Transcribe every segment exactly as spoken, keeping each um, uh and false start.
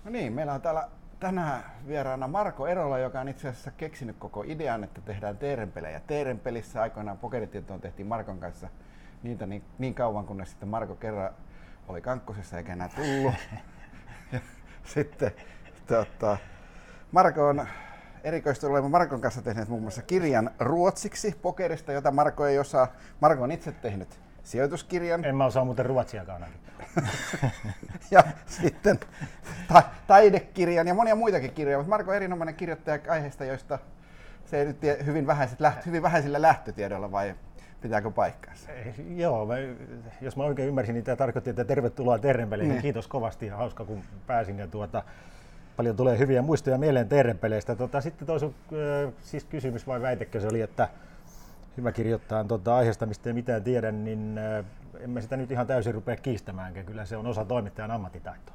No niin, meillä on täällä tänään vieraana Marko Erola, joka on itse asiassa keksinyt koko idean, että tehdään teerenpelejä. Teerenpelissä aikoinaan pokeritietoon tehtiin Markon kanssa niitä niin, niin kauan, kunnes sitten Marko kerran oli Kankkosessa eikä enää tullut. Ja sitten tota, Marko on erikoistunut olemaan Markon kanssa tehneet muun muassa kirjan ruotsiksi pokerista, jota Marko ei osaa. Marko on itse tehnyt sijoituskirjan. En mä osaa muuten ruotsiakaan ainakin. Ja sitten ta- taidekirjan ja monia muitakin kirjoja, mutta Marko on erinomainen kirjoittaja aiheesta, joista se ei nyt tie, hyvin, vähäiset läht- hyvin vähäisillä lähtötiedoilla, vai pitääkö paikkaansa? Joo, mä, jos mä oikein ymmärsin, niin tämä tarkoitti, että tervetuloa teerenpeleihin. Mm. Kiitos kovasti ja hauska kun pääsin. Ja tuota, paljon tulee hyviä muistoja mieleen teerenpeleistä. Tota, sitten toisu, äh, siis kysymys vai väitekö se oli, että hyvä kirjoittaa tuota aiheesta, mistä ei mitään tiedä, niin äh, en mä sitä nyt ihan täysin rupea kiistämäänkään. Kyllä se on osa toimittajan ammattitaitoa.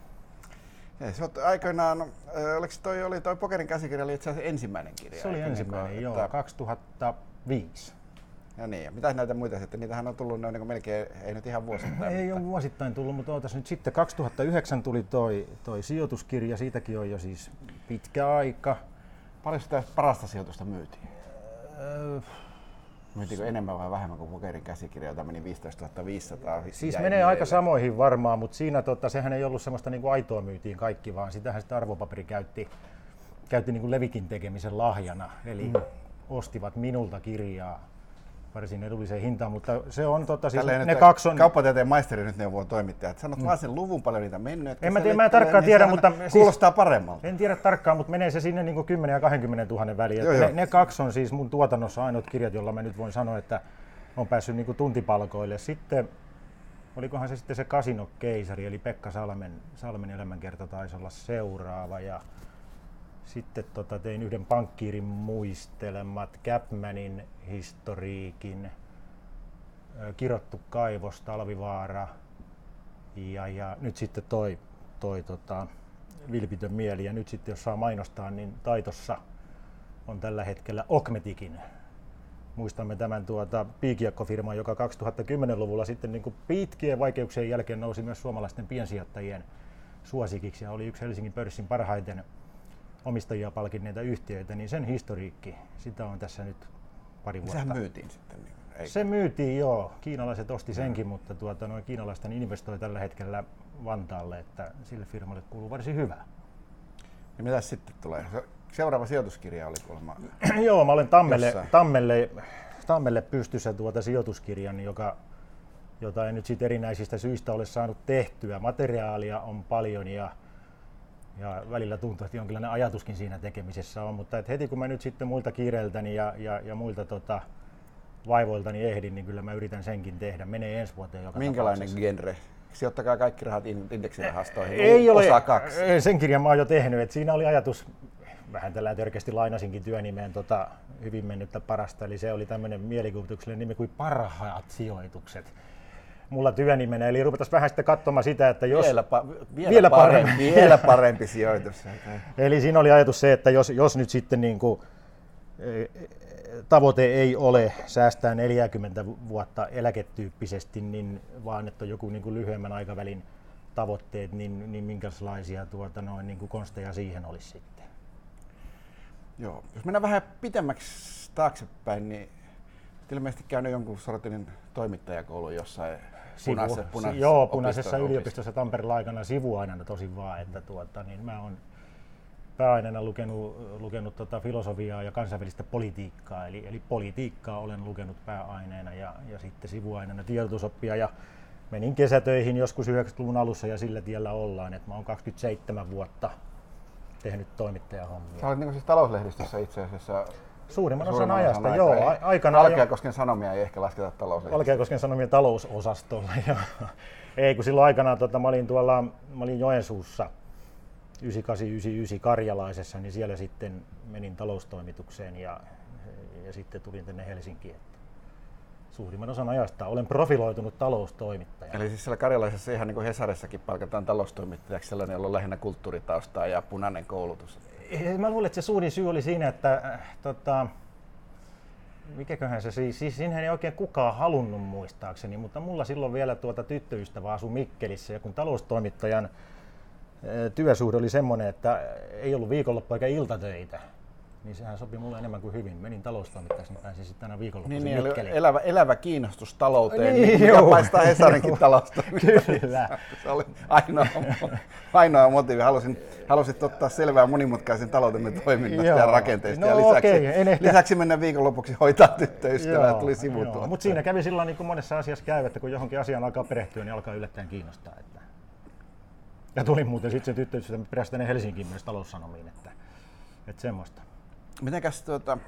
Ja se aikoinaan, äh, oliko toi, oli toi Pokerin käsikirja oli itse asiassa ensimmäinen kirja? Se oli ensimmäinen, niin, joo, että kaksituhattaviisi. Ja niin, ja mitä näitä muita sitten? Niitähän on tullut noin niin melkein, ei nyt ihan vuosittain. Ei mutta ole vuosittain tullut, mutta ootas nyt sitten kaksituhattayhdeksän tuli toi, toi sijoituskirja, siitäkin on jo siis pitkä aika. Paljon sitä parasta sijoitusta myytiin? Öö, Myytiinkö enemmän vai vähemmän kuin Pokerin käsikirja, jota meni viisitoistatuhatta viisisataa? Siis menee aika samoihin varmaan, mutta siinä tota, sehän ei ollut semmoista niin kuin aitoa myytiin kaikki, vaan sitähän sitä arvopaperi käytti, käytti niin kuin levikin tekemisen lahjana. Eli mm. ostivat minulta kirjaa varsin edulliseen hintaan, mutta se on tota siis Tälleen ne kaksi on... Kauppatieteen maisteri nyt neuvoo toimittajat. Sanot mm. vaan sen luvun paljon niitä mennyt. En mä tiedä, mä en tarkkaan tiedä, mutta... Kuulostaa siis paremmalta. En tiedä tarkkaan, mutta menee se sinne niin kymmenen ja kaksikymmentä tuhannen väliin. Joo, ne, joo. ne kaksi on siis mun tuotannossa ainoat kirjat, jolla mä nyt voin sanoa, että on päässyt niin tuntipalkoille. Sitten, olikohan se sitten se Kasino-keisari, eli Pekka Salmen, Salmen elämänkerta taisi olla seuraava. Ja sitten tota, tein yhden pankkiirin muistelemat, Capmanin historiikin, Kirottu kaivos, Talvivaara ja, ja nyt sitten toi, toi tota, Vilpitön mieli. Ja nyt sitten jos saa mainostaa, niin taitossa on tällä hetkellä Okmetikin. Muistamme tämän tuota, piikijakkofirman, joka kaksituhattakymmenluvulla sitten niin kuin pitkien vaikeuksien jälkeen nousi myös suomalaisten piensijoittajien suosikiksi ja oli yksi Helsingin pörssin parhaiten omistajia palkinneita yhtiöitä, niin sen historiikki, sitä on tässä nyt pari vuotta. Sehän myytiin sitten. Ei. Se myytiin joo, kiinalaiset osti senkin, mm. mutta tuota, noin kiinalaisten investoi tällä hetkellä Vantaalle, että sille firmalle kuuluu varsin hyvää. Ja mitä sitten tulee? Seuraava sijoituskirja oli kuulemma. Joo, mä olen Tammelle, Tammelle, Tammelle pystyssä tuota sijoituskirjan, joka, jota en nyt sit erinäisistä syistä ole saanut tehtyä. Materiaalia on paljon ja Ja välillä tuntuu, että jonkinlainen ajatuskin siinä tekemisessä on, mutta et heti kun mä nyt sitten muilta kiireiltäni ja, ja, ja muilta tota, vaivoiltani ehdin, niin kyllä mä yritän senkin tehdä. Menee ensi vuoteen joka Minkälainen genre? Sijoittakaa kaikki rahat indeksirahastoihin. Ei ole, osa kaksi. Sen kirjan mä oon jo tehnyt, että siinä oli ajatus, vähän tällä törkeästi lainasinkin työnimeen tota, hyvin mennyttä parasta, eli se oli tämmöinen mielikuvituksellinen nimi kuin Parhaat sijoitukset. Mulla työnimenä, eli ruvetaan vähän sitten katsomaan sitä, että jos... Vielä, pa- vielä, vielä parempi, parempi. Vielä parempi sijoitus. Eli siinä oli ajatus se, että jos, jos nyt sitten niin kuin, tavoite ei ole säästää neljäkymmentä vuotta eläketyyppisesti, niin vaan että on joku niin kuin lyhyemmän aikavälin tavoitteet, niin, niin minkälaisia tuota, noin, niin kuin konsteja siihen olisi sitten? Joo, jos mennään vähän pitemmäksi taaksepäin, niin ilmeisesti käynyt jonkun sortin toimittajakoulu jossain punaisessa, punaisessa Joo, punaisessa yliopistossa Tampereella aikana sivuaineena tosin vaan, että tuota, niin mä oon pääaineena lukenut, lukenut tota filosofiaa ja kansainvälistä politiikkaa, eli, eli politiikkaa olen lukenut pääaineena ja, ja sitten sivuaineena tiedotusoppia ja menin kesätöihin joskus yhdeksänkymmentäluvun alussa ja sillä tiellä ollaan, että mä oon kaksikymmentäseitsemän vuotta tehnyt toimittajahommia. Sä olet niin siis talouslehdistössä itse asiassa. Suurimman osan ajasta, joo. Ei, aikana Valkeakosken Sanomia ei ehkä lasketa talouslehdistössä. Valkeakosken Sanomien talousosastolla, joo. Ei, kun silloin aikanaan tota, mä olin tuolla, mä olin Joensuussa yhdeksänkymmentäkahdeksan yhdeksänkymmentäyhdeksän Karjalaisessa, niin siellä sitten menin taloustoimitukseen ja, ja sitten tulin tänne Helsinkiin. Suurimman osan ajasta olen profiloitunut taloustoimittaja. Eli siis siellä Karjalaisessa ihan niin kuin Hesarissakin palkataan taloustoimittajaksi sellainen, jolla on lähinnä kulttuuritaustaa ja punainen koulutus. Mä luulen, että se suurin syy oli siinä, että äh, tota, mikäköhän se siis, siis siinähän ei oikein kukaan halunnut muistaakseni, mutta mulla silloin vielä tuota tyttöystävä asui Mikkelissä ja kun taloustoimittajan työsuhde oli semmoinen, että ei ollut viikonloppu eikä iltatöitä. Niin sehän sopi mulle enemmän kuin hyvin. Menin taloustoimittajaksi, niin pääsin sitten aina viikonloppuisin niin, Mikkeliin. Niin, elävä, elävä kiinnostus talouteen, niin, niin, mikä paistaa Hesarinkin taloustoimittajaksi. Kyllä. Se oli ainoa, ainoa motiivi. Halusin, halusit ottaa selvää monimutkaisen taloutemme toiminnasta ja rakenteista. No, ja lisäksi, okay, lisäksi mennä viikonlopuksi hoitaa tyttöystävää, tuli sivutuottaa. Mutta siinä kävi sillä niin kuin monessa asiassa käy, että kun johonkin asiaan alkaa perehtyä, niin alkaa yllättäen kiinnostaa. Että... Ja tuli muuten sitten se tyttöystävä peräsi tänne Helsinkiin myös Taloussanomiin, että, että semmoista. Mitenkäs tuota,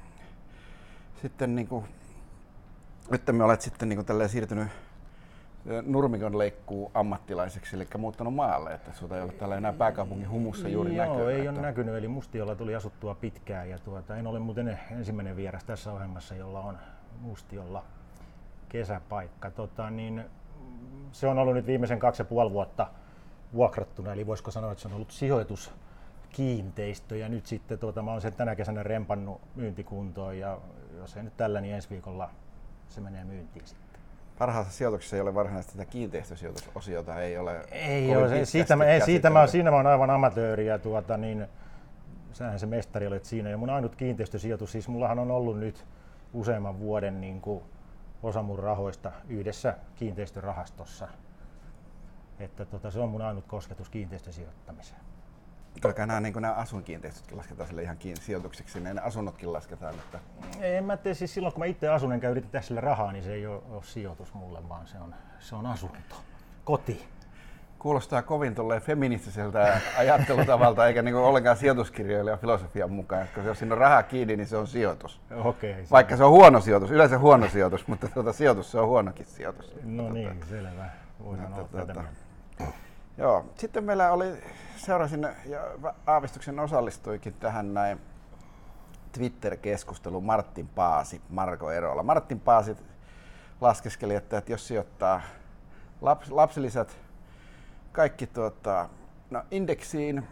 sitten niinku, nyt me olet sitten niinku tälleen siirtynyt nurmikon leikkuu ammattilaiseksi, eli muuttanut maalle, että sinulta ei ole täällä enää pääkaupungin humussa juuri Joo, näkyy. ei että... ole näkynyt, eli Mustiolla tuli asuttua pitkään ja tuota, en ole muuten ensimmäinen vieras tässä ohjelmassa, jolla on Mustiolla kesäpaikka. Tota, niin, se on ollut nyt viimeisen kaksi ja puoli vuotta vuokrattuna, eli voisiko sanoa, että se on ollut sijoituskiinteistö ja nyt sitten tuota, mä oon sen tänä kesänä rempannut myyntikuntoon ja jos ei nyt tällä, niin ensi viikolla se menee myyntiin sitten. Parhaassa sijoituksessa ei ole varsinaisesti tätä kiinteistösijoitusosiota, ei ole. Ei ole, se, siitä, mä, ei, siitä mä, siinä mä oon aivan amatööri ja tuota, niin, sähän se mestari olet siinä ja mun ainut kiinteistösijoitus, siis mullahan on ollut nyt useamman vuoden niin kuin osa mun rahoista yhdessä kiinteistörahastossa. Että tota, se on mun ainut kosketus kiinteistösijoittamiseen. Kyllä nämä, niin nämä asuinkiinteistötkin lasketaan sille ihan kiinni sijoituksiksi, niin ne asunnotkin lasketaan. Että... En mä tee, siis silloin kun mä itse asun enkä yritä tehdä sille rahaa, niin se ei ole, ole sijoitus mulle, vaan se on, se on asunto, koti. Kuulostaa kovin tolleen feministiseltä ajattelutavalta, eikä niin ollenkaan sijoituskirjoilijan filosofian mukaan. Koska jos siinä on rahaa kiinni, niin se on sijoitus. Okei, se Vaikka se on huono sijoitus, yleensä huono sijoitus, mutta tuota, sijoitus se on huonokin sijoitus. No tuota, niin, selvä. Voidaan olla tätä mieltä. Joo. Sitten meillä oli, seurasin ja aavistuksen osallistuikin tähän näin Twitter-keskusteluun Martin Paasi, Marko Erola. Martin Paasi laskeskeli, että, että jos sijoittaa laps, lapsilisät kaikki tuota, no indeksiin,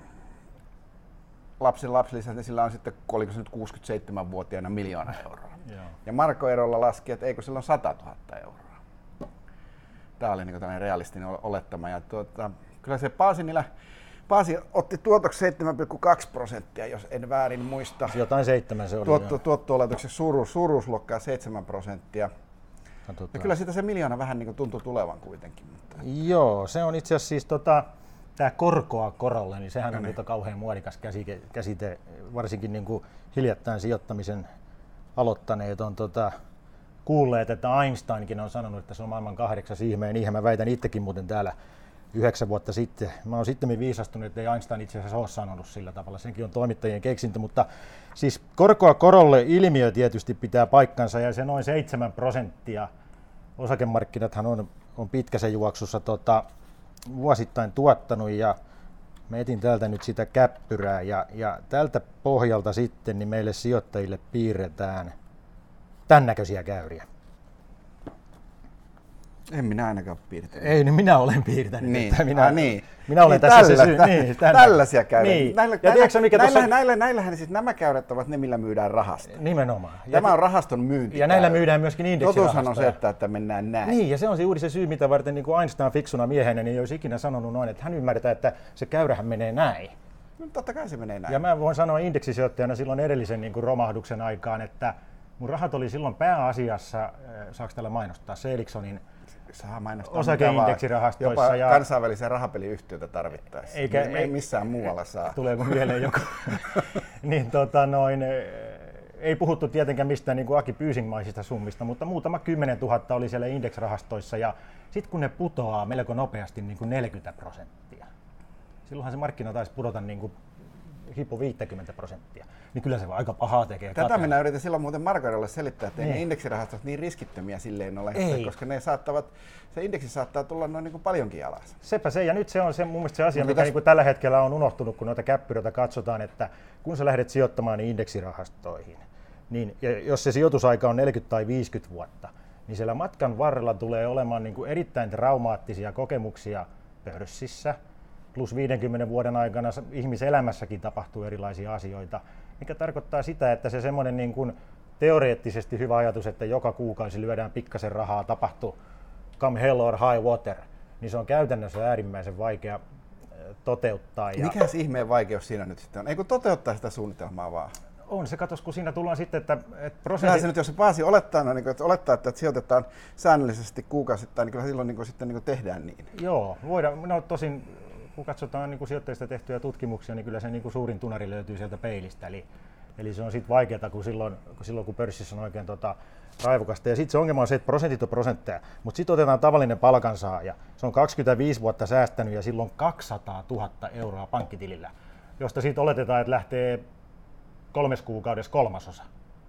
lapsen lapsilisät, niin sillä on sitten, oliko se nyt kuusikymmentäseitsemänvuotiaana miljoona euroa. Joo. Ja Marko Erola laski, että eikö sillä on satatuhatta euroa. Tämä oli niin tällainen realistinen olettama. Ja tuota, kyllä se Paasi, niillä, Paasi otti tuotoksi seitsemän pilkku kaksi prosenttia, jos en väärin muista. Jotain seitsemän se oli. Tuotto, tuotto-oletuksen suuruus, suuruusluokkaa seitsemän prosenttia. Tota... Ja kyllä siitä se miljoona vähän niin tuntui tulevan kuitenkin. Mutta... Joo, se on itse asiassa siis tota, tämä korkoa korolle, niin sehän on tota kauhean muodikas käsite, käsite varsinkin niin kuin hiljattain sijoittamisen aloittaneet on tota, kuulleet, että Einsteinkin on sanonut, että se on maailman kahdeksas ihmeen ihme. Mä väitän itsekin muuten täällä yhdeksän vuotta sitten. Mä oon sitten viisastunut, että ei Einstein itse asiassa ole sanonut sillä tavalla. Senkin on toimittajien keksintö, mutta siis korkoa korolle ilmiö tietysti pitää paikkansa ja se noin seitsemän prosenttia. Osakemarkkinathan on, on pitkässä juoksussa tota, vuosittain tuottanut ja mä etin täältä nyt sitä käppyrää ja, ja tältä pohjalta sitten niin meille sijoittajille piirretään tämän näköisiä käyriä. En minä ainakaan piirtänyt. Ei, niin minä olen piirtänyt. Niin. Minä, ah, niin. minä olen niin, tässä tällä, se syy. Tä, niin, tällaisia käyriä. Niin. Näillä, ja näillä, tiedätkö, mikä näillä, tuossa... näillä, näillähän siis nämä käyrät ovat ne, millä myydään rahasta. Nimenomaan. Tämä ja, on rahaston myynti. Ja näillä myydään myöskin indeksirahastoja. Totuushan on se, että, että mennään näin. Niin, ja se on se juuri se syy, mitä varten niin kuin Einstein fiksuna miehenä niin ei olisi ikinä sanonut noin, että hän ymmärtää, että se käyrähän menee näin. No, totta kai se menee näin. Ja mä voin sanoa indeksisijoittajana silloin edellisen niin kuin romahduksen aikaan, että mun rahat oli silloin pääasiassa, saako tällä mainostaa, Seeliksonin osakeindeksirahastoissa. Jopa ja kansainvälisiä rahapeliyhtiöitä tarvittaessa. Eikä, ei missään muualla saa. Tuleeko mieleen joku? niin, tota, noin, ei puhuttu tietenkään mistään niin kuin Aki Pyysingmaisista summista, mutta muutama kymmenen tuhatta oli siellä indeksirahastoissa ja sitten kun ne putoaa melko nopeasti niin kuin neljäkymmentä prosenttia, silloinhan se markkina taisi pudota niin kuin hipo viisikymmentä prosenttia, niin kyllä se aika pahaa tekee. Tätä kateella. Minä yritin silloin muuten Markoille selittää, että niin. ne indeksirahastot niin riskittömiä silleen ole, ei. koska ne saattavat, se indeksi saattaa tulla noin niin kuin paljonkin alas. Sepä se, ja nyt se on se, mun mielestä se asia, mikä täs... niin kuin tällä hetkellä on unohtunut, kun noita käppyröitä katsotaan, että kun sä lähdet sijoittamaan niin indeksirahastoihin, niin ja jos se sijoitusaika on neljäkymmentä tai viisikymmentä vuotta, niin siellä matkan varrella tulee olemaan niin kuin erittäin traumaattisia kokemuksia pörssissä, plus viidenkymmenen vuoden aikana ihmiselämässäkin tapahtuu erilaisia asioita, mikä tarkoittaa sitä, että se semmoinen niin kuin teoreettisesti hyvä ajatus, että joka kuukausi lyödään pikkasen rahaa, tapahtuu come hell or high water, niin se on käytännössä äärimmäisen vaikea toteuttaa. Ja mikäs ihmeen vaikeus siinä nyt sitten on? Ei kun toteuttaa sitä suunnitelmaa vaan. On se, katos, kun siinä tullaan sitten, että, että prosentti... se nyt, jos se Paasi olettaa, no, niin kuin, että olettaa, että sijoitetaan säännöllisesti kuukausittain, niin kyllä silloin niin kuin, sitten niin kuin tehdään niin. Joo, voidaan. No tosin, kun katsotaan niin kuin sijoittajista tehtyjä tutkimuksia, niin kyllä se niin kuin suurin tunari löytyy sieltä peilistä. Eli, eli se on sitten vaikeaa, kun silloin, kun silloin kun pörssissä on oikein tota, raivokasta. Ja sitten se ongelma on se, että prosentit on prosentteja, mutta sitten otetaan tavallinen palkansaaja. Se on kaksikymmentäviisi vuotta säästänyt ja silloin kaksisataatuhatta euroa pankkitilillä, josta siitä oletetaan, että lähtee kolmes kuukaudessa kolmasosa,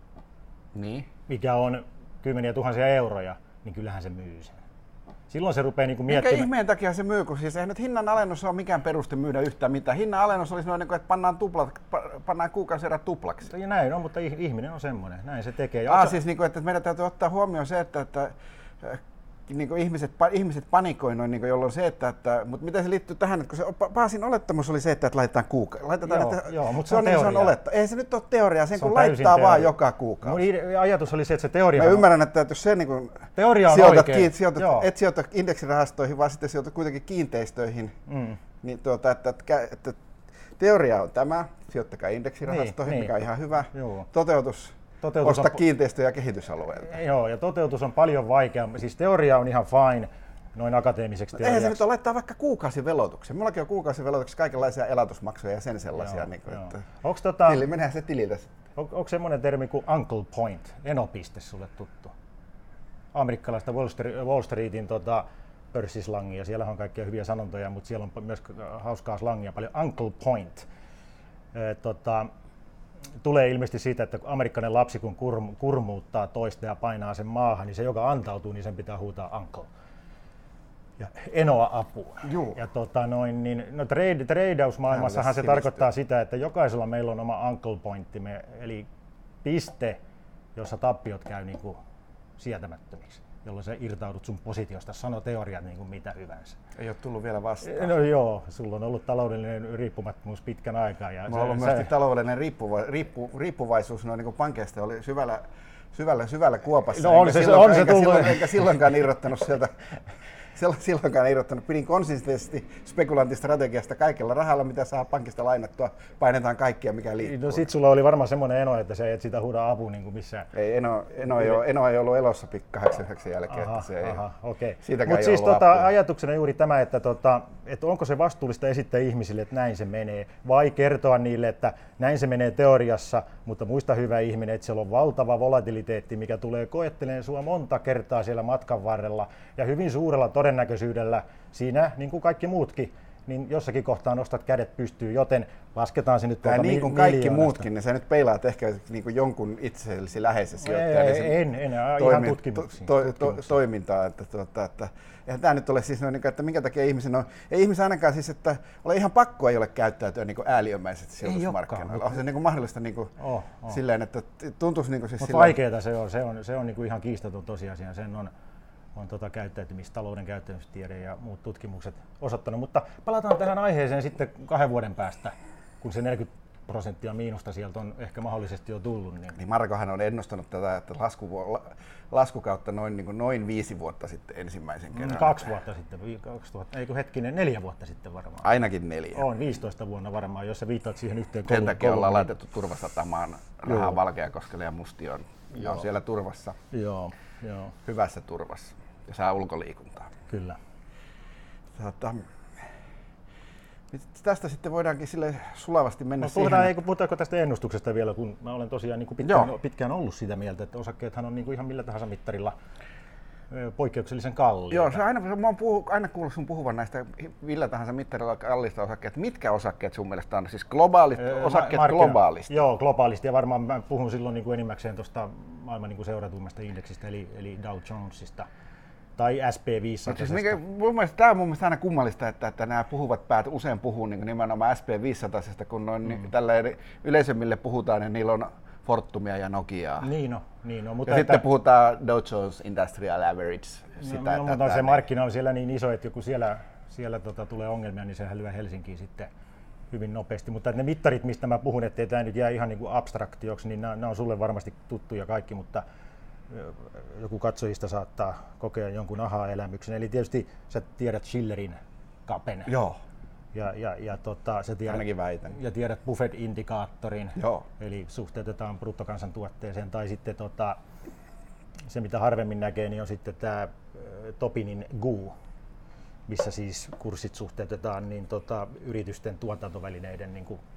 niin. mikä on kymmeniä tuhansia euroja, niin kyllähän se myy sen. Silloin se rupeaa niinku miettimään. Mikä ihmeen takia se myy, kun siis eihän nyt hinnan alennus ole mikään peruste myydä yhtään mitään. Hinnan alennus olisi noin, että pannaan, tuplat, pannaan kuukausierät tuplaksi. Ja näin on, mutta ihminen on semmoinen, näin se tekee. Ah, siis niin kuin, että meidän täytyy ottaa huomioon se, että, että niin kuin ihmiset, ihmiset panikoi noin, niin kuin, jolloin se, että, että mutta miten se liittyy tähän, että kun se Paasin olettamus oli se, että, että laitetaan kuukausi. Laitetaan, joo, että, joo, mutta se on, se on, se on oletta. Ei se nyt ole teoria, sen se kun laittaa teoria. vaan joka kuukausi. Mun ajatus oli se, että se teoria. Mä ymmärrän, että jos se niin kuin teoria on sijoitat, oikein. Sijoitat, et sijoita indeksirahastoihin, vaan sitten sijoitat kuitenkin kiinteistöihin, mm. niin tuota, että, että, että teoria on tämä, sijoittakaa indeksirahastoihin, niin, mikä niin. on ihan hyvä. Joo. Toteutus. Toteutus Osta on... kiinteistöjä ja kehitysalueelta. Joo, ja toteutus on paljon vaikeampi. Siis teoria on ihan fine noin akateemiseksi teoriaksi. Eihän se nyt ole laittaa vaikka kuukausivelotuksen. Mullakin on kuukausivelotuksia kaikenlaisia elatusmaksuja ja sen sellaisia. Joo, niin kuin, joo. Että Onks tota... Tili, menehän se tililtä. On, onko semmoinen termi kuin Uncle Point, enopiste sulle tuttu? Amerikkalaista Wall, Street, Wall Streetin tota, pörssislangia. Siellä on kaikkia hyviä sanontoja, mutta siellä on myös hauskaa slangia paljon. Uncle Point. E, tota, tulee ilmeisesti siitä, että amerikkalainen lapsi kun kurm, kurmuuttaa toista ja painaa sen maahan, niin se joka antautuu, niin sen pitää huutaa uncle. Ja enoa apua. Juu. Ja tota noin, niin, no trade, tradeausmaailmassahan se tarkoittaa sitä, että jokaisella meillä on oma uncle pointtimme, eli piste, jossa tappiot käy niin kuin sietämättömiksi, jolloin sä irtaudut sun positiosta, sano teoriat niin kuin mitä hyvänsä. Ei ole tullut vielä vastaan. No joo, sulla on ollut taloudellinen riippumattomuus pitkän aikaa. Ja Mulla on ollut se, myös se... taloudellinen riippuva, riippu, riippuvaisuus noin niin kuin pankeista oli syvällä, syvällä, syvällä kuopassa. No on se, silloin, on se enkä, tullut. Silloin, enkä silloinkaan irrottanut sieltä. Silloinkaan irrottanut. Pidin konsistenttisesti spekulantistrategiasta kaikella rahalla, mitä saa pankista lainattua. Painetaan kaikkia, mikä liikkuu. No sit sulla oli varmaan semmoinen eno, että sä et sitä huuda apuun niin kuin missään. Ei, eno, eno, ei, ole, eno ei ollut elossa kahdeksankymmentäyhdeksän jälkeen. Aha, että se ei, aha, okei. Mutta siis tota, ajatuksena juuri tämä, että, tota, että onko se vastuullista esittää ihmisille, että näin se menee, vai kertoa niille, että näin se menee teoriassa, mutta muista hyvä ihminen, että siellä on valtava volatiliteetti, mikä tulee koetteleen sua monta kertaa siellä matkan varrella ja hyvin suurella todennäköisyydellä siinä, niin kuin kaikki muutkin, niin jossakin kohtaa nostat kädet pystyyn, joten lasketaan se nyt tuolta niin kuin miljoonasta. kaikki muutkin, niin sä nyt peilaat ehkä niin kuin jonkun itsellesi läheisen sijoittajan. Ei, ei, en, en, ihan tutkimuksiin. To, to, to, toimintaa, että, tuota, että eihän tämä nyt ole siis noin, että minkä takia ihmisen on, ei ihmisen ainakaan siis, että ole ihan pakko ei ole käyttäytyä niin kuin ääliömäisesti sijoitusmarkkinoilla. On se niin kuin mahdollista niin kuin oh, oh. silleen, että tuntuisi niin kuin siis Mut silleen. Vaikeeta se on, se on, se on niin kuin ihan kiistaton tosiasia, sen on on tota käyttäytymistä, talouden käyttäytymistiede ja muut tutkimukset osoittanut, mutta palataan tähän aiheeseen sitten kahden vuoden päästä, kun se neljäkymmentä prosenttia miinusta sieltä on ehkä mahdollisesti jo tullut. Niin, niin Markohan on ennustanut tätä, että lasku, laskukautta noin, niin kuin noin viisi vuotta sitten ensimmäisen kerran. Kaksi vuotta sitten, kaksituhatta, eikö hetkinen, neljä vuotta sitten varmaan. Ainakin neljä. On, viisitoista vuonna varmaan, jos sä viittaat siihen yhteen kouluun. Sen takia kouluun, ollaan niin laitettu turvasatamaan rahaa Valkeakoskelle ja Musti on, on siellä turvassa, joo, joo. hyvässä turvassa. Ja saa ulkoliikuntaa. Kyllä. Tota, tästä sitten voidaankin sille sulavasti mennä no, siihen. Puhutaan, eikö, puhutaanko tästä ennustuksesta vielä, kun mä olen tosiaan niin kuin pitkään, pitkään ollut sitä mieltä, että osakkeethan on niin kuin ihan millä tahansa mittarilla poikkeuksellisen kalliita. Joo, se aina, mä oon puhu, aina kuullut sun puhuvan näistä millä tahansa mittarilla kalliista osakkeet. Mitkä osakkeet sun mielestä on? Siis globaalit öö, osakkeet markkina, globaalisti? Joo, globaalisti. Ja varmaan mä puhun silloin niin kuin enimmäkseen tuosta maailman niin kuin seuratuimmasta indeksistä, eli, eli Dow Jonesista. Tai S and P viisisataa. Siis mikä, mun mielestä, tämä on mun mielestä aina kummallista, että, että nämä puhuvat päät usein puhuu niin nimenomaan S and P viisisataa, kun noin mm. tällä yleisömmille puhutaan, niin niillä on Fortumia ja Nokiaa. Niin on, niin on. Mutta ja että, sitten puhutaan Dow Jones Industrial Average. Sitä, no, mutta se niin. Markkina on siellä niin iso, että joku siellä, siellä tota, tulee ongelmia, niin sehän lyö Helsinkiin sitten hyvin nopeasti. Mutta ne mittarit, mistä mä puhun, ettei tämä nyt jää ihan niin kuin abstraktioksi, niin nämä, nämä on sulle varmasti tuttuja kaikki, mutta joku katsojista saattaa kokea jonkun aha-elämyksen. Eli tietysti sä tiedät Schillerin kapen. Joo. Ja, ja, ja tota, sä tiedät, ainakin väitän. Ja tiedät Buffett-indikaattorin, Joo. eli suhteutetaan bruttokansantuotteeseen, tai sitten tota, se mitä harvemmin näkee, niin on sitten tämä Topinin G U, missä siis kurssit suhteutetaan niin tota, yritysten tuotantovälineiden niin kuin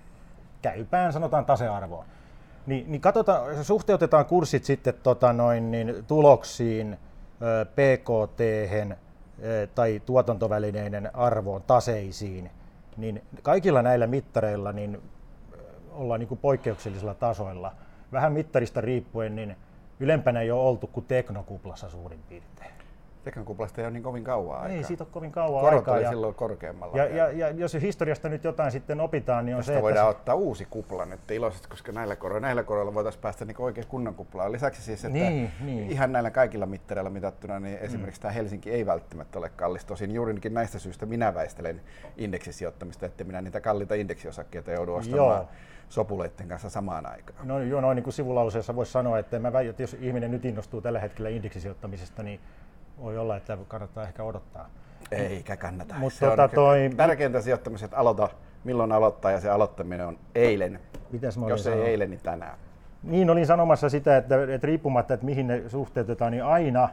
käypään, sanotaan tasearvoon. Ni, niin katsotaan, suhteutetaan kurssit sitten tota, noin, niin, tuloksiin, P K T:hen tai tuotantovälineiden arvoon, taseisiin, niin kaikilla näillä mittareilla niin ollaan niin kuin poikkeuksellisilla tasoilla. Vähän mittarista riippuen, niin ylempänä ei ole oltu kuin teknokuplassa suurin piirtein. Teknokuplasta ei ole niin kovin kauan aikaa. Ei siitä ole kovin kauan Korot aikaa. oli ja, silloin korkeammalla. Ja, ja, ja jos historiasta nyt jotain sitten opitaan, niin on tästä se, voidaan että ottaa uusi kupla nyt iloisesti, koska näillä koroilla, näillä koroilla voitaisiin päästä niin oikein kunnon kuplaan. Lisäksi siis, että niin, niin. ihan näillä kaikilla mittareilla mitattuna, niin esimerkiksi mm. tämä Helsinki ei välttämättä ole kallis. Tosin juurikin näistä syistä minä väistelen indeksisijoittamista, että minä niitä kalliita indeksiosakkeita joudu ostamaan Joo. sopuleitten kanssa samaan aikaan. No joo, noin niin kuin sivulauseessa voisi sanoa, että mä väitän, että jos ihminen nyt innostuu tällä hetkellä indeksisijoittamisesta, niin voi olla, että kannattaa ehkä odottaa. Eikä kannata. Mutta se tota on toi... tärkeintä sijoittamisesta, että aloita milloin aloittaa, ja se aloittaminen on eilen. Jos ei eilen, niin tänään. Niin, olin sanomassa sitä, että, että riippumatta, että mihin ne suhteutetaan, niin aina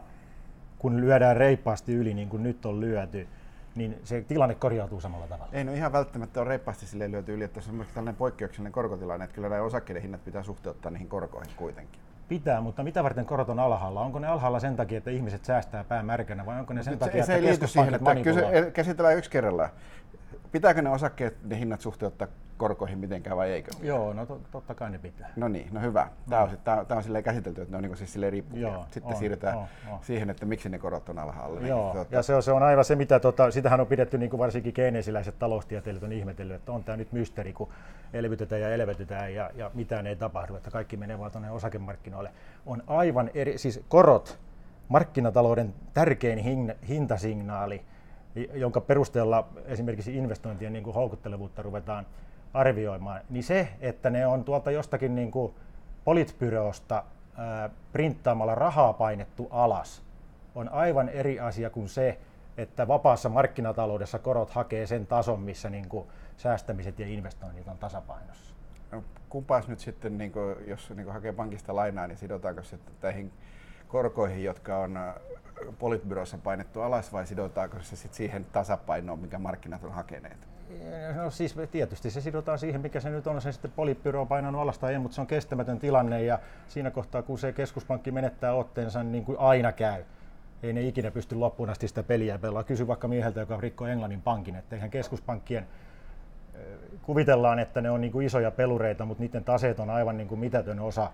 kun lyödään reippaasti yli, niin kuin nyt on lyöty, niin se tilanne korjautuu samalla tavalla. Ei no ihan välttämättä ole reippaasti silleen lyöty yli, että se on myös tällainen poikkeuksellinen korkotilanne, että kyllä nämä osakkeiden hinnat pitää suhteuttaa niihin korkoihin kuitenkin. Pitää, mutta mitä varten korot on alhaalla? Onko ne alhaalla sen takia, että ihmiset säästää päämärkänä vai onko ne sen se, takia, se että keskuspankit manipuloivat? Käsitellään yksi kerrallaan. Pitääkö ne osakkeet, ne hinnat suhteuttaa korkoihin mitenkään vai eikö? Joo, no to, totta kai ne pitää. No niin, no hyvä. Tämä on, tää, tää on silleen käsitelty, että ne on niin siis silleen riippuvia. Joo, Sitten on, siirrytään on, on. siihen, että miksi ne korot on alhaalla. Joo, tuota... ja se on, se on aivan se, mitä tota, sitähän on pidetty niin kuin varsinkin keynesiläiset taloustieteilijät on ihmetellyt, että on tämä nyt mysteeri, kun elvytetään ja elvytetään ja, ja mitään ei tapahdu, että kaikki menee vaan tuonne osakemarkkinoille. On aivan eri, siis korot, markkinatalouden tärkein hin, hintasignaali, jonka perusteella esimerkiksi investointien niin kuin houkuttelevuutta ruvetaan arvioimaan, niin se, että ne on tuolta jostakin niin kuin politbyrosta ää, printtaamalla rahaa painettu alas, on aivan eri asia kuin se, että vapaassa markkinataloudessa korot hakee sen tason, missä niin kuin säästämiset ja investoinnit on tasapainossa. No, kumpaas nyt sitten, niin kuin, jos niin kuin hakee pankista lainaa, niin sidotaanko se näihin korkoihin, jotka on politbyrossa painettu alas, vai sidotaanko se sitten siihen tasapainoon, mikä markkinat on hakeneet? No siis tietysti se sidotaan siihen, mikä se nyt on, se sitten politbyro on painanut alas tai ei, mutta se on kestämätön tilanne ja siinä kohtaa, kun se keskuspankki menettää otteensa, niin kuin aina käy. Ei ne ikinä pysty loppuun asti sitä peliä pelaa. Kysy vaikka mieheltä, joka rikkoi Englannin pankin, että eihän keskuspankkien kuvitellaan, että ne on niin kuin isoja pelureita, mutta niiden taseet on aivan niin kuin mitätön osa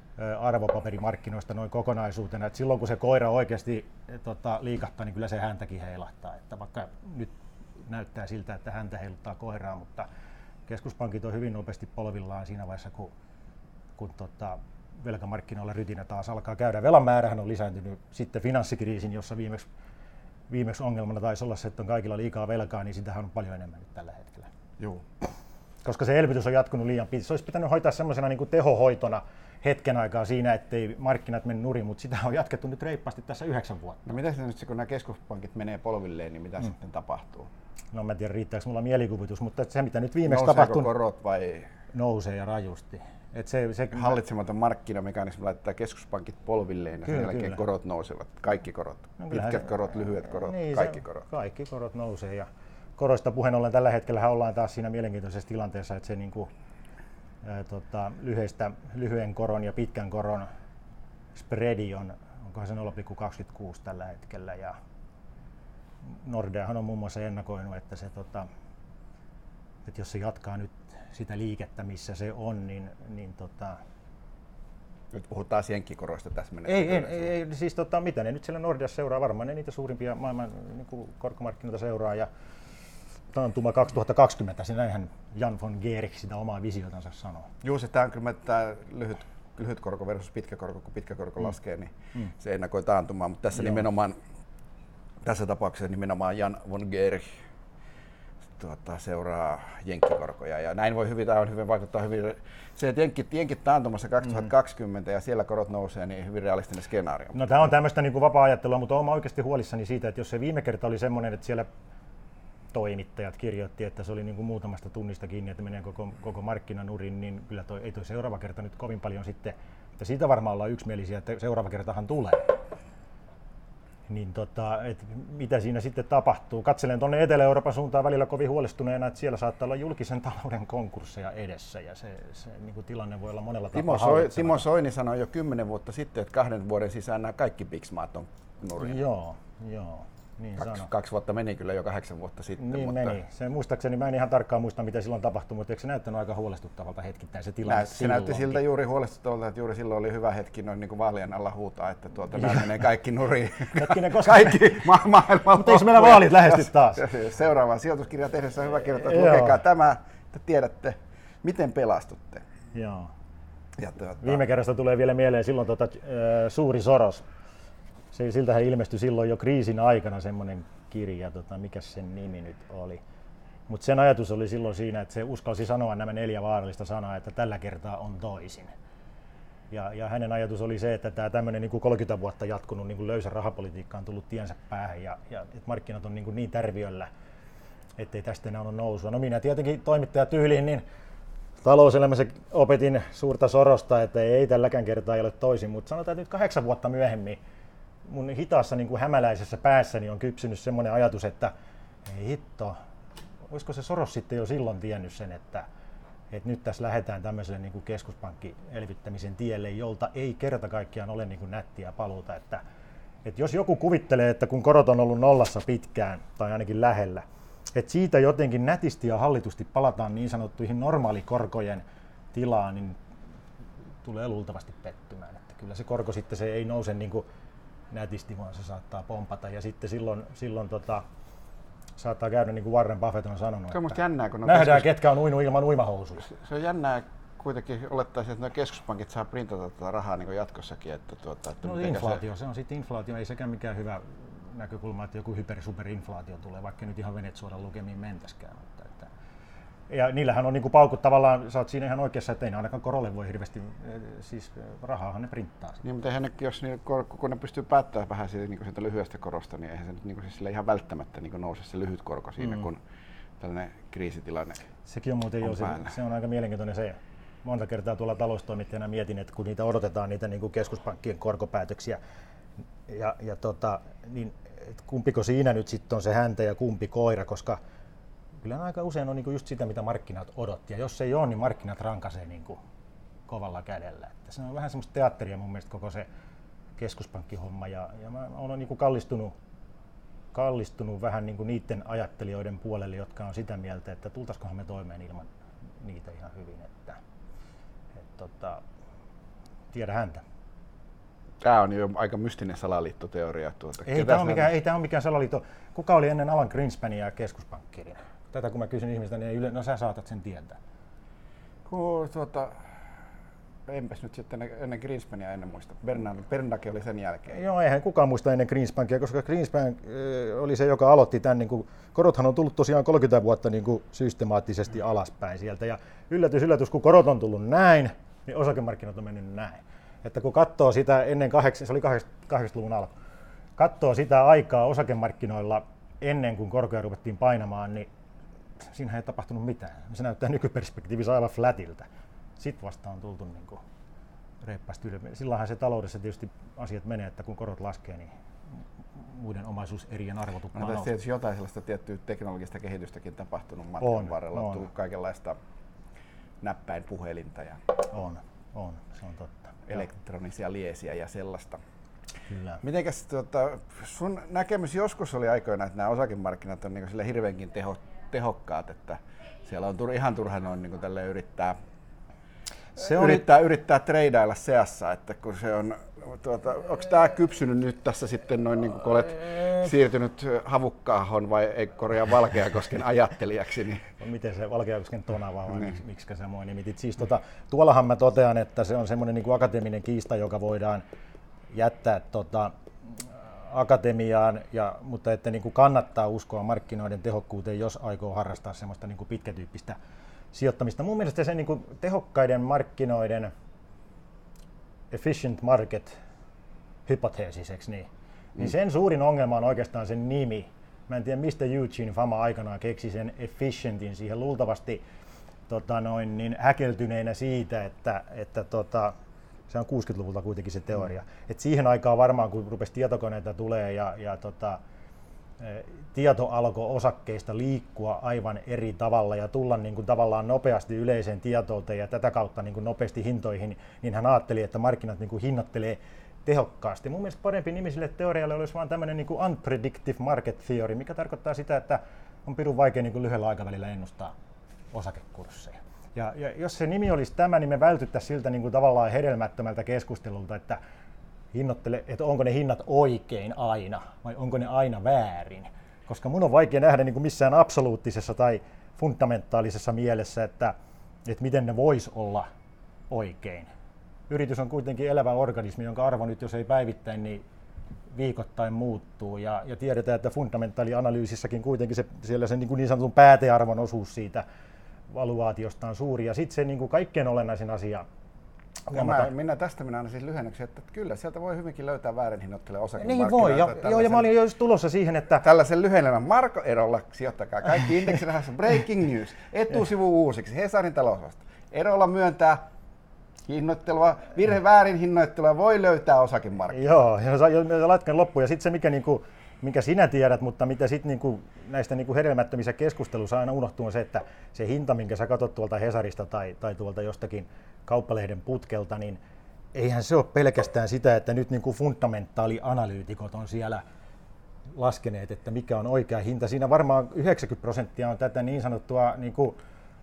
arvopaperimarkkinoista noin kokonaisuutena. Et silloin kun se koira oikeasti tota, liikahtaa, niin kyllä se häntäkin heilahtaa. Että vaikka nyt näyttää siltä, että häntä heiluttaa koiraa, mutta keskuspankit on hyvin nopeasti polvillaan siinä vaiheessa, kun, kun tota, velkamarkkinoilla rytinä taas alkaa käydä. Velan määrähän on lisääntynyt sitten finanssikriisin, jossa viimeksi, viimeksi ongelmana taisi olla se, että on kaikilla liikaa velkaa, niin sitähän on paljon enemmän nyt tällä hetkellä. Joo. Koska se elvytys on jatkunut liian pitkään. Se olisi pitänyt hoitaa semmoisena niin kuin tehohoitona hetken aikaa siinä, ettei markkinat mene nurin, mutta sitä on jatkettu nyt reippaasti tässä yhdeksän vuotta. No mitä se nyt, kun nämä keskuspankit menee polvilleen, niin mitä mm. sitten tapahtuu? No mä en tiedä, riittääkö mulla mielikuvitus, mutta se mitä nyt viimeksi Nouseeko tapahtuu... korot vai? Nousee ja rajusti. Et se, se... Hallitsematon markkinamekanismi laittaa keskuspankit polvilleen ja sen jälkeen kyllä. korot nousevat. Kaikki korot. No, Pitkät se... korot, lyhyet korot, niin, kaikki se... korot. Kaikki korot nousee. Ja koroista puheen ollen tällä hetkellä ollaan taas siinä mielenkiintoisessa tilanteessa, että se niin kuin, ää, tota, lyhyestä, lyhyen koron ja pitkän koron spreadi on, onkohan se nolla pilkku kaksikymmentäkuusi tällä hetkellä. Ja Nordeahan on muun muassa ennakoinut, että, se, tota, että jos se jatkaa nyt sitä liikettä, missä se on, niin... niin tota, nyt puhutaan jenkkikoroista tässä mennessä. Ei, ei, ei, ei, siis tota, mitä ne nyt siellä Nordeassa seuraa, varmaan ne niitä suurimpia maailman niin kuin korkomarkkinoita seuraa. Ja taantuma kaksituhattakaksikymmentä, se näinhän Jan von Gerik sitä omaa visiotansa sanoo. Joo, se tämä on kyllä tämä lyhyt, lyhyt korko versus pitkä korko, kun pitkä korko mm. laskee, niin mm. se ennakoi taantumaa, mutta tässä Joo. nimenomaan, tässä tapauksessa nimenomaan Jan von Gerik tuota, seuraa jenkkikorkoja ja näin voi hyvin, tämä on hyvin vaikuttaa hyvin, se että jenkit, jenkit taantumassa kaksituhattakaksikymmentä mm. ja siellä korot nousee, niin hyvin realistinen skenaario. No tämä on tämmöistä niin kuin vapaa-ajattelua, mutta olen oikeasti huolissani siitä, että jos se viime kerta oli semmoinen, että siellä toimittajat kirjoitti, että se oli niin kuin muutamasta tunnista kiinni, että menee koko, koko markkinanurin, niin kyllä toi, ei toi seuraava kerta nyt kovin paljon sitten, että siitä varmaan ollaan yksimielisiä, että seuraava kertahan tulee. Niin tota, et mitä siinä sitten tapahtuu? Katselen tuonne Etelä-Euroopan suuntaan välillä kovin huolestuneena, että siellä saattaa olla julkisen talouden konkursseja edessä ja se, se niin kuin tilanne voi olla monella Timo tapaa Soi, Timo Soini sanoi jo kymmenen vuotta sitten, että kahden vuoden sisään nämä kaikki BRICS-maat on nurin. Joo, joo. Niin kaksi, sano. kaksi vuotta meni kyllä jo kahdeksan vuotta sitten. Niin mutta meni. Se muistaakseni, mä en ihan tarkkaan muista, mitä silloin tapahtui, mutta eikö se näyttänyt aika huolestuttavalta hetkittäin se tilanne Näyt, se näytti siltä juuri huolestuttavalta, että juuri silloin oli hyvä hetki noin niin kuin vaalien alla huutaa, että tuota, nämä menee kaikki nurin. Hetkinen, koska... kaikki ma- maailman Mutta eikö meillä vaalit lähesty taas? Seuraavaan sijoituskirjan tehdessä on hyvä kirjoittaa, että lukekaa tämä, että tiedätte, miten pelastutte. Joo. Ja tuota... Viime kerrasta tulee vielä mieleen silloin tuota, äh, Suuri Soros. Se, siltähän ilmestyi silloin jo kriisin aikana semmoinen kirja, tota, mikä sen nimi nyt oli. Mutta sen ajatus oli silloin siinä, että se uskalsi sanoa nämä neljä vaarallista sanaa, että tällä kertaa on toisin. Ja, ja hänen ajatus oli se, että tämä tämmöinen niin kuin kolmekymmentä vuotta jatkunut niin kuin löysä rahapolitiikka on tullut tiensä päähän ja, ja että markkinat on niin, kuin niin tärviöllä, ettei tästä enää ole nousua. No minä tietenkin toimittajatyyliin, niin talouselämässä opetin suurta Sorosta, että ei tälläkään kertaa ei ole toisin, mutta sanotaan, että nyt kahdeksan vuotta myöhemmin mun hitaassa niin kuin hämäläisessä päässäni on kypsynyt semmoinen ajatus, että ei hitto, olisiko se Soros sitten jo silloin tiennyt sen, että, että nyt tässä lähdetään tämmöiselle niin kuin keskuspankkielvyttämisen tielle, jolta ei kerta kaikkiaan ole niin kuin nättiä paluuta. Että, että jos joku kuvittelee, että kun korot on ollut nollassa pitkään tai ainakin lähellä, että siitä jotenkin nätisti ja hallitusti palataan niin sanottuihin normaalikorkojen tilaan, niin tulee luultavasti pettymään. Että kyllä se korko sitten se ei nouse niin kuin nätisti, vaan se saattaa pompata ja sitten silloin, silloin tota, saattaa käydä niin kuin Warren Buffett on sanonut, se on että jännää, kun nähdään keskus... ketkä on uinut ilman uimahousuja. Se on jännää kuitenkin olettaisiin, että nuo keskuspankit saa printata tätä rahaa niin kuin jatkossakin. Että tuota, että no inflaatio, se... se on sitten inflaatio, ei sekään mikään hyvä näkökulma, että joku hyper-superinflaatio tulee, vaikka nyt ihan Venezuelan lukemiin mentäskään. Mutta että... Ja niillähän on niin kuin paukut tavallaan, sä oot siinä ihan oikeassa, että ei ne ainakaan korolle voi hirveästi, siis rahaahan ne printtaa. Niin, mutta eihän ne, jos ne, kun ne pystyy päättämään vähän siitä, niin siitä lyhyestä korosta, niin eihän se nyt niin kuin, siis ihan välttämättä niin nouse se lyhyt korko siinä, mm. kun tällainen kriisitilanne Sekin on muuten on jo, se, se on aika mielenkiintoinen se. Monta kertaa tuolla taloustoimittajana mietin, että kun niitä odotetaan, niitä niin kuin keskuspankkien korkopäätöksiä, ja, ja tota, niin kumpiko siinä nyt sitten on se häntä ja kumpi koira, koska kyllä aika usein on niinku just sitä, mitä markkinat odotti, ja jos ei ole, niin markkinat rankaisee niinku kovalla kädellä. Että se on vähän semmoista teatteria mun mielestä koko se keskuspankkihomma, ja, ja mä olen niinku kallistunut, kallistunut vähän niinku niiden ajattelijoiden puolelle, jotka on sitä mieltä, että tultaiskohan me toimeen ilman niitä ihan hyvin, että et, tota, tiedä häntä. Tämä on jo aika mystinen salaliittoteoria. Tuota. Ei tämä ole mikään, ei tämä ole mikään salaliitto. Kuka oli ennen Alan Greenspania keskuspankkirina? Tätä kun mä kysyn ihmistä, niin ei yle... no sä saatat sen tietää. Kun, tuota, enpäs nyt sitten ennen Greenspania ennen muista. Bernanke oli sen jälkeen. Joo, eihän kukaan muista ennen Greenspankia, koska Greenspan äh, oli se, joka aloitti tämän. Niin kuin, korothan on tullut tosiaan kolmekymmentä vuotta niin kuin systemaattisesti mm. alaspäin sieltä. Ja yllätys, yllätys, kun korot on tullut näin, niin osakemarkkinat on mennyt näin. Että kun katsoo sitä ennen, kahdeksan, se oli kahdeksankymmentäluvun alku, katsoo sitä aikaa osakemarkkinoilla ennen kuin korkoja ruvettiin painamaan, niin siinä ei tapahtunut mitään. Se näyttää nykyperspektiivissä aivan flatilta. Sitten vasta on tultu niin kuin reippaasti ylös. Silloinhan se taloudessa tietysti asiat menee, että kun korot laskee, niin muiden omaisuuserien arvo tuppaa no, nousemaan. Tietysti jotain sellaista tiettyä teknologista kehitystäkin tapahtunut matkan on, varrella. on. On tullut kaikenlaista näppäinpuhelinta ja on, on, se on totta. Elektronisia liesiä ja sellaista. Kyllä. Mitenkäs tuota, sun näkemys joskus oli aikoina, että nämä osakemarkkinat on niin sille hirveänkin teho, tehokkaat, että siellä on tur, ihan turha noin niin tälle yrittää, se yrittää, oli... yrittää treidailla seassa, että kun se on, tuota, onko tämä kypsynyt nyt tässä sitten noin niin kun olet siirtynyt Havukkaahon vai ei korjaa Valkeakosken ajattelijaksi? Niin... No, miten se Valkeakosken Tonava vai niin. Miksi sä mua nimitit? Siis tota, tuollahan mä totean, että se on semmoinen niin kuin akateeminen kiista, joka voidaan jättää tota, akatemiaan, ja, mutta että niin kuin kannattaa uskoa markkinoiden tehokkuuteen, jos aikoo harrastaa semmoista niin kuin pitkätyyppistä sijoittamista. Mun mielestä se niin kuin tehokkaiden markkinoiden efficient market hypotheesiseksi, niin, mm. niin sen suurin ongelma on oikeastaan sen nimi, Mä en tiedä, mistä Eugene Fama aikanaan keksi sen efficientin siihen luultavasti tota noin, niin häkeltyneenä siitä, että, että tota, se on kuusikymmentäluvulta kuitenkin se teoria. Mm. Et siihen aikaan varmaan, kun rupesi tietokoneita tulee ja, ja tota, tieto alkoi osakkeista liikkua aivan eri tavalla ja tulla niin kuin tavallaan nopeasti yleiseen tietouteen ja tätä kautta niin kuin nopeasti hintoihin, niin hän ajatteli, että markkinat niin kuin hinnoittelee tehokkaasti. Mun mielestä parempi nimi sille teorialle olisi vaan tämmöinen niin kuin unpredictive market theory, mikä tarkoittaa sitä, että on pirun vaikea niin kuin lyhyellä aikavälillä ennustaa osakekursseja. Ja, ja jos se nimi olisi tämä, niin me vältyttäisiin siltä niin kuin tavallaan hedelmättömältä keskustelulta, että hinnoittele, että onko ne hinnat oikein aina vai onko ne aina väärin. Koska mun on vaikea nähdä niin kuin missään absoluuttisessa tai fundamentaalisessa mielessä, että, että miten ne vois olla oikein. Yritys on kuitenkin elävä organismi, jonka arvo nyt, jos ei päivittäin, niin viikoittain muuttuu. Ja, ja tiedetään, että fundamentaalianalyysissäkin kuitenkin se, siellä se niin, kuin niin sanotun päätearvon osuus siitä valuaatiosta on suuri. Ja sitten se niin kuin kaikkein olennaisin asia. Mä, minä tästä minä annan siis lyhennyksen, että kyllä sieltä voi hyvinkin löytää väärin hinnoittelee osakemarkkinoita. Niin voi, ja, joo, ja mä olin jo just tulossa siihen, että... Tällaisen lyhennelmän Marko Erola, sijoittakaa kaikki indeksirahassa breaking news, etusivu uusiksi, Hesarin talousosasto. Erola myöntää hinnoittelua, virhe väärin hinnoittelua voi löytää osakemarkkinoita. Joo, ja latken loppuun. Ja sitten se, mikä, niinku, minkä sinä tiedät, mutta mitä sitten niinku, näistä niinku hedelmättömissä keskustelussa aina unohtuu, on se, että se hinta, minkä sä katsot tuolta Hesarista tai, tai tuolta jostakin kauppalehden putkelta, niin eihän se ole pelkästään sitä, että nyt niinku fundamentaalianalyytikot on siellä laskeneet, että mikä on oikea hinta. Siinä varmaan yhdeksänkymmentä prosenttia on tätä niin sanottua niinku,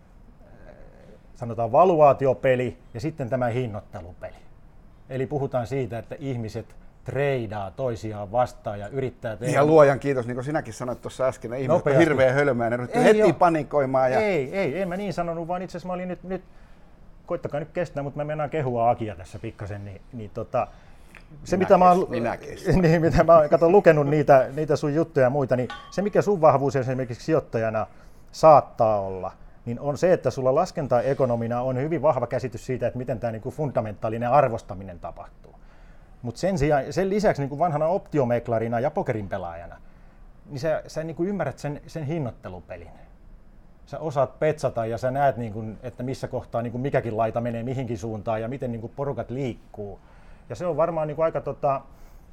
sanotaan valuaatiopeli ja sitten tämä hinnoittelupeli. Eli puhutaan siitä, että ihmiset treidaa toisiaan vastaan ja yrittää tehdä... Ja luojan kiitos, niin kuin sinäkin sanoit tuossa äsken, ihmiset on hirveän hölmää, ne ryhtyy heti ole. panikoimaan. Ja... Ei, ei, en mä niin sanonut, vaan itse asiassa mä olin nyt, nyt koittakaa nyt kestää, mutta mä mennään kehua Akia tässä pikkasen, niin, niin tota... Se, minä mitä, mä oon, niin, mitä mä oon kato, lukenut niitä, niitä sun juttuja ja muita, niin se mikä sun vahvuus esimerkiksi sijoittajana saattaa olla, niin on se, että sulla laskentaekonomina on hyvin vahva käsitys siitä, että miten tämä niinku fundamentaalinen arvostaminen tapahtuu. Mutta sen, sen lisäksi niinku vanhana optiomeklarina ja pokerin pelaajana, niin sä, sä niinku ymmärrät sen, sen hinnoittelupelin. Sä osaat petsata ja sä näet, niinku, että missä kohtaa niinku mikäkin laita menee mihinkin suuntaan ja miten niinku porukat liikkuu. Ja se on varmaan niinku aika tota,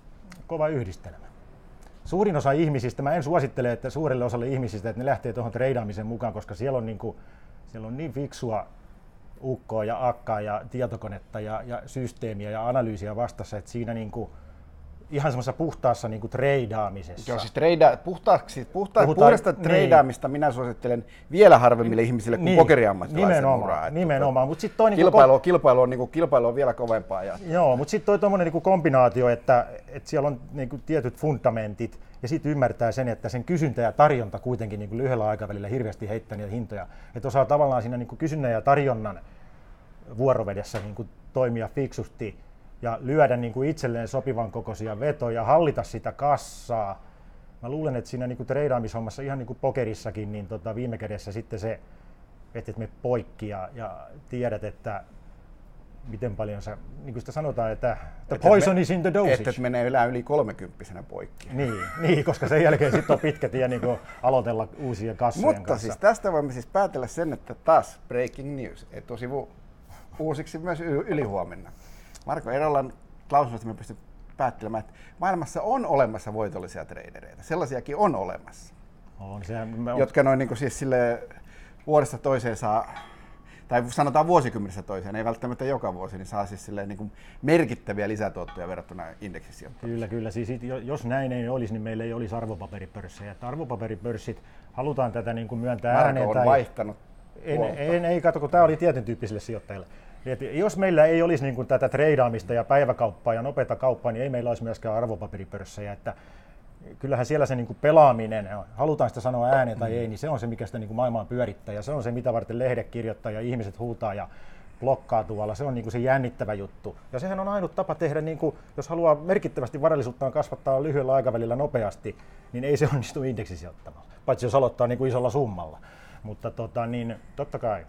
kova yhdistelmä. Suurin osa ihmisistä, mä en suosittele, että suurelle osalle ihmisistä, että ne lähtee tuohon treidaamisen mukaan, koska siellä on, niinku, siellä on niin fiksua ukkoa ja akkaa ja tietokonetta ja, ja systeemiä ja analyysiä vastassa, että siinä niinku, ihan semmoisessa puhtaassa niinku treidaamisessa. Joo, siis treida, puhtaaksi, puhta, puhdasta niin, treidaamista minä suosittelen vielä harvemmille ihmisille kuin niin, pokeriammattilaisen nimenomaan, uraa. Nimenomaan, mutta sitten toi kilpailu, niinku, kilpailu, on, niinku, kilpailu on vielä kovempaa. Ja... Joo, mutta sitten toi tommonen niinku kombinaatio, että, että siellä on niinku tietyt fundamentit ja sitten ymmärtää sen, että sen kysyntä ja tarjonta kuitenkin niinku lyhyellä aikavälillä hirveästi heittää niitä hintoja. Että osaa tavallaan siinä niinku kysynnän ja tarjonnan vuorovedessä niinku toimia fiksusti ja lyödä niin kuin itselleen sopivan kokoisia vetoja, hallita sitä kassaa. Mä luulen, että siinä niin kuin treidaamishommassa, ihan niin kuin pokerissakin, niin tota viime kädessä sitten se, että et me poikki ja, ja tiedät, että miten paljon sä, niin kuin sitä sanotaan, että the poison me, is in the dosage. Että et menee ylä yli kolmekymppisenä poikki. Niin, niin, koska sen jälkeen sitten on pitkä tie niin kuin aloitella uusien kassojen Mutta kanssa. Siis tästä voimme siis päätellä sen, että taas breaking news, etusivu uusiksi myös ylihuomenna. Marko Erolan lausunnosta me pystyn päättelemään, että maailmassa on olemassa voitollisia tradereita. Sellaisiakin on olemassa, on, sehän, on... jotka noin niin kuin siis sille vuodesta toiseen saa, tai sanotaan vuosikymmenessä toiseen, ei välttämättä joka vuosi, niin saa siis silleen niin kuin merkittäviä lisätuottoja verrattuna indeksisijoittamiseen. Kyllä, kyllä. Siis jos näin ei olisi, niin meillä ei olisi arvopaperipörssejä. Että arvopaperipörssit, halutaan tätä niin kuin myöntää Marko ääneen. on tai... vaihtanut en, en, ei kato, kun tämä oli tietyn tyyppisille sijoittajille. Jos meillä ei olisi niin kuin tätä treidaamista ja päiväkauppaa ja nopeata kauppaa, niin ei meillä olisi myöskään arvopaperipörssejä. Että kyllähän siellä se niin kuin pelaaminen, halutaan sitä sanoa ääneen tai ei, niin se on se, mikä sitä niin kuin maailmaa pyörittää. Ja se on se, mitä varten lehdet kirjoittaa ja ihmiset huutaa ja blokkaa tuolla. Se on niin kuin se jännittävä juttu. Ja sehän on ainut tapa tehdä, niin kuin, jos haluaa merkittävästi varallisuuttaan kasvattaa lyhyellä aikavälillä nopeasti, niin ei se onnistu indeksisijoittamalla. Paitsi jos aloittaa niin kuin isolla summalla. Mutta tota, niin, totta kai.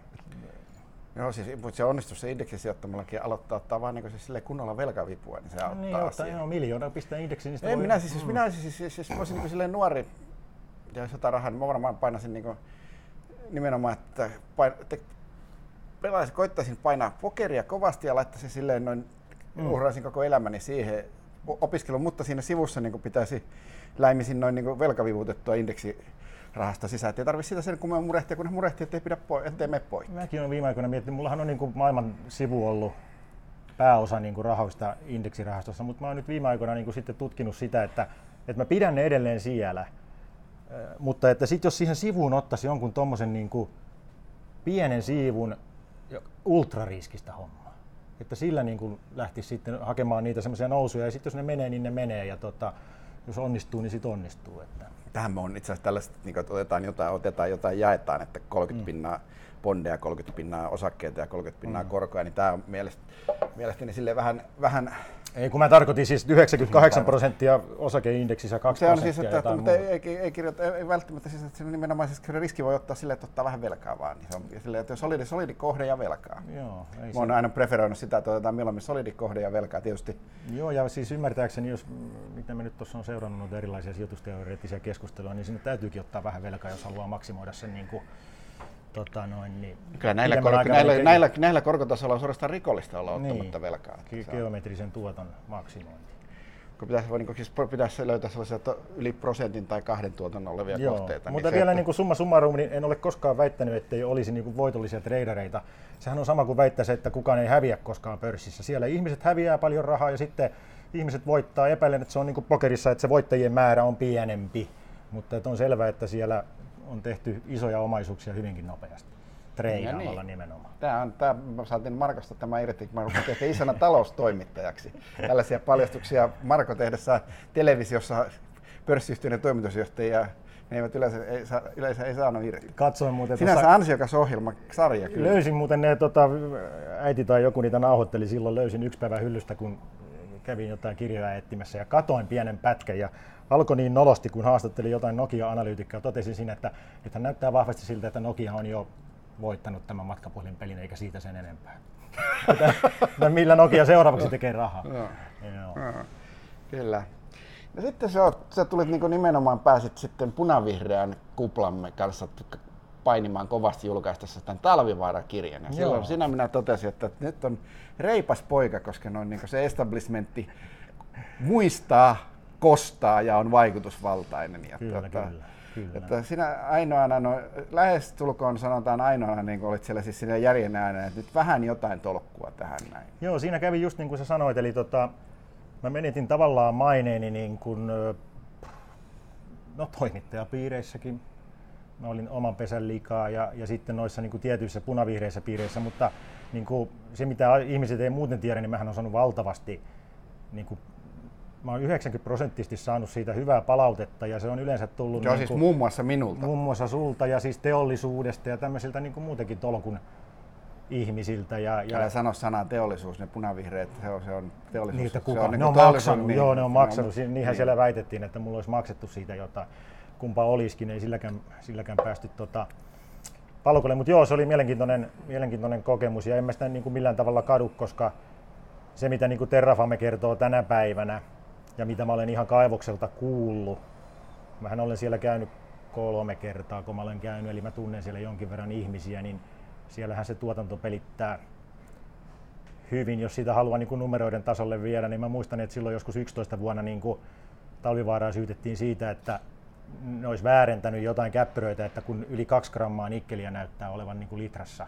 Joo, siis se onnistuu se indeksisijoittamallakin aloittaa ottaa vaan niin siis kunnolla velkavipua, niin se auttaa niin, asiaa. Joo, miljoona pistää indeksiin. Niin en voi... minä siis, mm. minä siis, siis, siis voisin niin silleen nuori, ja jos jotain rahaa, niin mä varmaan painasin niin kuin, nimenomaan, että pain, te, pelaisin, koittaisin painaa pokeria kovasti ja laittaisin silleen noin, mm. uhraisin koko elämäni siihen opiskeluun, mutta siinä sivussa niin kuin pitäisi läimisin noin niin kuin velkavivuutettua indeksirahasta sisään. Ei tarvitse sitä sen kummemmin murehtia, kun ne murehtii, ettei, pidä po- ettei mene poikki. Mäkin olen viime aikoina miettinyt, mullahan on niin kuin maailman sivu ollut pääosa niin kuin rahoista indeksirahastossa, mutta mä oon nyt viime aikoina niin kuin sitten tutkinut sitä, että, että mä pidän ne edelleen siellä, mutta että sit jos siihen sivuun ottaisi jonkun tommosen niin kuin pienen siivun ultrariskistä hommaa, että sillä niin kuin lähtisi sitten hakemaan niitä semmoisia nousuja ja sitten jos ne menee, niin ne menee ja tota, jos onnistuu, niin sit onnistuu. Että. Tähän me on itse asiassa tällaista, niin että otetaan jotain, otetaan jotain, jaetaan, että kolmekymmentä mm. pinnaa bondeja, kolmekymmentä pinnaa osakkeita ja kolmekymmentä pinnaa mm. korkoja, niin tämä on mielestä, mielestäni sille vähän, vähän... Ei, kun mä tarkoitin siis yhdeksänkymmentäkahdeksan prosenttia osakeindeksissä, kaksi se on prosenttia siis, että, mutta ei, ei, ei, kirjoita, ei, ei välttämättä siis, että siinä nimenomaan siis riski voi ottaa silleen, että ottaa vähän velkaa vaan. Niin se on silleen, että solidi, solidi kohde ja velkaa. Joo, ei mä oon aina preferoinut sitä, että otetaan mieluummin solidi kohde ja velkaa tietysti. Joo, ja siis ymmärtääkseni, jos mitä mä nyt tuossa on seurannut noita erilaisia sijoitusteoreettisia keskusteluja, niin sinne täytyykin ottaa vähän velkaa, jos haluaa maksimoida sen niin kuin, tota noin, niin kyllä näillä, korko, näillä, näillä, näillä, näillä korkotasolla on suorastaan rikollista olla ottamatta niin, velkaa. Ge- geometrisen tuoton maksimointi. Kun pitäisi, niin siis pitäisi löytää sellaisia yli prosentin tai kahden tuoton olevia Joo, kohteita. Mutta niin vielä se, niin kuin summa summarum, niin en ole koskaan väittänyt, että ei olisi niin kuin voitollisia tradereita. Sehän on sama kuin väittäisi, että kukaan ei häviä koskaan pörssissä. Siellä ihmiset häviää paljon rahaa ja sitten ihmiset voittaa. Epäilen, että se on niin kuin pokerissa, että se voittajien määrä on pienempi. Mutta että on selvää, että siellä on tehty isoja omaisuuksia hyvinkin nopeasti. Treidaamalla niin. nimenomaan. Tämä on, tämä, mä saatiin Markosta tämä irti, kun mä rupesin ehkä isona taloustoimittajaksi. Tällaisia paljastuksia Marko tehdessä televisiossa pörssiyhtiöiden toimitusjohtajia, ne eivät yleensä ei, saa, yleensä ei saanut irti. Katsoin muuten. Sinänsä tossa, ansiokas ohjelma, sarja kyllä. Löysin muuten ne, tota, äiti tai joku niitä nauhoitteli silloin, löysin yksi päivä hyllystä, kun kävin jotain kirjoja etsimässä ja katoin pienen pätkän. Ja alkoi niin nolosti, kun haastattelin jotain Nokia-analyytikkoa, totesin siinä, että, että hän näyttää vahvasti siltä, että Nokia on jo voittanut tämän matkapuhelinpelin eikä siitä sen enempää. Millä Nokia seuraavaksi tekee rahaa. Joo. Joo. Kyllä. Ja sitten sä, oot, sä tulit niinku nimenomaan, pääsit sitten punavihreän kuplamme kanssa painimaan kovasti julkaistessa tämän Talvivaara-kirjan. Ja silloin siinä minä totesin, että nyt on reipas poika, koska noin niinku se establishmentti muistaa, kostaa ja on vaikutusvaltainen. Ja kyllä, tuota, kyllä. Kyllä. Että sinä ainoana, no, lähestulkoon sanotaan ainoana, niin olit siellä siis siinä järjen ääneen, että nyt vähän jotain tolkkua tähän näin. Joo, siinä kävi just niin kuin sä sanoit, eli tota, mä menetin tavallaan maineeni niin kuin, no, toimittajapiireissäkin. Mä olin oman pesän liikaa ja, ja sitten noissa niin kuin tietyissä punavihreissä piireissä, mutta niin kuin se mitä ihmiset ei muuten tiedä, niin mähän on saanut valtavasti niin kuin, mä oon yhdeksänkymmentä prosenttisesti saanut siitä hyvää palautetta ja se on yleensä tullut... Joo, niin siis kuin, muun muassa minulta. Muun muassa sulta ja siis teollisuudesta ja tämmöisiltä niin kuin muutenkin tolkun ihmisiltä. Ja, ja älä sano sanaa teollisuus, ne punavihreät, se on, se on teollisuus. Niitä kuka? Se on ne niin on maksanut, niin, joo ne on maksanut. Niinhän niin. Siellä väitettiin, että mulla olisi maksettu siitä jotain. Kumpa olisikin, ei silläkään, silläkään päästy tota, palkolle. Mutta joo, se oli mielenkiintoinen, mielenkiintoinen kokemus ja en mä sitä niin kuin millään tavalla kadu, koska se mitä niin kuin Terrafame kertoo tänä päivänä, ja mitä mä olen ihan kaivokselta kuullut. Mähän olen siellä käynyt kolme kertaa, kun mä olen käynyt, eli mä tunnen siellä jonkin verran ihmisiä, niin siellähän se tuotanto pelittää hyvin. Jos sitä haluaa niin kuin numeroiden tasolle viedä, niin mä muistan, että silloin joskus yksitoista vuonna niin kuin Talvivaaraa syytettiin siitä, että ne olisi väärentänyt jotain käppyröitä, että kun yli kaksi grammaa nikkeliä näyttää olevan niin kuin litrassa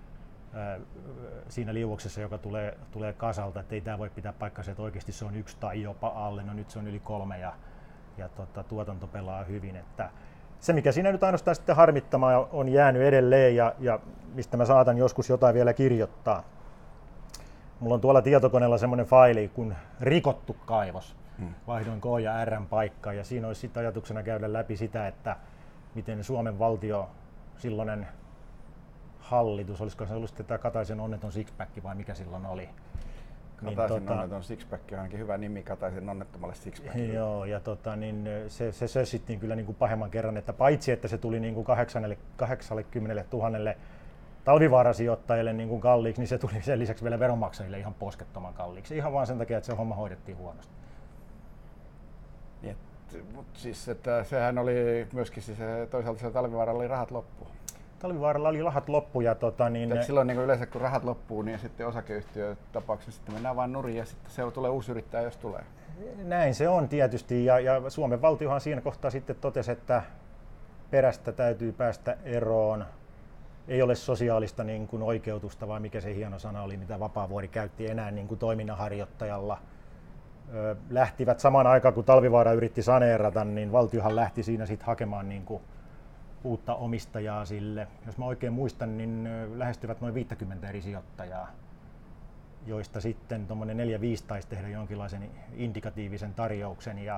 siinä liuoksessa, joka tulee, tulee kasalta, että ei tämä voi pitää paikkansa, että oikeasti se on yksi tai jopa alle, no nyt se on yli kolme ja, ja tota, tuotanto pelaa hyvin. Että se mikä siinä nyt ainoastaan sitten harmittamaan on jäänyt edelleen ja, ja mistä mä saatan joskus jotain vielä kirjoittaa. Mulla on tuolla tietokoneella semmoinen faili kuin rikottu kaivos. Hmm. Vaihdoin K ja R:n paikkaa ja siinä olisi sitten ajatuksena käydä läpi sitä, että miten Suomen valtio silloinen hallitus, olisiko se ollut sitten tämä Kataisen onneton sixpack vai mikä silloin oli? Kataisen niin, onneton tota, sixpack on ainakin hyvä nimi Kataisen onnettomalle sixpackille. Joo, ja tota, niin se, se sössittiin kyllä niin kuin pahemman kerran, että paitsi että se tuli niin kuin kahdeksankymmentätuhatta Talvivaara-sijoittajille niin kuin kalliiksi, niin se tuli sen lisäksi vielä veronmaksajille ihan poskettoman kalliiksi. Ihan vaan sen takia, että se homma hoidettiin huonosti. mut siis, että sehän oli myöskin siis, toisaalta siellä Talvivaaralla oli rahat loppu. Talvivaaralla oli rahat loppu ja tota niin... Et silloin niin yleensä kun rahat loppuu, niin sitten osakeyhtiö tapauksessa sitten mennään vaan nurin ja sitten se tulee uusi yrittäjä, jos tulee. Näin se on tietysti ja, ja Suomen valtiohan siinä kohtaa sitten totesi, että perästä täytyy päästä eroon. Ei ole sosiaalista niin kuin oikeutusta, vai mikä se hieno sana oli, mitä Vapaavuori käytti enää niin kuin toiminnanharjoittajalla. Ö, lähtivät samaan aikaan, kun Talvivaara yritti saneerata, niin valtiohan lähti siinä sitten hakemaan niin kuin uutta omistajaa sille. Jos mä oikein muistan, niin lähestyvät noin viisikymmentä eri sijoittajaa, joista sitten tuommoinen neljä viisi taisi tehdä jonkinlaisen indikatiivisen tarjouksen. Ja,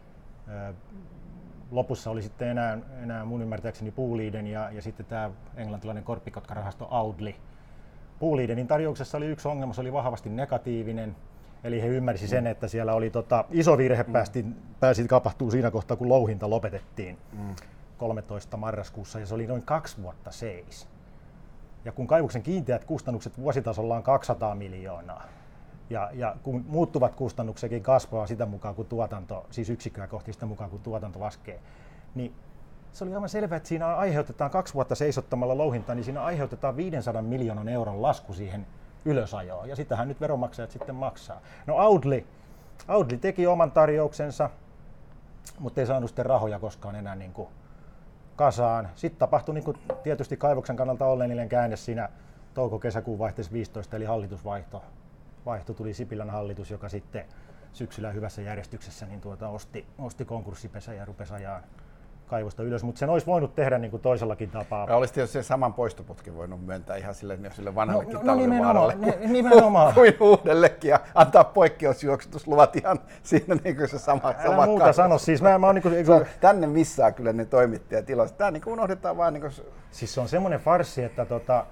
ö, lopussa oli sitten enää, enää mun ymmärtääkseni Boliden ja, ja sitten tämä englantilainen korppikotkarahasto Audley. Bolidenin tarjouksessa oli yksi ongelma, se oli vahvasti negatiivinen. Eli he ymmärsi sen, että siellä oli tota, iso virhe mm. päästi, pääsi tapahtuu siinä kohtaa, kun louhinta lopetettiin mm. kolmetoista marraskuussa ja se oli noin kaksi vuotta seis. Ja kun kaivoksen kiinteät kustannukset vuositasolla on kaksisataa miljoonaa ja, ja kun muuttuvat kustannuksetkin kasvaa sitä mukaan, kun tuotanto, siis yksikköä kohti sitä mukaan, kun tuotanto laskee, niin se oli aivan selvää, että siinä aiheutetaan kaksi vuotta seisottamalla louhintaa, niin siinä aiheutetaan viisisataa miljoonan euron lasku siihen ylösajoon, ja sitähän nyt veronmaksajat sitten maksaa. No Audley, Audley teki oman tarjouksensa, mutta ei saanut sitten rahoja koskaan enää niin kuin kasaan. Sitten tapahtui niin kuin tietysti kaivoksen kannalta onnellinen käänne siinä touko-kesäkuun vaihteessa viisitoista, eli hallitusvaihto. Vaihto tuli Sipilän hallitus, joka sitten syksyllä hyvässä järjestyksessä niin tuota osti, osti konkurssipesä ja rupesi ajaa kaivosta ylös, mutta sen olisi voinut tehdä niin kuin toisellakin tapaa. Ja olisi tietysti sen saman poistoputkin voinut myöntää ihan sille, sille vanhallekin no, no, Talvivaaralle nimenomaan, nimenomaan. kuin uudellekin ja antaa poikkeusjuoksutusluvat ihan siinä niin kuin se sama. Älä sama muuta kaivos. sano, siis mä, mä oon niin kuin, tänne missään kyllä ne toimittajat iloiset. Tämä niin kuin unohdetaan vaan niin kuin... Siis se on semmoinen farssi, että tota,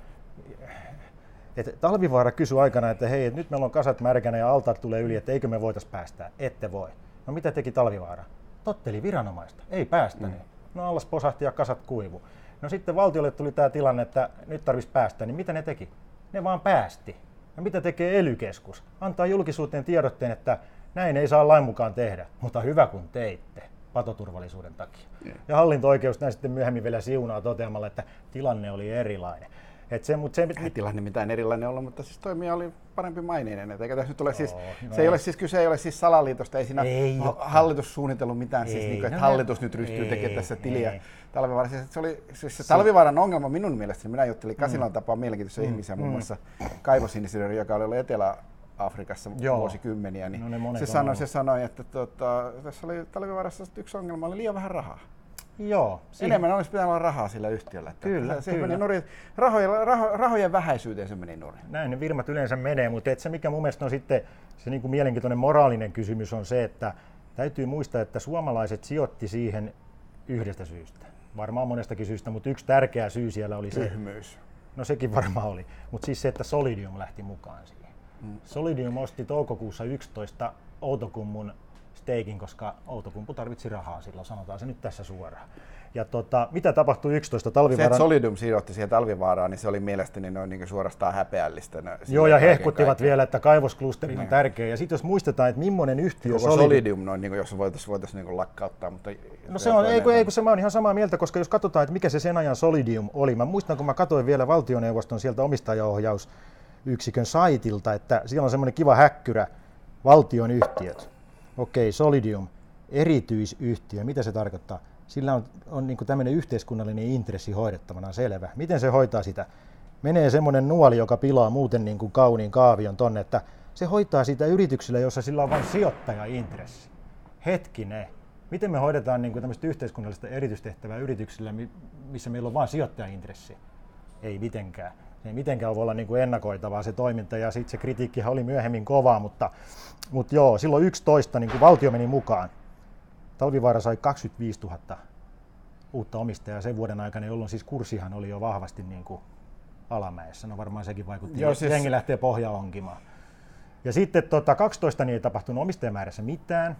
että Talvivaara kysyi aikana, että hei, että nyt meillä on kasat märkänä ja altaat tulee yli, että eikö me voitais päästää. Ette voi. No mitä teki Talvivaara? Totteli viranomaista. Ei päästänyt. Mm. No allas posahti ja kasat kuivu. No sitten valtiolle tuli tämä tilanne, että nyt tarvitsisi päästä, niin mitä ne teki? Ne vaan päästi. Ja mitä tekee ELY-keskus? Antaa julkisuuteen tiedotteen, että näin ei saa lain mukaan tehdä, mutta hyvä kun teitte patoturvallisuuden takia. Mm. Ja hallinto-oikeus näin sitten myöhemmin vielä siunaa toteamalla, että tilanne oli erilainen. Et se, mut se, ei tilanne mitään erilainen ollut, mutta siis toimija oli parempi maineinen. Eikä tässä nyt ole, siis, no, se ei ole siis, kyse ei ole siis salaliitosta, ei siinä ei ole hallitus suunnitellut mitään, ei, siis, niin kuin, että no, hallitus nyt ryhtyy ei, tekemään tässä tiliä. Talvivaara. Siis, se oli, siis se Talvivaaran ongelma minun mielestäni, minä juttelin Kasilan tapaa mielenkiintoisia mm. ihmisiä, mm. muun muassa kaivosinsinööri, joka oli ollut Etelä-Afrikassa Joo. vuosikymmeniä, niin no, se, sanoi, se sanoi, että tuota, tässä oli Talvivaarassa yksi ongelma, oli liian vähän rahaa. Joo, siihen. Enemmän olisi pitänyt olla rahaa sillä yhtiöllä. Että kyllä, se kyllä. Meni nurin, rahojen, raho, rahojen vähäisyyteen se meni nurin. Näin ne firmat yleensä menee, mutta se mikä mun mielestä on sitten se niin kuin mielenkiintoinen moraalinen kysymys on se, että täytyy muistaa, että suomalaiset sijoitti siihen yhdestä syystä. Varmaan monestakin syystä, mutta yksi tärkeä syy siellä oli se. Tyhmyys. No sekin varmaan oli, mutta siis se, että Solidium lähti mukaan siihen. Mm. Solidium osti toukokuussa yksitoista Outokummun steikin, koska Outokumpu tarvitsi rahaa silloin, sanotaan se nyt tässä suoraan. Ja tota, mitä tapahtui yksitoista Talvivaaran... Se, että Solidium sijoitti siihen Talvivaaraan, niin se oli mielestäni noin niin suorastaan häpeällistä. Joo, ja hehkuttivat kaiken. Vielä, että kaivosklusteri on tärkeä. Ja sitten jos muistetaan, että millainen yhtiö koko Solidium, Solidium noin, niin kuin, jos voitaisiin voitais, niin lakkauttaa. Mutta no se on, eikö, eikö se, mä oon ihan samaa mieltä, koska jos katsotaan, että mikä se sen ajan Solidium oli. Mä muistan, kun mä katsoin vielä valtioneuvoston sieltä omistajaohjausyksikön saitilta, että siellä on semmoinen kiva häkkyrä, valtion yhtiöt. Okei, Solidium, erityisyhtiö, mitä se tarkoittaa? Sillä on, on niin kuin tämmöinen yhteiskunnallinen intressi hoidettavana, selvä. Miten se hoitaa sitä? Menee semmoinen nuoli, joka pilaa muuten niin kuin kauniin kaavion tonne, että se hoitaa sitä yrityksellä, jossa sillä on vain sijoittajaintressi. Hetkinen, miten me hoidetaan niin kuin tämmöistä yhteiskunnallista erityistehtävää yrityksillä, missä meillä on vain sijoittajaintressi? Ei mitenkään. Se ei mitenkään voi olla niin kuin ennakoitavaa se toiminta, ja sitten se kritiikkihän oli myöhemmin kovaa, mutta, mutta joo, silloin yksitoista niin kuin valtio meni mukaan. Talvivaara sai kaksikymmentäviisituhatta uutta omistajaa sen vuoden aikana, jolloin siis kurssihan oli jo vahvasti niin kuin alamäessä. No varmaan sekin vaikutti. Joo, siis... Jengi lähtee pohjaa onkimaan. Ja sitten tota, kaksitoista niin ei tapahtunut omistajamäärässä mitään.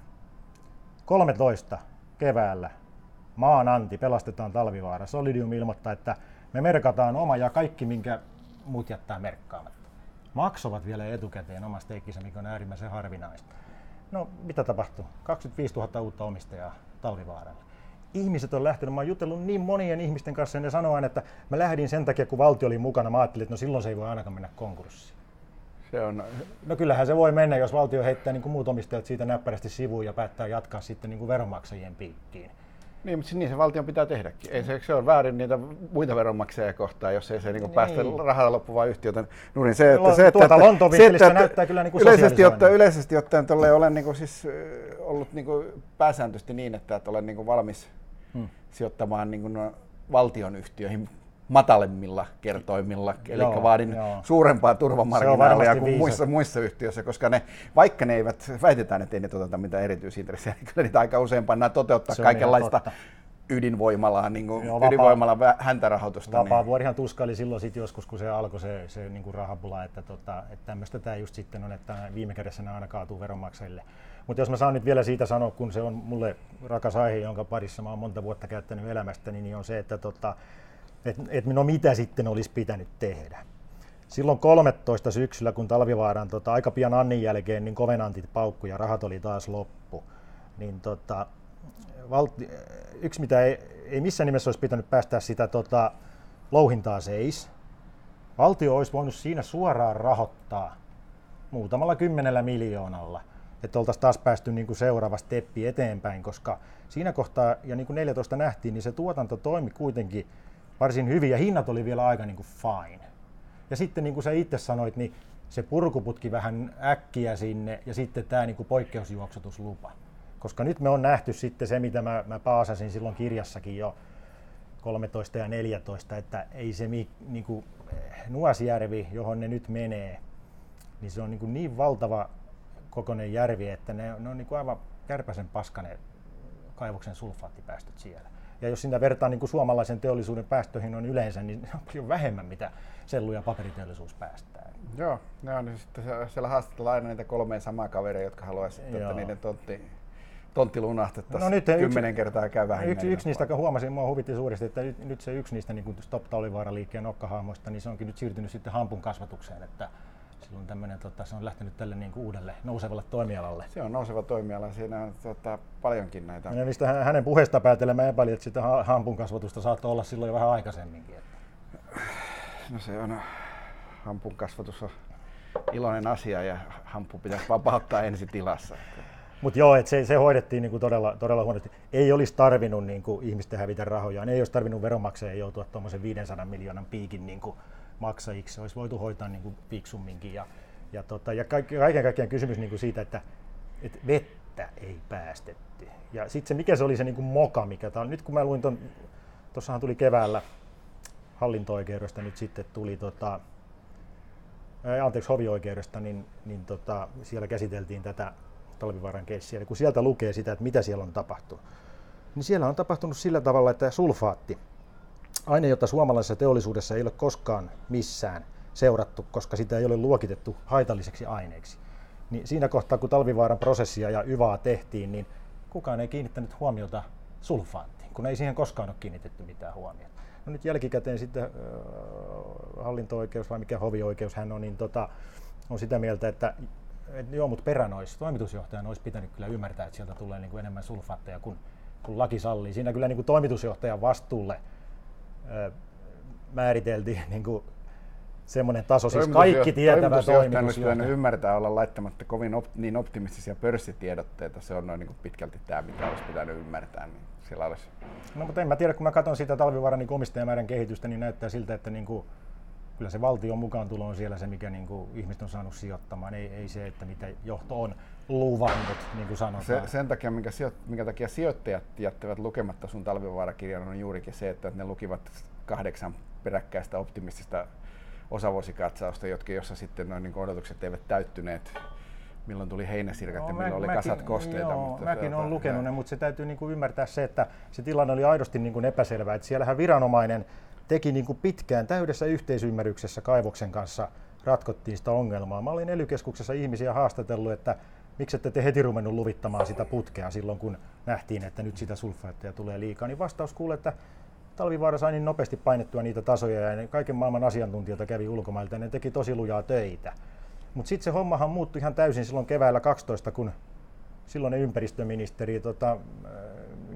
kolmetoista keväällä maan anti, pelastetaan Talvivaara. Solidium ilmoittaa, että me merkataan oma ja kaikki, minkä muut jättää merkkaamatta. Maksovat vielä etukäteen oma steikkinsä, mikä on äärimmäisen harvinaista. No, mitä tapahtuu? kaksikymmentäviisituhatta uutta omistajaa Talvivaaralle. Ihmiset on lähtenyt, mä oon jutellut niin monien ihmisten kanssa ja ne sanoo aina, että mä lähdin sen takia, kun valtio oli mukana. Mä ajattelin, että no silloin se ei voi ainakaan mennä konkurssiin. Se on... No kyllähän se voi mennä, jos valtio heittää niin kuin muut omistajat siitä näppärästi sivuun ja päättää jatkaa sitten niin kuin veronmaksajien piikkiin. Niin, mutta niin se valtion pitää tehdäkin. Ei se, se on väärin niitä muita veronmaksajia kohtaan, jos ei se niin niin. päästä rahalla loppuvaa yhtiötä nurin. Se, että, se, että, tuota Lontoon vinkkelistä että, näyttää kyllä niin kuin yleisesti ottaen, yleisesti ottaen olen niin kuin siis ollut niin kuin pääsääntöisesti niin, että, että olen niin kuin valmis hmm. sijoittamaan niin kuin valtionyhtiöihin matalemmilla kertoimilla, eli joo, vaadin joo. suurempaa turvamarginaalia kuin muissa, muissa yhtiöissä, koska ne, vaikka ne eivät, väitetään, että ei ne toteuteta mitään erityisintressejä, niin kyllä niitä aika usein pannaan toteuttaa kaikenlaista ydinvoimalaa, niin kuin joo, ydinvoimalan häntärahoitusta. Vapaavuorihan tuskaili silloin sit joskus, kun se alkoi se, se niin kuin rahapula, että, tota, että tämmöistä tämä just sitten on, että viime kädessä nämä aina kaatuu veronmaksajille. Mutta jos mä saan nyt vielä siitä sanoa, kun se on mulle rakas aihe, jonka parissa mä oon monta vuotta käyttänyt elämästäni, niin on se, että tota, Että et no mitä sitten olisi pitänyt tehdä. Silloin kolmetoista syksyllä, kun Talvivaaran tota, aika pian Annin jälkeen niin kovenantit paukku ja rahat oli taas loppu, niin tota, valti, yksi mitä ei, ei missään nimessä olisi pitänyt päästää sitä tota, louhintaa seis. Valtio olisi voinut siinä suoraan rahoittaa muutamalla kymmenellä miljoonalla, että oltaisiin taas päästy niin kuin seuraava steppi eteenpäin, koska siinä kohtaa, ja niin kuin neljätoista nähtiin, niin se tuotanto toimi kuitenkin varsin hyvin ja hinnat oli vielä aika niin kuin fine. Ja sitten niin kuin sä itse sanoit, niin se purkuputki vähän äkkiä sinne ja sitten tämä niin kuin poikkeusjuoksutuslupa. Koska nyt me on nähty sitten se, mitä mä, mä paasasin silloin kirjassakin jo kolmetoista ja neljätoista, että ei se niin kuin Nuasjärvi, johon ne nyt menee, niin se on niin, kuin niin valtava kokoinen järvi, että ne, ne on niin kuin aivan kärpäsen paskanen kaivoksen sulfaattipäästöt siellä. Ja jos sitä vertaa niin kuin suomalaisen teollisuuden päästöihin on yleensä, niin ne on paljon vähemmän, mitä sellu- ja paperiteollisuus päästää. Joo, ne on sitten siellä haastatellaan aina niitä kolmea samaa kaveria, jotka haluaisivat, että niiden tontti, tontti lunahtettaisiin no kymmenen yksi, kertaa käy vähemmän. Yksi, yksi niistä, kun huomasin, mua huvitti suuresti, että nyt, nyt se yksi niistä niin Stop Talvivaara-liikkeen nokkahahmoista, niin se onkin nyt siirtynyt sitten hampun kasvatukseen. Että silloin tämmöinen, tota, se on lähtenyt tälle niin kuin uudelle nousevalle toimialalle. Se on nouseva toimiala, siinä on tota, paljonkin näitä. Ja mistä hänen puheesta päätellen mä epäilin, että sitä hampun kasvatusta saattoi olla silloin jo vähän aikaisemminkin. No se on, hampun kasvatus on iloinen asia ja hampu pitäisi vapauttaa ensi tilassa. Mutta joo, että se, se hoidettiin niinku todella, todella huonosti. Ei olisi tarvinnut niinku ihmisten hävitä rahojaan, ei olisi tarvinnut veronmaksajien joutua tuommoisen viisisataa miljoonan piikin niinku maksajiksi. Se olisi voitu hoitaa niinku fiksumminkin. Ja, ja, tota, ja kaiken kaikkiaan kysymys niinku siitä, että et vettä ei päästetty. Ja sitten se, mikä se oli se niinku moka, mikä tää on. Nyt kun mä luin ton, tuossahan tuli keväällä hallinto-oikeudesta, nyt sitten tuli tota, ää, anteeksi hovioikeudesta, niin, niin tota, siellä käsiteltiin tätä Talvivaaran keissiä. Kun sieltä lukee sitä, että mitä siellä on tapahtunut, niin siellä on tapahtunut sillä tavalla, että sulfaatti, aine, jota suomalaisessa teollisuudessa ei ole koskaan missään seurattu, koska sitä ei ole luokitettu haitalliseksi aineeksi, niin siinä kohtaa, kun Talvivaaran prosessia ja yvaa tehtiin, niin kukaan ei kiinnittänyt huomiota sulfaattiin, kun ei siihen koskaan ole kiinnitetty mitään huomiota. No nyt jälkikäteen sitten äh, hallinto-oikeus vai mikä hovioikeus hän on, niin tota, on sitä mieltä, että et joo, mutta perän olisi, toimitusjohtajan olisi pitänyt kyllä ymmärtää, että sieltä tulee niin kuin enemmän sulfaatteja kuin, kuin laki sallii. Siinä kyllä niin kuin toimitusjohtajan vastuulle ö, määriteltiin niin kuin semmoinen taso, siis kaikki tietävä toimitusjohtaja. Toimitusjohtajan ymmärtää olla laittamatta kovin op, niin optimistisia pörssitiedotteita, se on noin niin kuin pitkälti tämä, mitä olisi pitänyt ymmärtää. Niin siellä olisi. No mutta en mä tiedä, kun mä katson sitä Talvivaaran niin omistajamäärän kehitystä, niin näyttää siltä, että niin kuin kyllä se valtion mukaantulo on siellä se, mikä niin kuin ihmiset on saanut sijoittamaan, ei, ei se, että mitä johto on luvannut, niin kuin sanotaan. Se, sen takia, minkä, sijo, minkä takia sijoittajat jättävät lukematta sun Talvivaara-kirjan, on juurikin se, että ne lukivat kahdeksan peräkkäistä optimistista osavuosikatsausta, jotka, jossa sitten noin niin odotukset eivät täyttyneet. Milloin tuli heinäsirkat no, ja milloin mä, oli mäkin, kasat kosteita. Joo, mutta mäkin olen lukenut ne, mutta se täytyy niin kuin ymmärtää se, että se tilanne oli aidosti niin kuin epäselvä. Että siellähän viranomainen teki niin kuin pitkään täydessä yhteisymmärryksessä kaivoksen kanssa, ratkottiin sitä ongelmaa. Mä olin ELY-keskuksessa ihmisiä haastatellut, että miksi ette te heti ruvennut luvittamaan sitä putkea silloin, kun nähtiin, että nyt sitä sulfaatteja tulee liikaa. Niin vastaus kuului, että Talvivaara sai niin nopeasti painettua niitä tasoja ja ne kaiken maailman asiantuntijoita kävi ulkomailta ja ne teki tosi lujaa töitä. Mutta sitten se hommahan muuttui ihan täysin silloin keväällä kaksitoista, kun silloinen ympäristöministeri tota,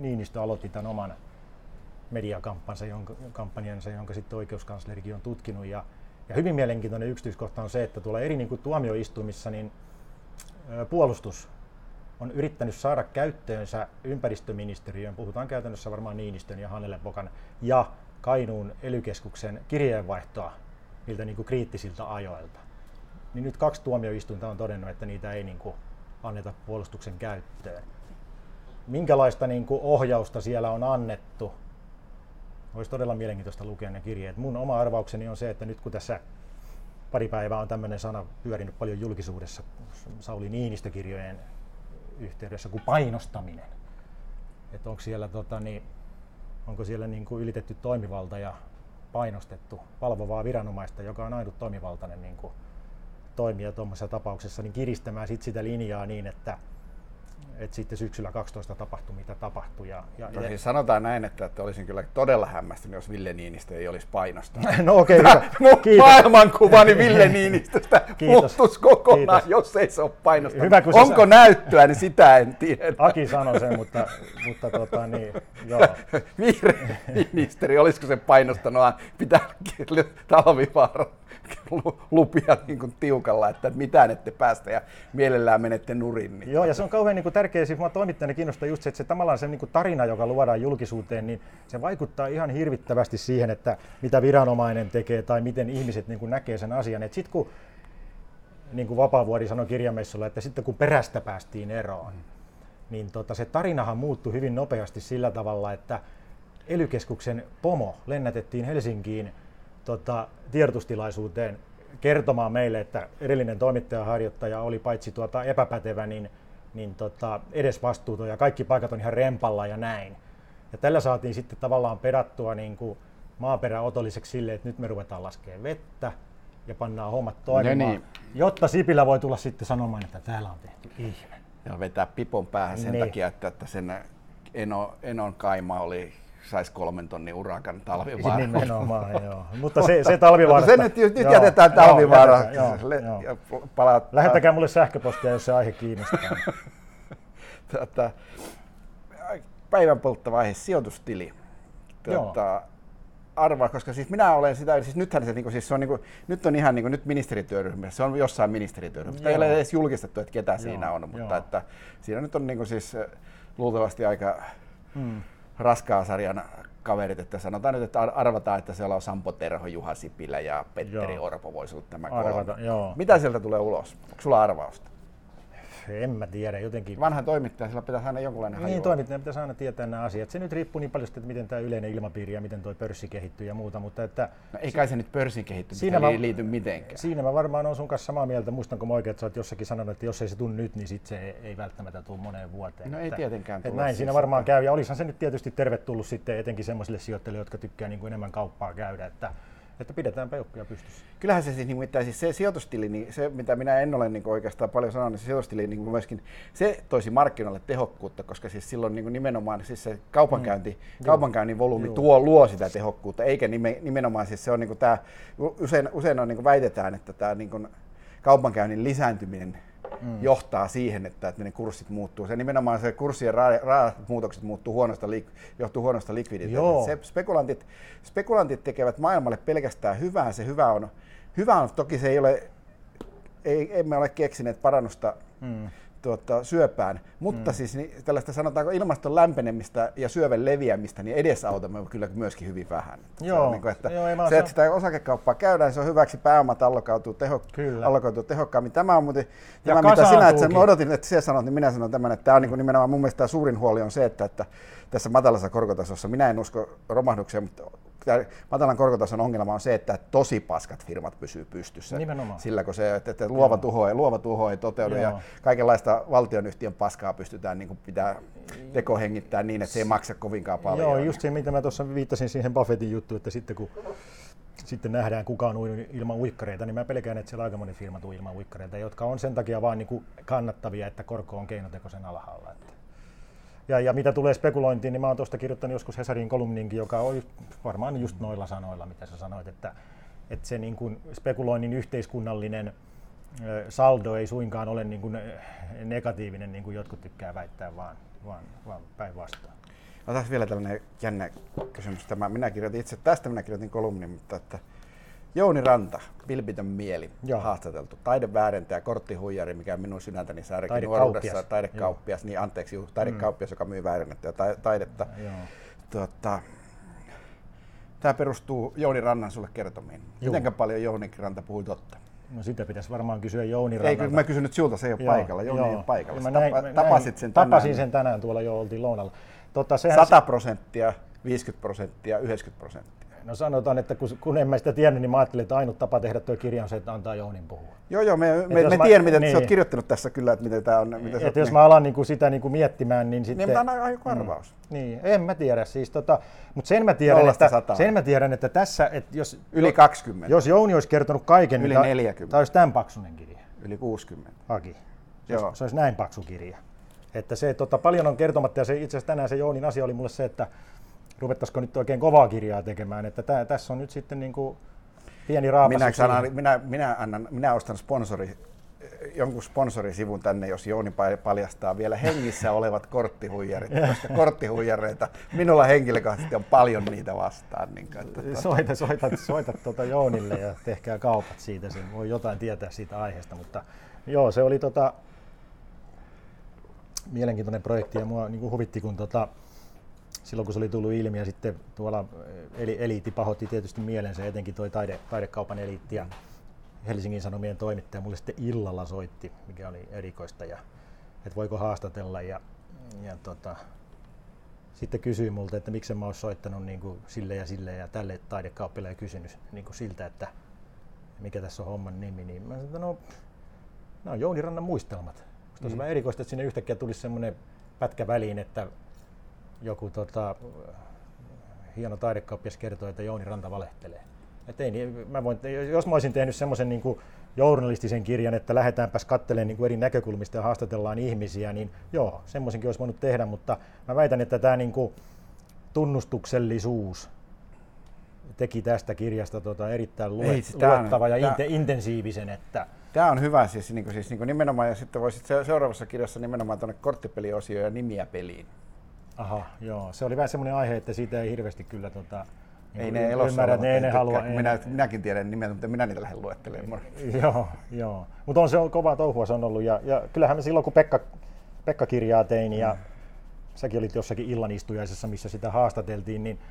Niinistö aloitti tämän oman mediakampanjansa, jonka, kampanjansa, jonka sitten oikeuskanslerikin on tutkinut. Ja, ja hyvin mielenkiintoinen yksityiskohta on se, että tuolla eri niin kuin tuomioistuimissa niin, ö, puolustus on yrittänyt saada käyttöönsä ympäristöministeriön, puhutaan käytännössä varmaan Niinistön ja Hannele-Pokan ja Kainuun ely keskuksen kirjeenvaihtoa niiltä niin kuin kriittisiltä ajoilta. Niin nyt kaksi tuomioistuinta on todennut, että niitä ei niin kuin anneta puolustuksen käyttöön. Minkälaista niin kuin ohjausta siellä on annettu? Olisi todella mielenkiintoista lukea ne kirjeet. Mun oma arvaukseni on se, että nyt kun tässä pari päivää on tämmöinen sana pyörinyt paljon julkisuudessa Sauli Niinistö-kirjojen yhteydessä kuin painostaminen. Että onko siellä, tota, niin, onko siellä niin kuin ylitetty toimivalta ja painostettu valvovaa viranomaista, joka on ainut toimivaltainen niin kuin toimija tuommoisessa tapauksessa, niin kiristämään sit sitä linjaa niin, että että sitten syksyllä kaksitoista tapahtui, mitä tapahtui. Ja, ja, no siis sanotaan näin, että, että olisin kyllä todella hämmästynyt, jos Ville Niinistö ei olisi painostanut. No okei, okay, hyvä. Maailmankuvani Ville Niinistöstä muuttuisi kokonaan, Kiitos. Jos ei se ole painostanut. Hyvä, onko sä... näyttöä, niin sitä en tiedä. Aki sanoi sen, mutta, mutta tota, niin, joo. Vihreä ministeri, olisiko se painostanut, pitää Talvivaara lupia niin kuin tiukalla, että mitään ette päästä ja mielellään menette nurin. Niin. Joo, ja se on kauhean niin kuin tärkeä, siis minua toimittajana kiinnostaa just se, että se tavallaan se niin kuin tarina, joka luodaan julkisuuteen, niin se vaikuttaa ihan hirvittävästi siihen, että mitä viranomainen tekee tai miten ihmiset niin kuin näkee sen asian. Sitten kun, niin kuin Vapaavuori sanoi kirjamessulla, että sitten kun perästä päästiin eroon, mm. niin tota, se tarinahan muuttui hyvin nopeasti sillä tavalla, että ely keskuksen pomo lennätettiin Helsinkiin Tota, tiedotustilaisuuteen kertomaan meille, että edellinen toimittajaharjoittaja oli paitsi tuota epäpätevä, niin, niin tota, edesvastuuton ja kaikki paikat on ihan rempalla ja näin. Ja tällä saatiin sitten tavallaan pedattua niin kuin maaperä otolliseksi sille, että nyt me ruvetaan laskemaan vettä ja pannaan hommat toimimaan, no niin. Jotta Sipilä voi tulla sitten sanomaan, että täällä on tehty ihme. Ja vetää pipon päähän sen niin. takia, että, että sen Eno, Enon kaima oli saisi kolmen tonnin urakan Talvivaara. Nimenomaan, joo. Mutta se, se Talvivaara. Se nyt, nyt joo, jätetään Talvivaara. Lähettäkää mulle sähköpostia, jos se aihe kiinnostaa. Tuota, päivän polttavaihe, sijoitustili. Tuota, arvaa, koska siis minä olen sitä, siis nythän se, niin kuin, siis se on, niin kuin, nyt on ihan niin kuin, nyt ministerityöryhmässä, se on jossain ministerityöryhmässä. Ei ole edes julkistettu, että ketä joo, siinä on, mutta että, siinä nyt on niin kuin, siis, luultavasti aika hmm. raskaa sarjan kaverit, että sanotaan nyt, että arvataan, että siellä on Sampo Terho, Juha Sipilä ja Petteri joo. Orpo voisi olla tämä kolme. Mitä sieltä tulee ulos? Onko sulla arvausta? En mä tiedä, jotenkin. Vanha toimittaja, sillä pitäisi aina jonkunlainen haju. Niin, toimittaja pitäisi aina tietää nämä asiat. Se nyt riippuu niin paljon, että miten tämä yleinen ilmapiiri ja miten tuo pörssi kehittyy ja muuta. Mutta että no, ei kai se nyt pörssin kehittymiseen ei liity mitenkään. Siinä mä varmaan olen sun kanssa samaa mieltä. Muistanko mä oikein, että sä oot jossakin sanonut, että jos ei se tule nyt, niin sit se ei, ei välttämättä tule moneen vuoteen. No että, ei tietenkään tule. Näin siis siinä varmaan käy. Ja olisihan se nyt tietysti tervetullut sitten etenkin semmoisille sijoittajille, jotka tykkää niin kuin enemmän kauppaa käydä. Että että pidetään peukkuja pystyssä. Kyllähän se siis, niin, siis se sijoitustili, niin se mitä minä en ole niin oikeastaan paljon sanonut, niin se sijoitustili niin myöskin, se toisi markkinoille tehokkuutta, koska siis silloin niin nimenomaan siis se kaupankäynti, mm. kaupankäynnin volyymi tuo, luo sitä tehokkuutta, eikä nimenomaan siis se on niin tämä, usein, usein on niin väitetään, että tämä niin kaupankäynnin lisääntyminen Mm. johtaa siihen, että, että ne kurssit muuttuu. Se nimenomaan se kurssien raadat muutokset muuttuu huonosta, johtuu huonosta likviditeetistä. Spekulantit, spekulantit tekevät maailmalle pelkästään hyvää. Se hyvä on, hyvä on toki se ei ole, ei, emme ole keksineet parannusta mm. tuota, syöpään, mutta mm. siis niin, tällaista sanotaanko ilmaston lämpenemistä ja syövän leviämistä, niin edesautamme kyllä myöskin hyvin vähän. Joo, se, on, niin kuin, että, joo, se, että sitä osakekauppaa käydään, se on hyväksi, pääomat allokoituu, teho, allokoituu tehokkaammin. Tämä on muuten, tämä mitä sinä, että sen odotin, että sinä sanot, niin minä sanon tämän, että tämä on niin kuin nimenomaan mun mielestä suurin huoli on se, että, että tässä matalassa korkotasossa, minä en usko romahdukseen, mutta matalan korkotason ongelma on se, että tosi paskat firmat pysyy pystyssä. Nimenomaan. Sillä kun se, että luova tuho ei, luova tuho ei toteudu Joo. ja kaikenlaista valtionyhtiön paskaa pystytään niin kuin pitää tekohengittää niin, että se ei maksa kovinkaan paljon. Joo, just se, mitä mä tuossa viittasin siihen Buffettin juttuun, että sitten kun sitten nähdään kukaan ilman uikkareita, niin mä pelkään, että siellä aika moni firma tuu ilman uikkareita, jotka on sen takia vaan niin kuin kannattavia, että korko on keinotekoisen alhaalla. Ja, ja mitä tulee spekulointiin, niin mä oon tuosta kirjoittanut joskus Hesarin kolumninkin, joka on varmaan just noilla sanoilla, mitä sä sanoit, että, että se niin kuin spekuloinnin yhteiskunnallinen saldo ei suinkaan ole niin kuin negatiivinen, niin kuin jotkut tykkää väittää, vaan, vaan, vaan päinvastoin. Otas vielä tällainen jännä kysymys. Tämä, minä kirjoitin itse, tästä minä kirjoitin kolumnin, mutta että Jouni Ranta, vilpitön mieli, Joo. haastateltu. Taideväärentäjä, korttihuijari, mikä minun sydäntäni särki nuoruudessa. Taidekauppias, niin anteeksi, taidekauppias, mm. joka myy väärennettyä taidetta. Tuota, tämä perustuu Jouni Rannan sulle kertomiin. Mitenkä paljon Jouni Ranta puhui totta? No sitä pitäisi varmaan kysyä Jouni Rannalta. Ei, mä kysyn nyt sinulta, se ei ole joo, paikalla. Jouni joo. ei ole paikalla. Mä näin, Tapa, tapasit sen tänään. Tapasin sen tänään, tuolla jo oltiin lounalla. Tota, sata prosenttia, viisikymmentä prosenttia, yhdeksänkymmentä prosenttia. No sanotaan, että kun, kun en mä sitä tiennyt, niin mä ajattelin, että ainut tapa tehdä tuo kirja on se, että antaa Jounin puhua. Joo, joo, me, me, me mä, tiedän, miten niin, sä oot kirjoittanut tässä kyllä, että miten tää on. Miten että jos niin. mä alan niin kuin sitä niin kuin miettimään, niin sitten... Niin, mutta on joku arvaus. Mm, niin, en mä tiedä. Siis, tota, mutta sen mä, tiedän, että, sen mä tiedän, että tässä... Että jos, Yli kaksikymmentä. Jos Jouni olisi kertonut kaiken, Yli niin neljäkymmentä. Tämä olisi tämän paksunen kirja. Yli kuusikymmentä. Aki. Se, olisi, se olisi näin paksu kirja. Että se tota, paljon on kertomatta ja se, itse asiassa tänään se Jounin asia oli mulle se, että ruvettaisiko nyt oikein kovaa kirjaa tekemään, että tää, tässä on nyt sitten niin kuin pieni raapasu. Minä, minä, minä, annan, minä ostan sponsori, jonkun sponsorisivun tänne, jos Jouni paljastaa vielä hengissä olevat korttihuijarit, koska korttihuijareita minulla henkilökohtaisesti on paljon niitä vastaan. Niin että, soita soita, soita tuota Jounille ja tehkää kaupat siitä, se voi jotain tietää siitä aiheesta, mutta joo, se oli tota, mielenkiintoinen projekti ja mua niin kuin huvitti, kun tota, silloin kun se oli tullut ilmi ja sitten tuolla eli, eliitti pahoitti tietysti mielensä, etenkin tuo taide, taidekaupan eliitti ja Helsingin Sanomien toimittaja mulle sitten illalla soitti, mikä oli erikoista, ja, että voiko haastatella ja, ja tota, sitten kysyi multa, että miksi mä oon soittanut niin kuin sille ja sille ja tälle taidekauppialle ja kysynyt niin kuin siltä, että mikä tässä on homman nimi, niin mä sanoin, että no, nämä on Jouni Rannan muistelmat. Musta olisi mm. vähän erikoista, että sinne yhtäkkiä tulisi semmoinen pätkä väliin, että joku tota, hieno taidekauppias kertoo, että Jouni Ranta valehtelee. Et ei, niin, mä voin, jos mä olisin tehnyt semmoisen niin kuin journalistisen kirjan, että lähdetäänpäs katselemaan niin kuin eri näkökulmista ja haastatellaan ihmisiä, niin joo, semmoisenkin olisi voinut tehdä, mutta mä väitän, että tämä niin kuin tunnustuksellisuus teki tästä kirjasta tota erittäin lue, ei, luettava ja tämä, intensiivisen. Että tämä on hyvä siis, niin kuin, siis niin kuin nimenomaan, ja sitten voisit seuraavassa kirjassa nimenomaan tuonne korttipeliosioon ja nimiä peliin. Aha, joo. Se oli vähän semmoinen aihe, että siitä ei hirveästi kyllä tota, ei ne elossa ole, ne, ne halua, minä, minäkin tiedän nimet, mutta minä niitä lähden luettelemaan. Joo, joo. Mutta on se on kovaa touhua se on ollut. Ja, ja kyllähän me silloin, kun Pekka, Pekka kirjaa tein ja mm. säkin olit jossakin illanistujaisessa, missä sitä haastateltiin, niin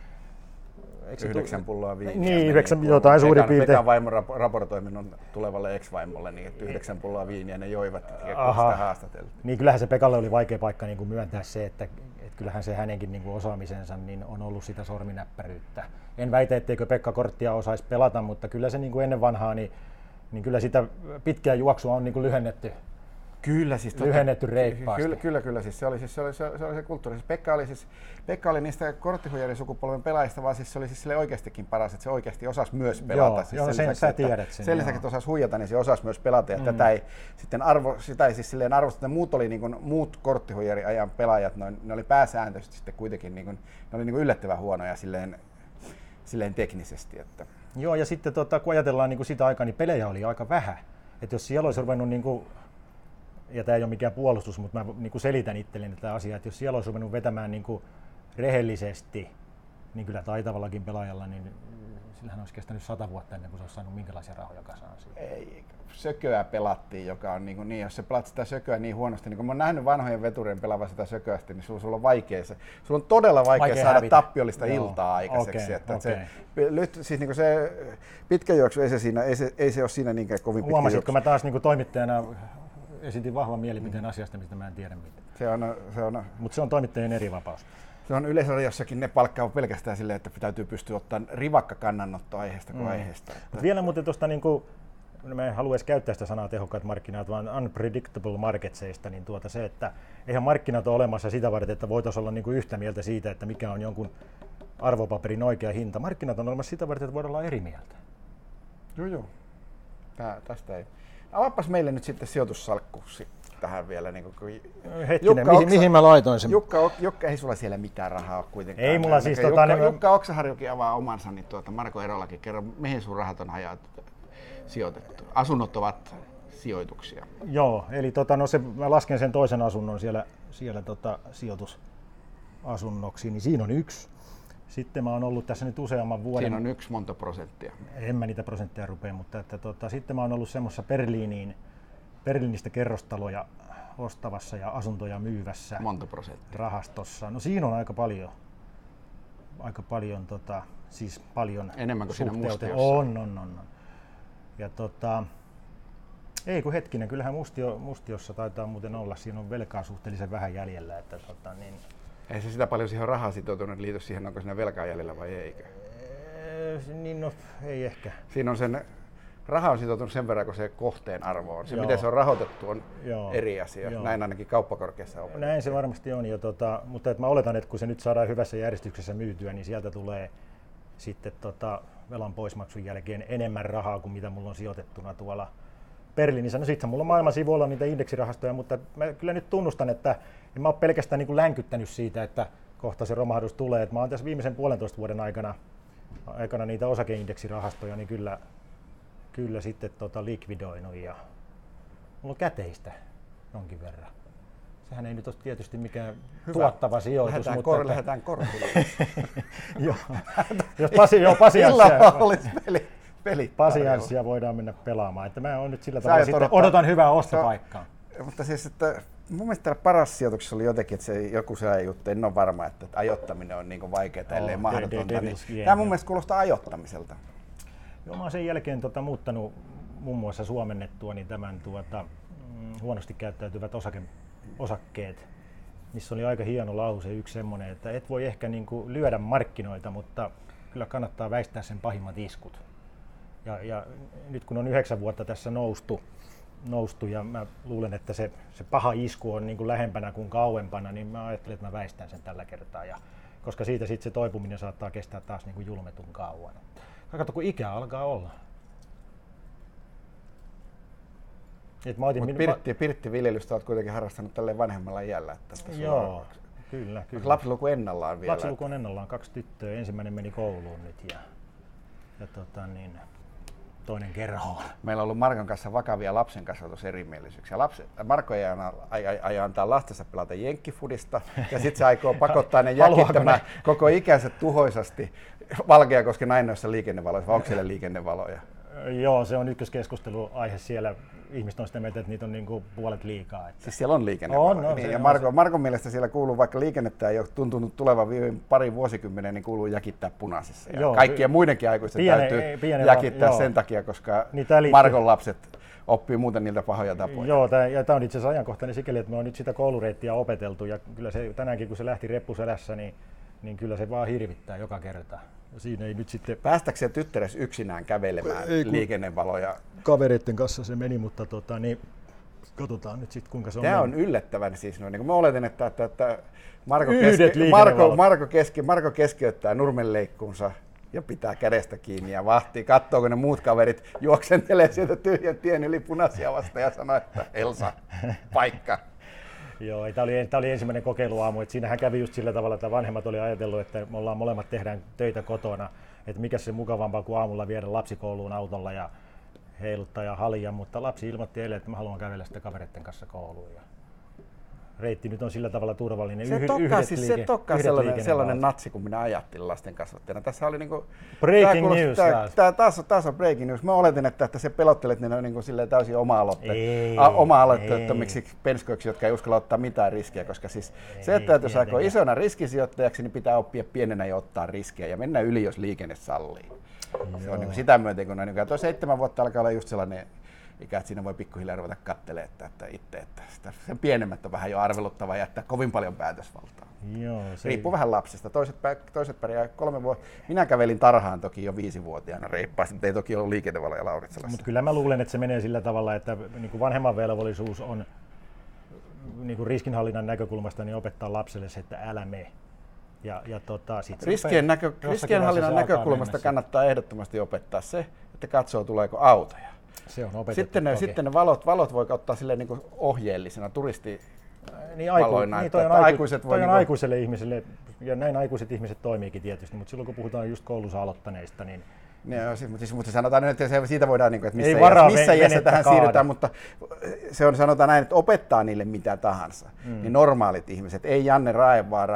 Yhdeksän pulloa viiniä. Niin, yhdeksän jotain suurin piirtein. Pekan vaimo raportoi minun tulevalle ex-vaimolle, niin että yhdeksän pulloa viiniä ne joivat, kun sitä haastateltiin. Niin kyllähän se Pekalle oli vaikea paikka niin kuin myöntää se, että, että kyllähän se hänenkin niin kuin osaamisensa niin on ollut sitä sorminäppäryyttä. En väitä, etteikö Pekka korttia osaisi pelata, mutta kyllä se niin kuin ennen vanhaa, niin, niin kyllä sitä pitkää juoksua on niin kuin lyhennetty. Kyllä, siis lyhennetty reippaasti. Kyllä, kyllä, kyllä siis se oli, siis, se, oli, se, se oli se kulttuuri. Siis Pekka, oli siis, Pekka oli niistä korttihuijarisukupolven pelaajista, vaan siis se oli siis sille oikeastikin paras, että se oikeasti osasi myös pelata. Joo, siis joo, sen, sen lisäksi, sä tiedät sen. Sen lisäksi, että osasi huijata, niin se osasi myös pelata. Ja mm. tätä ei, sitten arvo, sitä ei siis silleen arvostettu. Muut, oli, niin kuin, muut korttihuijariajan pelaajat, noin, ne oli pääsääntöisesti sitten kuitenkin niin kuin, ne oli niin kuin yllättävän huonoja silleen, silleen teknisesti. Että. Joo, ja sitten tota, kun ajatellaan niin kuin sitä aikaa, niin pelejä oli aika vähän. Että jos siellä olisi ruvennut niin kuin, ja tämä ei ole mikään puolustus, mutta mä niin kuin selitän itselleni tätä asiaa, että jos siellä olisi ruvennut vetämään niin kuin rehellisesti, niin kyllä taitavallakin pelaajalla, niin sillähän olisi kestänyt sata vuotta ennen kuin se olisi saanut minkälaisia rahoja kasaan siitä. Ei, sököä pelattiin, joka on niin, kuin, niin jos sä pelat sitä sököä niin huonosti, niin kun mä oon nähnyt vanhojen veturien pelaavan sitä sököästi, niin sulla, sulla on vaikea se, sulla on todella vaikea, vaikea saada hävitä. Tappiollista Joo. iltaa aikaiseksi. Okay, että okay. Se, nyt, siis niin kuin se pitkä juoksu, ei se, siinä, ei se, ei se ole siinä niinkään kovin pitkä Huomasitko juoksu. Mä taas niin kuin toimittajana esitin vahvan mielipiteen asiasta, mistä mä en tiedä mitään. Se on, se on, Mutta se on toimittajien eri vapaus. Se on Yleisradiossakin, ne palkkaa pelkästään silleen, että täytyy pystyä ottamaan rivakka kannanotto aiheesta kuin mm. aiheesta. Mut vielä muuten tuosta, niin kuin, mä en halua edes käyttää sitä sanaa tehokkaat markkinat, vaan unpredictable marketseista, niin tuota se, että eihän markkinat ole olemassa sitä varten, että voitaisiin olla niin kuin yhtä mieltä siitä, että mikä on jonkun arvopaperin oikea hinta. Markkinat on olemassa sitä varten, että voidaan olla eri mieltä. Joo, joo. Tää, tästä ei. Avaapas meille nyt sitten sijoitussalkku tähän vielä. Niin kuin, Hetkinen, mihin, Oksa, mihin mä laitoin sen? Jukka, Jukka, ei sulla siellä mitään rahaa ole kuitenkaan. Ei mulla siis Jukka, tota... Jukka, Jukka Oksaharjukin avaa omansa, niin tuota Marko Erolakin kerro, mihin sun rahat on hajautettu, sijoitettu? Asunnot ovat sijoituksia. Joo, eli tota, no se, mä lasken sen toisen asunnon siellä, siellä tota, sijoitus, asunnoksi, niin siinä on yksi. Sitten mä oon ollut tässä nyt useamman vuoden. Siinä on yksi monta prosenttia. En mä niitä prosentteja rupea, mutta että, tota, sitten mä oon ollut semmoisessa Berliiniin, Berliinistä kerrostaloja ostavassa ja asuntoja myyvässä monta prosenttia rahastossa. No siinä on aika paljon, aika paljon, tota, siis paljon enemmän kuin siinä Mustiossa. On, on, on, on. Ja tota, ei kun hetkinen, kyllähän Mustio, Mustiossa taitaa muuten olla, siinä on velkaa suhteellisen vähän jäljellä. Että, tota, niin, ei se sitä paljon siihen rahaa sitoutunut, liity siihen, onko siinä velkaa jäljellä vai eikö? Ee, niin no, ei ehkä. Siinä on sen, raha on sitoutunut sen verran, kun se kohteen arvo on. Se, Joo. miten se on rahoitettu, on Joo. eri asia. Joo. Näin ainakin kauppakorkeassa on. Näin se varmasti on, ja tota, mutta et mä oletan, että kun se nyt saadaan hyvässä järjestyksessä myytyä, niin sieltä tulee sitten tota, velan poismaksun jälkeen enemmän rahaa kuin mitä mulla on sijoitettuna tuolla Berliinissä. No sittenhän mulla on maailman sivuilla niitä indeksirahastoja, mutta mä kyllä nyt tunnustan, että en mä ole pelkästään niin kuin länkyttänyt siitä, että kohta se romahdus tulee. Et mä oon tässä viimeisen puolentoista vuoden aikana, aikana niitä osakeindeksirahastoja niin kyllä, kyllä sitten tota likvidoinut ja mulla on käteistä jonkin verran. Sehän ei nyt ole tietysti mikään hyvä. Tuottava sijoitus. Lähdetään, mutta kor- että... lähdetään kortille. Joo. Jos pasi, joo, pasianssia, olisi peli, pelit pasianssia voidaan mennä pelaamaan. Että mä oon nyt sillä Sä tavalla sitten odottaa, odotan hyvää ostopaikkaa. Se, mutta siis, että mun mielestä täällä paras sijoituksessa oli jotenkin, että se joku se juttu, en ole varma, että, että ajoittaminen on niin vaikeaa, oh, ellei mahdotonta. Niin, tämä mun mielestä kuulostaa ajoittamiselta. Joo, mä oon sen jälkeen tota, muuttanut muun muassa suomennettua niin tämän tuota, mm, huonosti käyttäytyvät osake, osakkeet, missä oli aika hieno lause, yksi semmoinen, että et voi ehkä niin kuin lyödä markkinoita, mutta kyllä kannattaa väistää sen pahimmat iskut. Ja, ja nyt kun on yhdeksän vuotta tässä noustu, noustu ja mä luulen, että se, se paha isku on niin kuin lähempänä kuin kauempana, niin mä ajattelen, että mä väistän sen tällä kertaa. Ja, koska siitä sitten se toipuminen saattaa kestää taas niin kuin julmetun kauan. Kato, kun ikä alkaa olla. Mutta Pirtti, Pirtti-viljelystä olet kuitenkin harrastanut tälleen vanhemmalla iällä. Että joo, kyllä, kyllä. Lapsiluku ennallaan vielä. Lapsiluku on ennallaan, kaksi tyttöä. Ensimmäinen meni kouluun nyt ja, ja tota niin, toinen kerhoon. Meillä on ollut Markon kanssa vakavia lapsenkasvatuserimielisyyksiä. Lapsi, Marko ei aina ai, ai, ai antaa lastensa pelata jenkkifudista ja sitten se aikoo pakottaa ne jäkittämään koko ikänsä tuhoisasti Valkeakosken ainoissa liikennevaloissa, vai onko siellä liikennevaloja? Joo, se on ykköskeskusteluaihe siellä. Ihmiset on sitä mieltä, että niitä on niin kuin puolet liikaa. Että... Siis siellä on liikennevaloja. On, on, niin, se, ja on Marko, se. Markon mielestä siellä kuuluu, vaikka liikennettä ei ole tuntunut tulevan viime pari vuosikymmeneen, niin kuuluu jäkittää punaisessa. Ja joo, kaikkien py... muidenkin aikuisten piene, täytyy piene, jäkittää joo. sen takia, koska niin Markon lapset oppii muuten niiltä pahoja tapoja. Joo, tää, ja tämä on itse asiassa ajankohtainen sikäli, että me on nyt sitä koulureittiä opeteltu. Ja kyllä se tänäänkin, kun se lähti reppuselässä, niin, niin kyllä se vaan hirvittää joka kerta. Siinä ei nyt sitten... Päästäkseen tyttäres yksinään kävelemään ei, liikennevaloja? Kavereiden kanssa se meni, mutta tota, niin, katsotaan nyt sitten kuinka se on. Tämä on yllättävän siis. No, niin mä oletin, että, että, että Marko, keske, Marko, Marko, keske, Marko keskeyttää nurmenleikkuunsa ja pitää kädestä kiinni ja vahtii. Katsoo, kun ne muut kaverit juoksentelee sieltä tyhjän tien yli punaisia vasta ja sanoo, että Elsa, paikka. Joo, tämä oli, tämä oli ensimmäinen kokeiluaamu, että siinähän kävi just sillä tavalla, että vanhemmat oli ajatellut, että me ollaan molemmat tehdään töitä kotona, että mikä se mukavampaa kuin aamulla viedä lapsikouluun autolla ja heiluttaa ja halia, mutta lapsi ilmoitti eilen, että mä haluan kävellä sitä kavereiden kanssa kouluun. Ja reitti nyt on sillä tavalla turvallinen. Se Yh- tokkaa siis liike, se tokkaa sellainen, sellainen natsi, kun minä ajattelin lasten kasvattajana. Tässä oli niinku breaking tää news. Tää, tää, taas, on, taas on breaking news. Mä oletin, että, että se pelottelet ne on niinku täysin oma-aloitteettomiksi penskoiksi, jotka ei uskalla ottaa mitään riskiä, koska siis ei, se, että jos aikoo isona riskisijoittajaksi, niin pitää oppia pienenä jo ottaa riskiä ja mennä yli, jos liikenne sallii. Se on niinku sitä myöten, kun niin tuo seitsemän vuotta alkaa olla just sellainen ikä, että siinä voi pikkuhiljaa ruveta katselemaan, että, että itse, että sitä, sen pienemmät on vähän jo arveluttava ja jättää kovin paljon päätösvaltaa. Joo, se riippuu ei... vähän lapsesta. Toiset, toiset pärjää kolme vuotta. Minä kävelin tarhaan toki jo viisivuotiaana reippaasti, mutta ei toki ollut liikennevaloja Lauritsalassa. Mutta kyllä mä luulen, että se menee sillä tavalla, että niin kuin vanhemman velvollisuus on niin kuin riskinhallinnan näkökulmasta niin opettaa lapselle se, että älä mene. Ja, ja tota, sit Riskien näkö, riskienhallinnan näkökulmasta kannattaa ehdottomasti opettaa se, että katsoo tuleeko autoja. Se on opetettu. Sitten ne, sitten ne valot, valot voi ottaa silleen niin kuin ohjeellisena turisti. Niin, aiku, valoina, niin toi on, aiku, aikuiset toi on niinku... aikuiselle ihmiselle, ja näin aikuiset ihmiset toimiikin tietysti, mutta silloin kun puhutaan just koulussa aloittaneista, niin... Ja, siis, mutta, siis, mutta sanotaan nyt, että siitä voidaan, että missä iässä, missä iässä tähän kaada. siirrytään, mutta se on sanotaan näin, että opettaa niille mitä tahansa. Mm. Niin normaalit ihmiset, ei Janne Raevaara,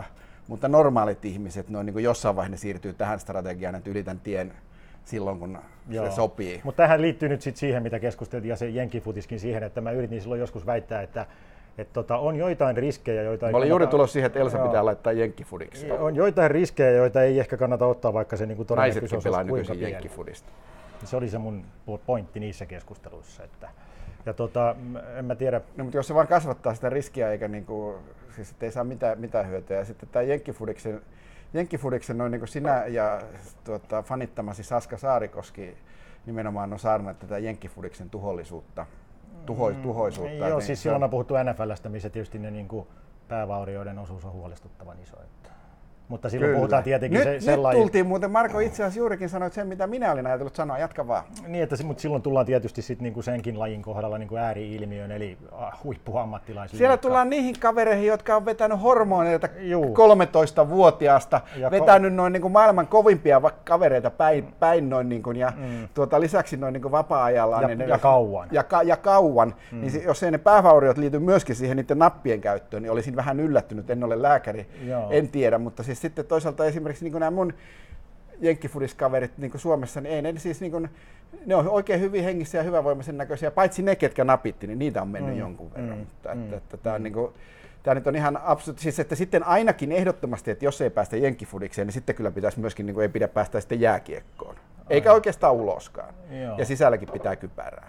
mutta normaalit ihmiset, noin niin kuin jossain vaiheessa ne siirtyy tähän strategiaan, että ylitän tien silloin, kun Joo. se sopii. Mutta tähän liittyy nyt sit siihen, mitä keskusteltiin, ja se jenkkifutiskin siihen, että mä yritin silloin joskus väittää, että et tota, on joitain riskejä, joita ei Mä olin kannata... juuri tulossa siihen, että Elsa Joo. pitää laittaa jenkkifudiksi. On joitain riskejä, joita ei ehkä kannata ottaa, vaikka se niinku todennäköisyys on kuinka nykyisin pieni. Jenkkifudista. Se oli se mun pointti niissä keskusteluissa. Että, ja tota, en mä tiedä... No, mutta jos se vaan kasvattaa sitä riskiä, eikä niinku, siis ei saa mitään, mitään hyötyä. Ja sitten tämä jenkkifudiksen, jenkkifudiksen noin niinku sinä ja tuota, fanittamasi Saska Saarikoski nimenomaan on saarnannut tätä jenkkifudiksen tuhollisuutta. Tuho, tuhoisuutta. Mm, joo, niin siis silloin on puhuttu N F L:stä, missä tietysti ne niin kuin päävaurioiden osuus on huolestuttavan iso. Että. Mutta silloin Kyllä. puhutaan tietenkin nyt, se, nyt sellainen... tultiin muuten, Marko itse asiassa juurikin sanoit sen, mitä minä olin ajatellut sanoa, jatka vaan. Niin, että, mutta silloin tullaan tietysti sit niinku senkin lajin kohdalla niinku ääri-ilmiön, eli huippuammattilaisuuden. Siellä tullaan niihin kavereihin, jotka on vetänyt hormoneita kolmetoistavuotiaasta, ja vetänyt ko- noin niinku maailman kovimpia kavereita päin, päin noin niinku, ja mm. tuota, lisäksi noin niinku vapaa-ajalla. Ja, niin ja kauan. Ja, ka- ja kauan. Mm. Niin jos ei ne päävauriot liity myöskin siihen niiden nappien käyttöön, niin olisin vähän yllättynyt, en ole lääkäri, Joo. en tiedä, mutta siis sitten toisaalta esimerkiksi niin nämä mun jenkkifudiskaverit niin Suomessa, niin ei ne siis niin kuin, ne on oikein hyvin hengissä ja hyvävoimaisen näköisiä, paitsi ne, ketkä napitti, niin niitä on mennyt mm, jonkun verran. Mm, että, mm, että, että, mm. Tämä, niin kuin, tämä nyt on ihan absurd, siis että sitten ainakin ehdottomasti, että jos ei päästä jenkkifudikseen, niin sitten kyllä pitäisi myöskin, niin kuin, ei pidä päästä sitten jääkiekkoon. Eikä Ai. oikeastaan uloskaan. Joo. Ja sisälläkin pitää kypärää.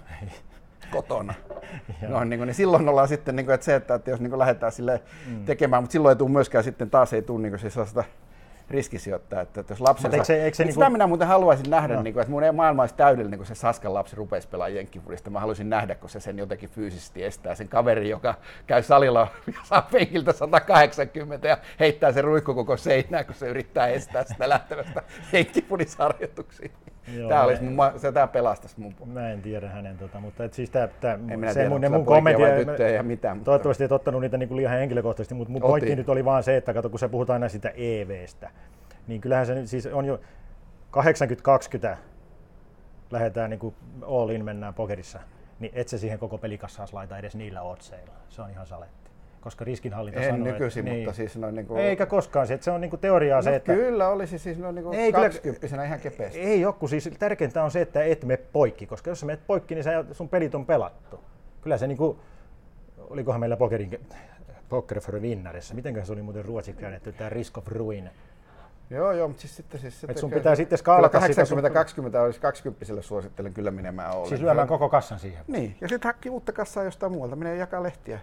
Kotona. No, niin, niin silloin ollaan sitten, niin kuin, että se, että, että jos niin kuin lähdetään sille mm. tekemään, mutta silloin ei tule myöskään sitten taas ei tule niin kuin, sellaista riskisijoittaa, että, että jos lapsensa... Eikö se, eikö se, niin sitä niin kuin... minä muuten haluaisin nähdä, no. niin kuin, että mun maailma olisi täydellinen, kun se Saskan lapsi rupeisi pelaamaan jenkkifudista. Mä haluaisin nähdä, kun se sen jotenkin fyysisesti estää sen kaverin, joka käy salilla ja saa penkiltä sata kahdeksankymmentä ja heittää sen ruikku koko seinään, kun se yrittää estää sitä lähtevästä jenkkifudisharjoituksiin. Joo, tämä, olisi mun, se, tämä pelastaisi mun puolella. Mä en tiedä hänen, tota, mutta et siis tää, tää, en minä se tiedä, mun, mun kommentti, ja mitään, mutta... toivottavasti et ottanut niitä niin liian henkilökohtaisesti, mutta mun Otin. pointti nyt oli vaan se, että kato, kun se puhutaan aina siitä E V:stä, niin kyllähän se siis on jo kahdeksankymmentä kaksikymmentä lähdetään niin kuin all in mennään pokerissa, niin et se siihen koko pelikassaas laita edes niillä otseilla. Se on ihan saletti. Koska riskinhallinta en sanoo, nykyisin, että, mutta niin, siis noin niin kuin... Eikä koskaan se, että se on niin kuin teoriaa no, se, että... Kyllä olisi siis noin niin kuin kaksikymppisenä ihan kepeästi. Ei joku, siis tärkeintä on se, että et mene poikki, koska jos sä menet poikki, niin sä, sun pelit on pelattu. Kyllä se niinku, olikohan meillä pokerin, Poker for Winnarissa, mitenköhän se oli muuten ruotsiksi käännetty, tämä Risk of Ruin. Joo, joo, mutta siis sitten... Siis et sun pitää kyllä, sitten skaalata kahdeksankymmentä kaksikymmentä olisi kaksikymppiselle suosittelen kyllä menemään ollen. Siis lyömään koko kassan siihen. Niin, ja sitten hakki uutta kassaa jostain muualta, menee jakaa lehtiä.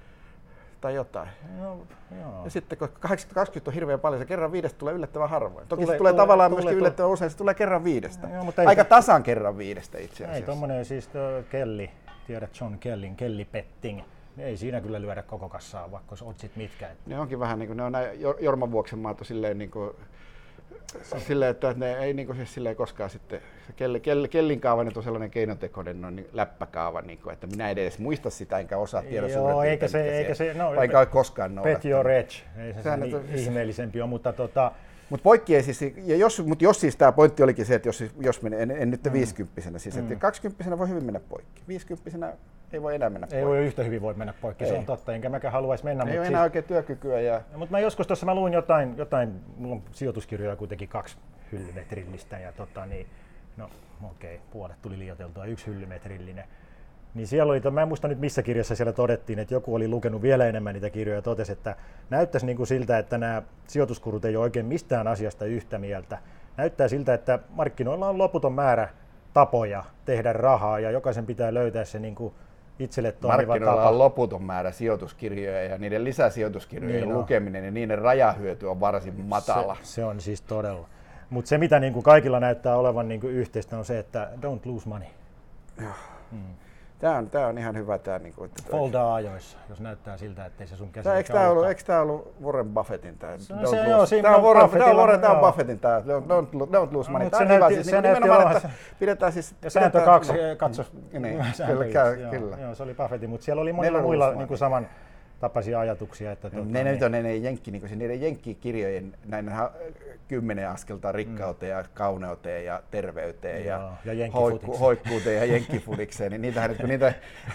Tai jotain. No, joo. Ja sitten kun kahdeksankymmentä kaksikymmentä on hirveän paljon, se kerran viidestä tulee yllättävän harvoin. Toki tule, se tulee tule, tavallaan tule, myöskin tule. yllättävän usein, se tulee kerran viidestä. Joo, aika se... tasan kerran viidestä itse asiassa. Ei tommonen siis Kelly, tiedät John Kellyn, Kelly Petting. Ei siinä kyllä lyödä koko kassaa, vaikka olisi otsit mitkä. Ne onkin vähän niin kuin, ne on näin Jorma Vuoksen maat on silleen niin kuin, silleen, että ne ei niin kuin siis silleen koskaan sitten, kelli, kelli, kellin kaava nyt on sellainen keinotekoinen no, niin läppäkaava, niin kuin, että minä en edes muista sitä enkä osaa tiedä Joo, eikä se, eikä se, no, vaikka ei koskaan noudattanut. Bet your edge, ei se sen ihmeellisempi ole, mutta tota... Mutta poikki ei siis, ja jos, mut jos siis tämä pointti olikin se, että jos, jos menee, en, en nyt mm. viisikymppisenä, siis että mm. kaksikymppisenä voi hyvin mennä poikki, viisikymppisenä ei voi enää mennä ei poikki. Ei voi yhtä hyvin voi mennä poikki, ei. Se on totta, enkä mäkään haluaisi mennä. Ei ole enää siis, oikein työkykyä. Ja... Mutta mä joskus tuossa mä luin jotain, jotain, mulla on sijoituskirjoja kuitenkin kaksi hyllymetrillistä ja tota niin, no okei, okay, puolet tuli liioiteltua, yksi hyllymetrillinen. Niin siellä oli, mä en muista nyt missä kirjassa siellä todettiin, että joku oli lukenut vielä enemmän niitä kirjoja ja totesi, että näyttäisi niin kuin siltä, että nämä sijoituskurut ei ole oikein mistään asiasta yhtä mieltä. Näyttää siltä, että markkinoilla on loputon määrä tapoja tehdä rahaa ja jokaisen pitää löytää se niin kuin itselle toimiva tapa. Markkinoilla on loputon määrä sijoituskirjoja ja niiden lisäsijoituskirjojen niin lukeminen ja niiden rajahyöty on varsin matala. Se, se on siis todella. Mutta se mitä niin kuin kaikilla näyttää olevan niin kuin yhteistä on se, että don't lose money. Hmm. Tämä on, tämä on ihan hyvä. Tämä, niin kuin, että foldaa ajoissa, jos näyttää siltä, ettei se sun käsi... Eikö tämä ollut, eikö tämä ollut Warren Buffettin? Tämä, se, se, joo, tämä on Warren, tämä on, Warren, tämä on Buffettin. Tämä, don't, don't lose money. Tämä on hyvä. Siis, niin nimenomaan, että pidetään siis... Ja sääntö kaksi, katso. Niin, kyllä, joo, kyllä. Joo, se oli Buffettin, mutta siellä oli monilla muilla niin kuin saman, tapaisia ajatuksia. Että tuota, ne, ne, ne, ne, jenkki, niin niiden jenkkikirjojen näin kymmenen askelta rikkauteen mm. ja kauneuteen ja terveyteen ja, ja hoikku, hoikkuuteen ja jenkkifudikseen, niin niitähän, kun niitä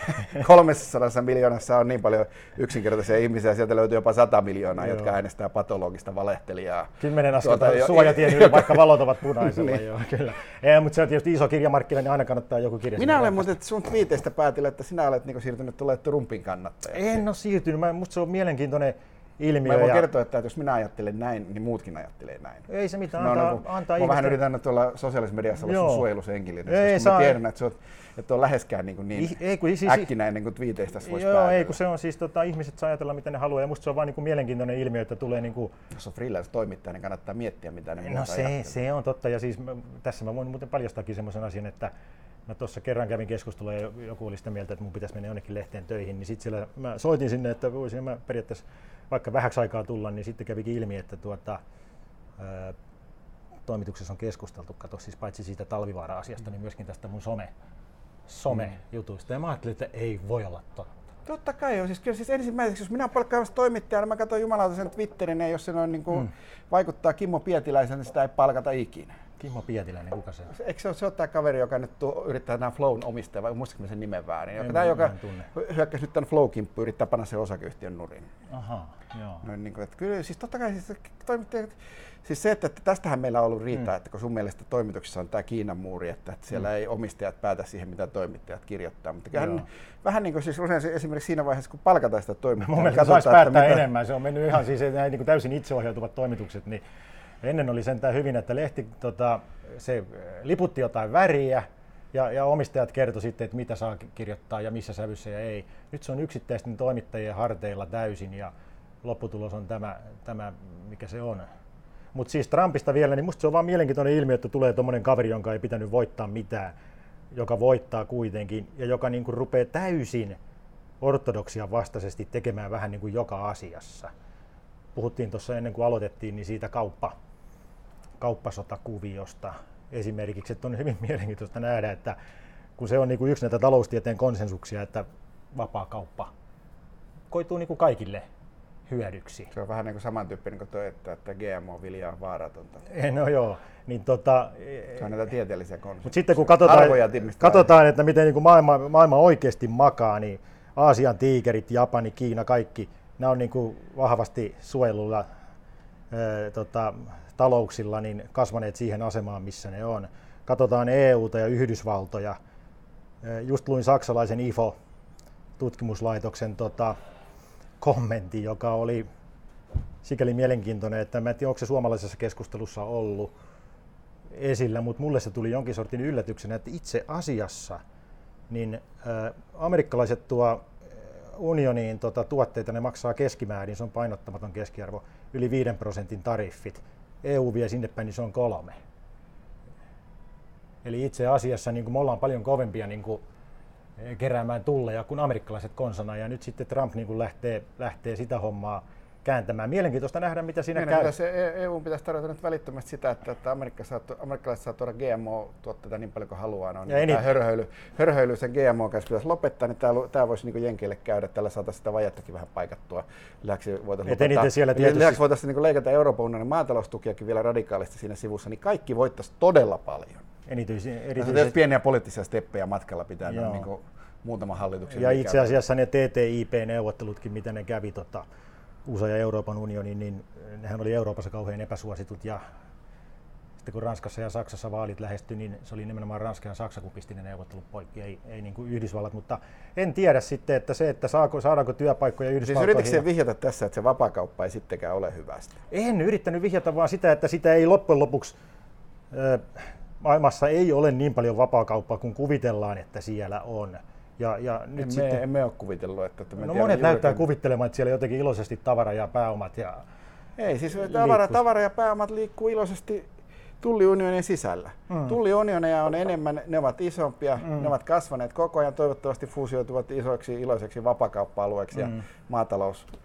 kolmesataa miljoonassa on niin paljon yksinkertaisia ihmisiä, sieltä löytyy jopa sata miljoonaa, joo, jotka äänestää patologista valehtelijaa. Kymmenen askelta tuota, suojatien yli, vaikka valot ovat punaisella. niin. Joo, kyllä. Ei, mutta se on tietysti iso kirjamarkkina, niin aina kannattaa joku kirja. Minä olen muuten sun twiiteistä päätellä, että sinä olet niin siirtynyt tulee Trumpin kannattajaksi. En ole siirtynyt. Mä, musta se on mielenkiintoinen ilmiö. Mä voin ja... kertoa, että jos minä ajattelen näin, niin muutkin ajattelee näin. Ei se mitään, antaa, no, no, antaa mä vähän yritän tuolla sosiaalisessa mediassa olla sun suojelusenkilinen, koska saa... mä tiedän, että, oot, että on läheskään niin, niin I, ei, kun, siis, äkkinäinen kuin twiiteistä voisi joo, päätellä. Ei kun se on siis, tota, ihmiset saa ajatella mitä ne haluaa ja musta se on vaan niin mielenkiintoinen ilmiö, että tulee niin kuin... Jos on freelance-toimittaja, niin kannattaa miettiä mitä ne no muuta se, se on totta ja siis mä, tässä mä voin muuten paljastaakin semmoisen asian, että mä tuossa kerran kävin keskustelua ja joku oli sitä mieltä, että mun pitäisi mennä jonnekin lehteen töihin, niin sitten siellä mä soitin sinne, että voisin mä periaatteessa vaikka vähäksi aikaa tulla, niin sitten kävikin ilmi, että tuota, ää, toimituksessa on keskusteltu, kato siis paitsi siitä Talvivaara-asiasta, niin myöskin tästä mun some, some-jutuista. Ja mä ajattelin, että ei voi olla totta. Totta kai on. Siis, kyllä siis ensimmäiseksi, jos minä palkkaan toimittajana, mä katson jumalauta sen Twitterin, ja jos se noin niin kuin mm. vaikuttaa Kimmo Pietiläisen, niin sitä ei palkata ikinä. Kimmo Pietiläinen, kuka se on? Eikö se ole, se ole tämä kaveri, joka nyt tuo, yrittää nämä Flown omistaja, vai muistatko sen nimen väärin? Joka, tämä, joka hyökkäsi nyt tämän Flow-kimppuun, yrittää panna sen osakeyhtiön nurin. Aha, joo. No, niin kuin, että kyllä, siis totta kai siis, toimittajat, siis se, että, että tästähän meillä on ollut riittää, mm. että kun sun mielestä toimituksessa on tämä Kiinan muuri, että, että siellä mm. ei omistajat päätä siihen, mitä toimittajat kirjoittaa. Mutta kyllähän vähän niin kuin siis usein esimerkiksi siinä vaiheessa, kun palkataan sitä toimittajaa. Mun mielestä saisi päättää mitä... enemmän, se on mennyt ihan siis näin niin kuin täysin itseohjautuvat toimitukset, niin ennen oli sentään hyvin, että lehti tota, se liputti jotain väriä ja, ja omistajat kertoi sitten, että mitä saa kirjoittaa ja missä sävyssä ja ei. Nyt se on yksittäisten toimittajien harteilla täysin ja lopputulos on tämä, tämä mikä se on. Mutta siis Trumpista vielä, niin musta se on vaan mielenkiintoinen ilmiö, että tulee tommonen kaveri, jonka ei pitänyt voittaa mitään, joka voittaa kuitenkin ja joka niinku rupeaa täysin ortodoksian vastaisesti tekemään vähän niin kuin joka asiassa. Puhuttiin tuossa ennen kuin aloitettiin niin siitä kauppa, kauppasotakuviosta esimerkiksi, että on hyvin mielenkiintoista nähdä, että kun se on niin kuin yksi näitä taloustieteen konsensuksia, että vapaa kauppa koituu niin kuin kaikille hyödyksi. Se on vähän niin kuin samantyyppinen kuin tuo, että, että G M O-vilja on vaaratonta. No joo, niin tota... Se on näitä tieteellisiä konsensuksia. Mutta sitten kun katsotaan, katsotaan että miten niin kuin maailma, maailma oikeasti makaa, niin Aasian tiikerit, Japani, Kiina, kaikki, nämä on niin kuin vahvasti suojelulla ää, tota, talouksilla niin kasvaneet siihen asemaan, missä ne on. Katsotaan E U:ta ja Yhdysvaltoja. Just luin saksalaisen I F O-tutkimuslaitoksen tota, kommentti, joka oli sikäli mielenkiintoinen, että mä en tiedä, onko se suomalaisessa keskustelussa ollut esillä, mutta mulle se tuli jonkin sortin yllätyksenä, että itse asiassa niin, ä, amerikkalaiset tuo unioniin tota, tuotteita, ne maksaa keskimäärin, se on painottamaton keskiarvo, yli viiden prosentin tariffit. E U vie sinne päin, niin se on kolme. Eli itse asiassa niin kuin me ollaan paljon kovempia niin kuin, keräämään tulleja kuin amerikkalaiset konsana, ja nyt sitten Trump niin kuin lähtee, lähtee sitä hommaa kääntämään. Mielenkiintoista nähdä, mitä siinä Meidän käy. Pitäisi, E U pitäisi tarjota nyt välittömästi sitä, että, että amerikkalaiset saa tuoda G M O-tuotteita niin paljon kuin haluaa. No, niin tämä hörhöily, hörhöily sen G M O kanssa pitäisi lopettaa, niin tämä, tämä voisi niin Jenkeille käydä. Tällä saataisiin sitä vajettakin vähän paikattua. Lisäksi voitaisiin, Lisäksi voitaisiin niin leikata Euroopan unionin maataloustukiakin vielä radikaalisti siinä sivussa, niin kaikki voittaisi todella paljon. Erityisesti, erityisesti pieniä poliittisia steppejä matkalla pitää niin kuin muutaman hallituksen. Ja itse asiassa ne T T I P-neuvottelutkin, mitä ne kävi tota, U S A ja Euroopan unionin, niin nehän oli Euroopassa kauhean epäsuositut. Ja sitten kun Ranskassa ja Saksassa vaalit lähestyi, niin se oli nimenomaan Ranska ja Saksa, kun pisti ne neuvottelut poikki, ei, ei niin kuin Yhdysvallat. Mutta en tiedä sitten, että se, että saako, saadaanko työpaikkoja Yhdysvaltoihin. Siis yritätkö vihjata tässä, että se vapaakauppa ei sittenkään ole hyvästä? En yrittänyt vihjata, vaan sitä, että sitä ei loppujen lopuksi äh, maailmassa ei ole niin paljon vapaakauppaa kuin kuvitellaan, että siellä on. Ja, ja nyt emme, sitten, emme ole kuvitellut. Että, että no monet juurikin näyttää kuvittelemaan, että siellä jotenkin iloisesti tavara ja pääomat. Ja ei, siis tavara, tavara ja pääomat liikkuu iloisesti tulliunionin sisällä. Mm. Tulliunioneja on enemmän, ne ovat isompia, mm. ne ovat kasvaneet koko ajan, toivottavasti fuusioituvat isoiksi iloiseksi vapakauppa-alueeksi mm. ja maatalous,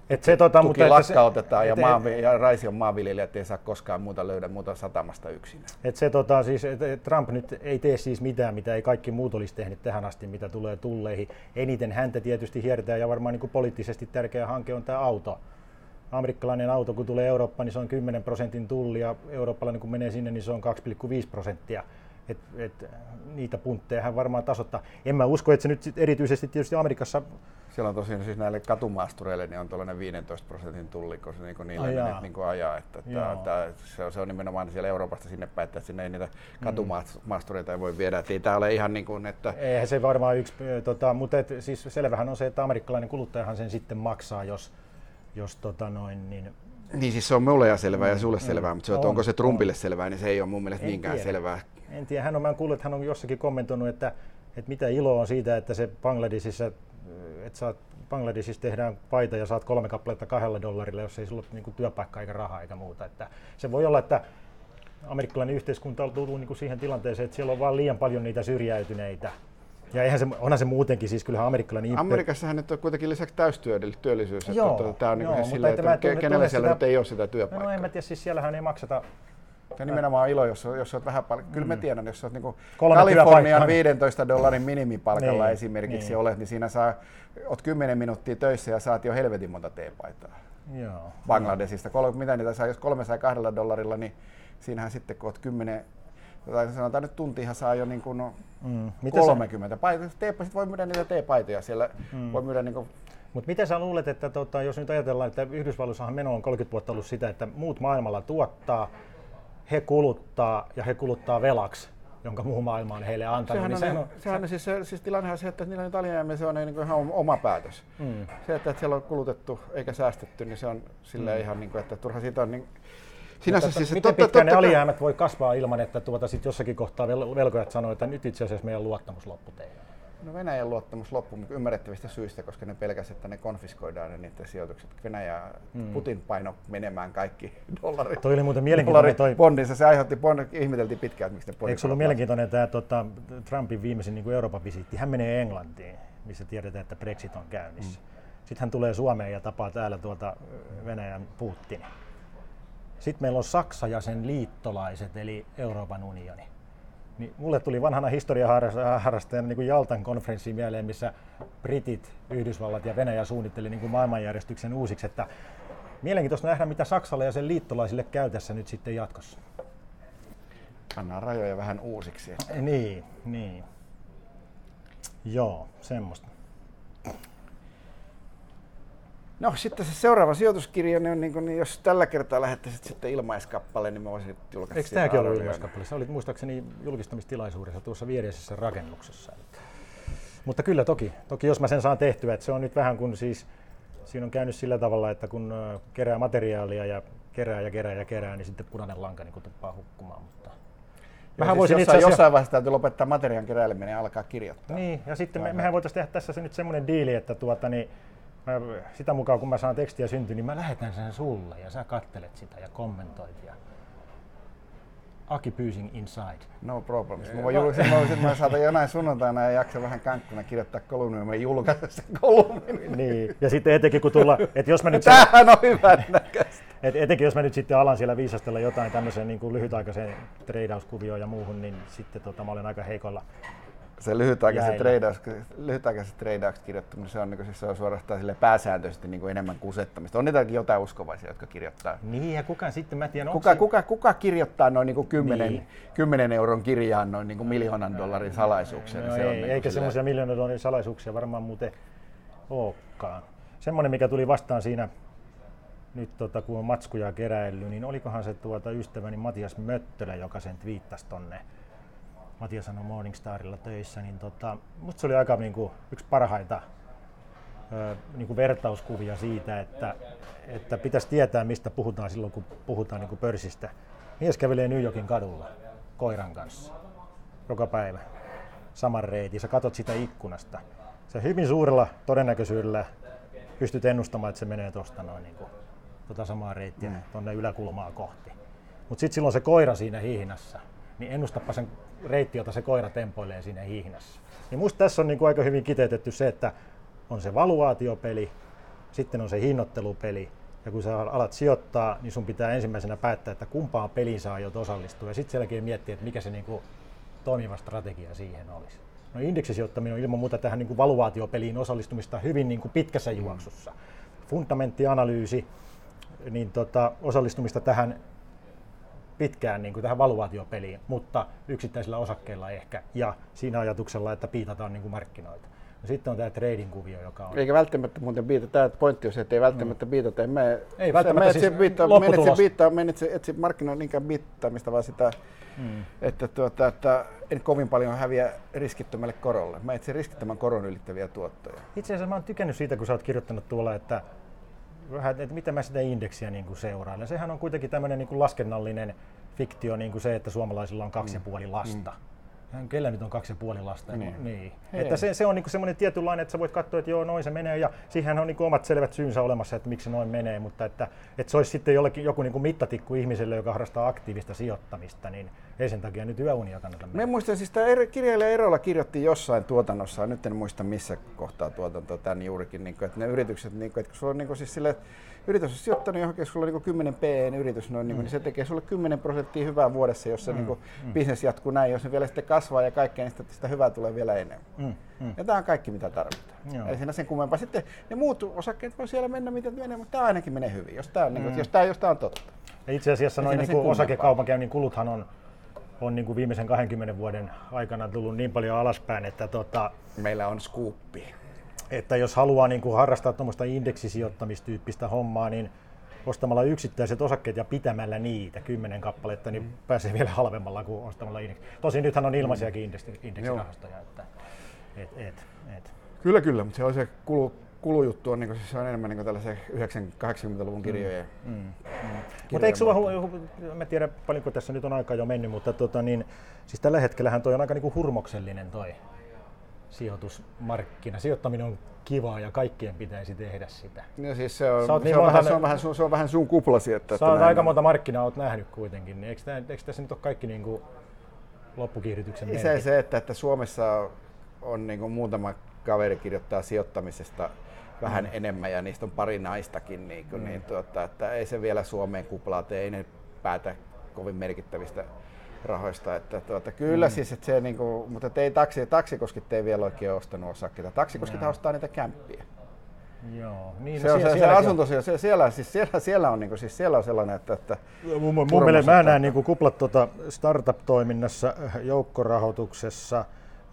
Et se, tota, tuki mutta, lakkautetaan se, ja, et, maa, ja Raision maanviljelijät ei saa koskaan muuta löydä muuta satamasta yksin. Et se, tota, siis, et Trump nyt ei tee siis mitään, mitä ei kaikki muut olisi tehnyt tähän asti, mitä tulee tulleihin. Eniten häntä tietysti hiertää ja varmaan niin kuin poliittisesti tärkeä hanke on tämä auto. Amerikkalainen auto, kun tulee Eurooppaan, niin se on kymmenen prosentin tulli ja eurooppalainen kun menee sinne, niin se on kaksi pilkku viisi prosenttia. Et, et, niitä puntteja hän varmaan tasoittaa. En mä usko, että se nyt erityisesti tietysti Amerikassa... Siellä on tosiaan siis näille katumaastureille niin on tuollainen viisitoista prosentin tulli, koska se niin niille Ajaa. niin ajaa. Että tää, tää, se, on, se on nimenomaan siellä Euroopasta sinne päin, että sinne ei niitä katumaastureita ei voi viedä. Et ei tää ole ihan niin kuin, että... Eihän se varmaan yksi, tota, mutta et, siis selvähän on se, että amerikkalainen kuluttajahan sen sitten maksaa, jos, jos tota noin, niin... Niin siis se on mulle ja selvää ja sulle mm, selvää, mutta se, että on, onko se Trumpille on. selvää, niin se ei ole mun mielestä en niinkään tiedä. selvää. En tiedä, hän on, mä olen kuullut, että hän on jossakin kommentoinut, että, että mitä iloa on siitä, että se Bangladesissa, että saat, Bangladesissa tehdään paita ja saat kolme kappaletta kahdella dollarilla, jos ei sulla ole niin kuin työpaikka eikä rahaa eikä muuta. Että se voi olla, että amerikkalainen yhteiskunta on tullut niin kuin siihen tilanteeseen, että siellä on vaan liian paljon niitä syrjäytyneitä. Ja eihän se, onhan se muutenkin, siis kyllähän amerikkalainen... Amerikassahan nyt on kuitenkin lisäksi täystyöllisyys, joo, että tuota, tämä on joo, niin silleen, että, että tunne, kenellä siellä sitä, nyt ei ole sitä työpaikkaa. No en mä tiedä, siis siellähän ei makseta... Ja nimenomaan ilo, jos, jos olet vähän paljon, mm. kyllä mä tiedän, jos olet niin Kalifornian viisitoista dollarin minimipalkalla niin, esimerkiksi niin. olet, niin siinä saa, olet kymmenen minuuttia töissä ja saat jo helvetin monta teepaitaa. Joo. Bangladesista. Kol, mitä niitä saa, jos kolmesataakaksi dollarilla, niin siinähän sitten kun olet kymmenen, tai sanotaan nyt tuntihan saa jo niin kuin no mm. kolmekymmentä paitoja. Teepaisit voi myydä niitä teepaitoja siellä, mm. voi myydä niin kuin... Mutta miten sä luulet, että tota, jos nyt ajatellaan, että Yhdysvalloissahan meno on kolmekymmentä vuotta ollut sitä, että muut maailmalla tuottaa, he kuluttaa ja he kuluttaa velaksi, jonka muu maailma on heille antanut. Sehän niin on, sehän on, sehän on siis, se, siis tilanne on se, että niillä nyt alijäämiä, se on niin kuin ihan oma päätös. Mm. Se, että, että siellä on kulutettu eikä säästetty, niin se on silleen mm. ihan niin kuin, että turha siitä on niin... Sinänsä siis, miten totta, pitkään totta, ne alijäämät voi kasvaa ilman, että tuota sit jossakin kohtaa velkojat sanoo, että nyt itse asiassa meidän luottamus loppu teille? No Venäjän luottamus loppui ymmärrettävistä syistä, koska ne pelkäsivät, että ne konfiskoidaan ne niiden sijoitukset. Venäjä, mm. Putin paino menemään kaikki dollarit. Toi oli muuten mielenkiintoinen toi... Bondissa, se aiheutti, bond, ihmeteltiin pitkään, että miksi ne bondit... Eikö se ollut mielenkiintoinen tämä tota, Trumpin viimeisin niin kuin Euroopan visiitti? Hän menee Englantiin, missä tiedetään, että Brexit on käynnissä. Mm. Sitten hän tulee Suomeen ja tapaa täällä tuota Venäjän Putinin. Sitten meillä on Saksa ja sen liittolaiset, eli Euroopan unioni. Niin mulle tuli vanhana historiaharrastajana niin kuin Jaltan konferenssi mieleen, missä Britit, Yhdysvallat ja Venäjä suunnitteli niin kuin maailmanjärjestyksen uusiksi. Että mielenkiintoista nähdä, mitä Saksalle ja sen liittolaisille käy tässä nyt sitten jatkossa. Pannaan rajoja vähän uusiksi. Että... Niin, niin. Joo, semmoista. No sitten se seuraava sijoituskirja, niin, niin, niin jos tällä kertaa lähettäisit sitten ilmaiskappale, niin mä voisin julkaista. Eikö tämäkin ollut ilmaiskappale? Sä olit muistaakseni julkistamistilaisuudessa tuossa viereisessä rakennuksessa. Mutta kyllä toki, toki jos mä sen saan tehtyä, että se on nyt vähän kuin siis, siinä on käynyt sillä tavalla, että kun kerää materiaalia ja kerää ja kerää ja kerää, niin sitten punainen lanka niin tuppaa hukkumaan. Mutta Mähän voisin jossain, asiassa... jossain vaiheessa täytyy lopettaa materiaan keräileminen ja alkaa kirjoittaa. Niin, ja sitten me, mehän voitaisiin tehdä tässä se nyt semmoinen diili, että tuota, niin, mä, sitä mukaan kun mä saan tekstiä syntyä, niin mä lähetän sen sulle ja sä kattelet sitä ja kommentoit. Ja... Aki Pyysing Inside. No problem. Mä voin julkaista, mä, voisin, mä saatan jonain sunnuntaina ja jaksa vähän kankkuna kirjoittaa kolumnia ja mä julkaisen sen kolumnin. Niin, ja sitten etenkin kun tulla, että jos mä nyt... Tämähän on hyvän näköistä. Et etenkin jos mä nyt sitten alan siellä viisastella jotain tämmöiseen niin kuin lyhytaikaiseen treidauskuvioon ja muuhun, niin sitten tota, mä olen aika heikolla. Se lyhytaikaiset treidaus, lyhytaikaiset treidaukset kirjoittaminen, se on, niin kuin, se on suorastaan sille pääsääntöisesti niin kuin enemmän kusettamista. On niitäkin jotain uskovaisia, jotka kirjoittaa. Niin, ja kuka sitten, mä tiedän, kuka, kuka, kuka kirjoittaa noin niin kuin kymmenen, niin. kymmenen euron kirjaan noin niin kuin miljoonan dollarin salaisuuksia? No, niin se ei, on niin eikä sille... semmoisia miljoonan dollarin salaisuuksia varmaan muuten olekaan. Semmoinen, mikä tuli vastaan siinä, nyt tota, kun on matskuja keräillyt, niin olikohan se tuota ystäväni Matias Möttölä, joka sen twiittasi tonne. Matias on Morningstarilla töissä, niin tota, musta se oli aika niinku, yksi parhaita ö, niinku vertauskuvia siitä, että, että pitäisi tietää, mistä puhutaan silloin, kun puhutaan niinku pörssistä. Mies kävelee New Yorkin kadulla koiran kanssa joka päivä saman reitin. Sä katot sitä ikkunasta. Sä hyvin suurella todennäköisyydellä pystyt ennustamaan, että se menee tuosta noin niinku, tota samaa reittiä mm. tuonne yläkulmaa kohti. Mutta sitten silloin se koira siinä hihnassa, niin ennustapa sen reitti, jota se koira tempoilee siinä hihnassa. Niin musta tässä on niinku aika hyvin kiteytetty se, että on se valuaatiopeli sitten on se hinnoittelupeli, ja kun sä alat sijoittaa, niin sun pitää ensimmäisenä päättää, että kumpaan peliin saa aiot osallistua, ja sitten sen jälkeen miettiä, että mikä se niinku toimiva strategia siihen olisi. No indeksisijoittaminen on ilman muuta tähän niinku valuaatiopeliin osallistumista hyvin niinku pitkässä juoksussa. Fundamenttianalyysi, niin tota, osallistumista tähän pitkään niin kuin tähän valuaatiopeliin, mutta yksittäisillä osakkeilla ehkä, ja siinä ajatuksella, että piitataan niin kuin markkinoita. No sitten on tämä trading-kuvio, joka on... Eikä välttämättä muuten biitata. Tämä pointti on se, että ei välttämättä mm. biitata. Me, ei välttämättä se, siis biittaa, lopputulos. Biittaa, me etsi, etsi markkinoilla niinkään biittaamista, vaan sitä, mm. että, tuota, että en kovin paljon häviä riskittömälle korolle. Mä etsin riskittömän koron ylittäviä tuottoja. Itse asiassa mä oon tykännyt siitä, kun sä oot kirjoittanut tuolla, että vähän, että miten mä sitä indeksiä niin kuin seurailen. Sehän on kuitenkin tämmöinen niin kuin laskennallinen fiktio, niin kuin se, että suomalaisilla on kaksi ja puoli lasta. Mm. Kellä nyt on kaksi ja puoli lasta? Niin. niin. Että se, se on niin semmoinen tietynlainen, että sä voit katsoa, että joo, noin se menee, ja siihen on niin omat selvät syynsä olemassa, että miksi se noin menee, mutta että, että se olisi sitten jollekin, joku niin mittatikku ihmiselle, joka harrastaa aktiivista sijoittamista, niin ei sen takia nyt yöunia kannata mennä. Me muistan, siis tämä kirjailija Erola kirjoitti jossain tuotannossa, nyt en muista missä kohtaa tuotantoa tämän juurikin, niin kuin, että ne yritykset, niin kuin, että kun sulla on niin kuin, siis sille, yritys on sijoittanut johonkin, sulla on niin kymmenen P-yritys, noin, niin, mm. niin se tekee sulle kymmenen prosenttia hyvää vuodessa, jos se mm. niin kuin, mm. bisnes jatkuu näin, jos se vielä sitten kasvaa ja kaikkea, niin sitä, sitä hyvää tulee vielä enemmän. Mm. Mm. Ja tämä on kaikki, mitä tarvitaan. Joo. Ei siinä sen kummempaa. Sitten ne muut osakkeet voi siellä mennä, miten menee, mutta tämä ainakin menee hyvin, jos tämä on, mm. niin kuin, jos tämä, jos tämä on totta. Ja itse asiassa noin niin osakekaupankäynnin kuluthan on, on niin kuin viimeisen kahdenkymmenen vuoden aikana tullut niin paljon alaspäin, että tota, meillä on skuuppi. Että jos haluaa niin kuin harrastaa tuommoista indeksisijoittamistyyppistä hommaa, niin ostamalla yksittäiset osakkeet ja pitämällä niitä kymmenen kappaletta, niin mm. pääsee vielä halvemmalla kuin ostamalla indeksi. Tosin nythän on ilmaisiakin mm. indeksi, indeksirahastoja. Että, et, et, et. Kyllä, kyllä, mutta se on se kulu, kulujuttu on, niin kuin, siis se on enemmän niin tällaisia yhdeksänkymmentä-kahdeksankymmentäluvun kirjoja. Mm. Mm. Mm. Mutta eikö sulla, mä tiedän paljonko tässä nyt on aikaa jo mennyt, mutta tota, niin, siis tällä hetkellähän toi on aika niin kuin hurmoksellinen toi sijoitusmarkkina. Sijoittaminen on kivaa ja kaikkien pitäisi tehdä sitä. No siis se on, se niin on, vähän, se on, vähän, sun, se on vähän sun kuplasi. Että, sä oot aika monta markkinaa oot nähnyt kuitenkin, niin eikö, tämä, eikö tässä nyt ole kaikki niin kuin loppukiihdytyksen merkit? Se, se että, että Suomessa on niin kuin muutama kaveri kirjoittaa sijoittamisesta vähän mm. enemmän ja niistä on pari naistakin, niin, kuin, mm. niin tuota, että ei se vielä Suomeen kuplaa tee, ei ne päätä kovin merkittävistä rahoista. Että, tuota, kyllä mm. siis, että se, niin kuin, mutta ei taksi, taksikoskit ei vielä oikein ostanut osakkeita. Taksikoskit no. ostaa niitä kämppiä. Joo, niin, se, no, on siellä, se, se asunto siellä, siellä, siis siellä, siellä, on, niin kuin, siis siellä on sellainen, että... että mun mun mielestä mä näen niin kuplat tuota startup-toiminnassa, joukkorahoituksessa,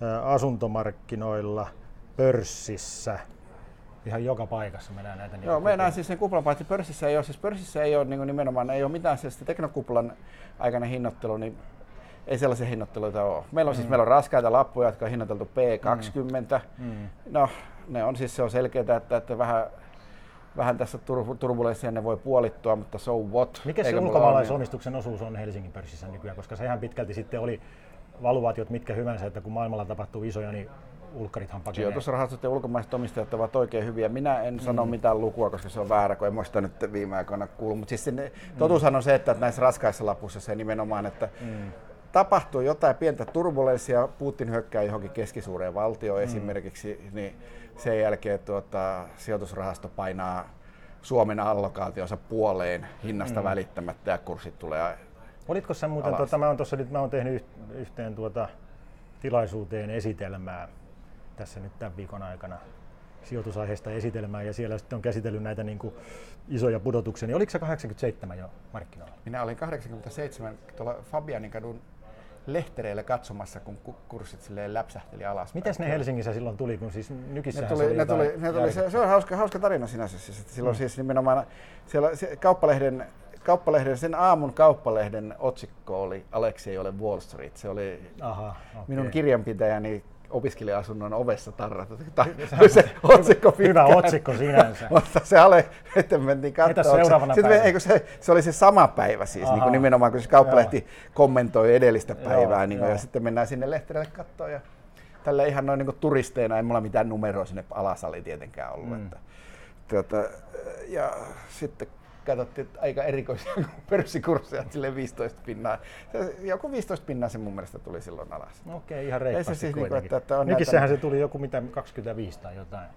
asuntomarkkinoilla, pörssissä, ihan joka paikassa mä näen näitä. Joo, mä näen siis sen kuplan, paitsi pörssissä ei ole, siis pörssissä ei ole niin nimenomaan, ei ole mitään sellaista teknokuplan aikainen hinnoittelu, niin ei sellaisia hinnoitteluita ole. Meillä on mm. siis meillä on raskaita lappuja, jotka on hinnoiteltu P kaksikymmentä. Mm. No, ne on siis se on selkeää, että, että vähän, vähän tässä turbulenssia ne voi puolittua, mutta so what? Mikä se ulkomaalaisomistuksen osuus on Helsingin pörssissä nykyään, koska sehän pitkälti sitten oli valuaatiot mitkä hyvänsä, että kun maailmalla tapahtuu isoja, niin ulkkarithan pakenee. Sijoitusrahastot ja ulkomaiset omistajat ovat oikein hyviä. Minä en mm. sano mitään lukua, koska se on väärä, kun en muista nyt viime aikoina kuullut. Mutta siis se, totuushan on se, että näissä raskaissa lapuissa se nimenomaan, että mm. tapahtuu jotain pientä turbulenssia, Putin hyökkää johonkin keskisuureen valtioon mm. esimerkiksi, niin sen jälkeen tuota, sijoitusrahasto painaa Suomen allokaationsa puoleen hinnasta mm. välittämättä ja kurssit tulee. Olitko sä muuten, tuota, mä oon tossa nyt, mä oon tehnyt yhteen tuota tilaisuuteen esitelmää tässä nyt tämän viikon aikana sijoitusaiheesta esitelmää ja siellä sitten on käsitellyt näitä niin kuin isoja pudotuksia, niin oliko se kahdeksankymmentäseitsemän jo markkinoilla? Minä olin kahdeksankymmentäseitsemän tuolla Fabianin lehtereillä katsomassa, kun kurssit silleen läpsähteli alas. Mites ne Helsingissä silloin tuli, kun siis nykissähän ne tuli, se oli ne tuli, ne tuli, se, se on hauska, hauska tarina sinänsä. Siis, silloin mm. siis nimenomaan siellä se, kauppalehden, kauppalehden, sen aamun kauppalehden otsikko oli Aleksi ei ole Wall Street. Se oli Aha, okay. minun kirjanpitäjäni opiskelija-asunnon ovessa tarrattu. Se otsikko hyvä otsikko sinänsä. Mutta se ale, että mentiin katsomaan. Se, se, se oli se sama päivä siis, niin kuin nimenomaan kun se kauppalehti Joo. kommentoi edellistä päivää. Joo, niin kuin, ja sitten mennään sinne lehtereille katsomaan. Ja tällä ihan noin niin kuin turisteina, ei mulla mitään numeroa sinne alasali tietenkään ollut. Mm. Että, tuota, ja sitten katsottiin aika erikoisia pörssikursseja, silleen viisitoista pinnaa. Joku viisitoista pinnaa se mun mielestä tuli silloin alas. Okei, ihan reippaasti siis kuitenkin. Niin että, että Nykissähän näitä... se tuli joku mitä kaksikymmentäviisi tai jotain.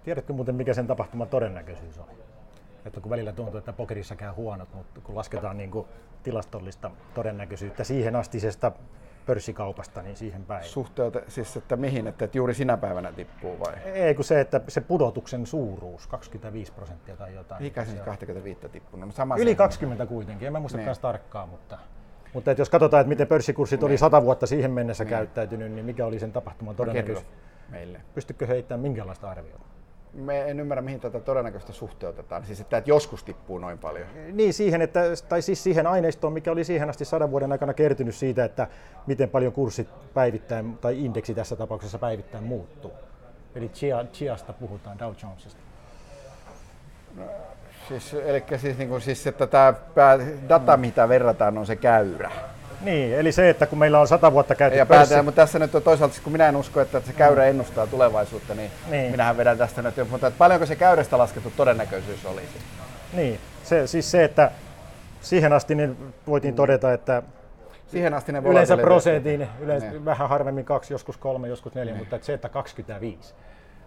Tiedätkö muuten, mikä sen tapahtuman todennäköisyys on? Että kun välillä tuntuu, että pokerissa käy huonot, mutta kun lasketaan niin kuin tilastollista todennäköisyyttä siihen astisesta pörssikaupasta, niin siihen päin. Suhteelta siis, että mihin, että, että juuri sinä päivänä tippuu vai? Ei, kun se, että se pudotuksen suuruus, kaksikymmentäviisi prosenttia tai jotain. Mikä siis kaksikymmentäviisi tippunut? No, sama Yli se, kaksikymmentä kuitenkin, en mä muista niin. myös tarkkaan, mutta, mutta että jos katsotaan, että miten pörssikurssit niin. oli sata vuotta siihen mennessä niin. käyttäytynyt, niin mikä oli sen tapahtuman todennäköisyys? Meille. Pystytkö heittämään minkälaista arviota? Me en ymmärrä, mihin tätä todennäköistä suhteutetaan. Siis, että, että joskus tippuu noin paljon. Niin, siihen, että, tai siis siihen aineistoon, mikä oli siihen asti sadan vuoden aikana kertynyt siitä, että miten paljon kurssit päivittäin, tai indeksi tässä tapauksessa päivittäin muuttuu. Eli Chia, Chiasta puhutaan, Dow Jonesista. No, siis, eli siis, niin kuin, siis, että tämä pää, data, mitä verrataan, on se käyrä. Niin, eli se, että kun meillä on sata vuotta käyty ja pörssi... päätään, mutta tässä nyt on toisaalta, kun minä en usko, että se käyrä ennustaa tulevaisuutta, niin, niin. minähän vedän tästä nyt, mutta paljonko se käyrästä laskettu todennäköisyys olisi? Niin, se, siis se, että siihen asti niin voitiin mm. todeta, että siihen asti ne yleensä prosentin, yleensä niin. vähän harvemmin kaksi, joskus kolme, joskus neljä, niin. mutta että se, että kaksikymmentäviisi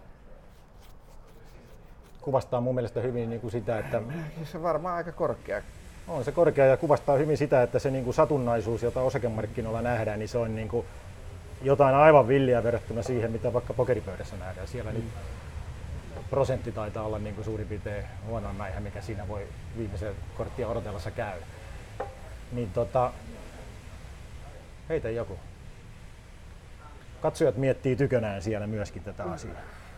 kuvastaa mun mielestä hyvin niin kuin sitä, että... Se on varmaan aika korkea. On se korkea ja kuvastaa hyvin sitä, että se niin kuin satunnaisuus, jota osakemarkkinoilla nähdään, niin se on niin kuin jotain aivan villiä verrattuna siihen, mitä vaikka pokeripöydässä nähdään. Siellä mm. nyt prosentti taitaa olla niin kuin suurin piirtein huonoin mäihä, mikä siinä voi viimeisen korttia odotellessa käydä. Niin tota, heitä joku. Katsojat miettii tykönään siellä myöskin tätä asiaa.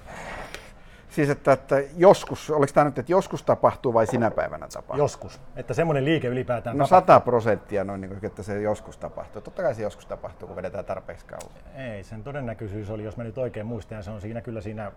Siis että, että joskus, oliko tämä nyt, että joskus tapahtuu vai sinä päivänä tapahtuu? Joskus, että semmoinen liike ylipäätään no tapahtuu. sata prosenttia noin, niin kuin, että se joskus tapahtuu. Totta kai se joskus tapahtuu, kun vedetään tarpeeksi kauan. Ei, sen todennäköisyys oli, jos mä nyt oikein muistan, se on siinä kyllä siinä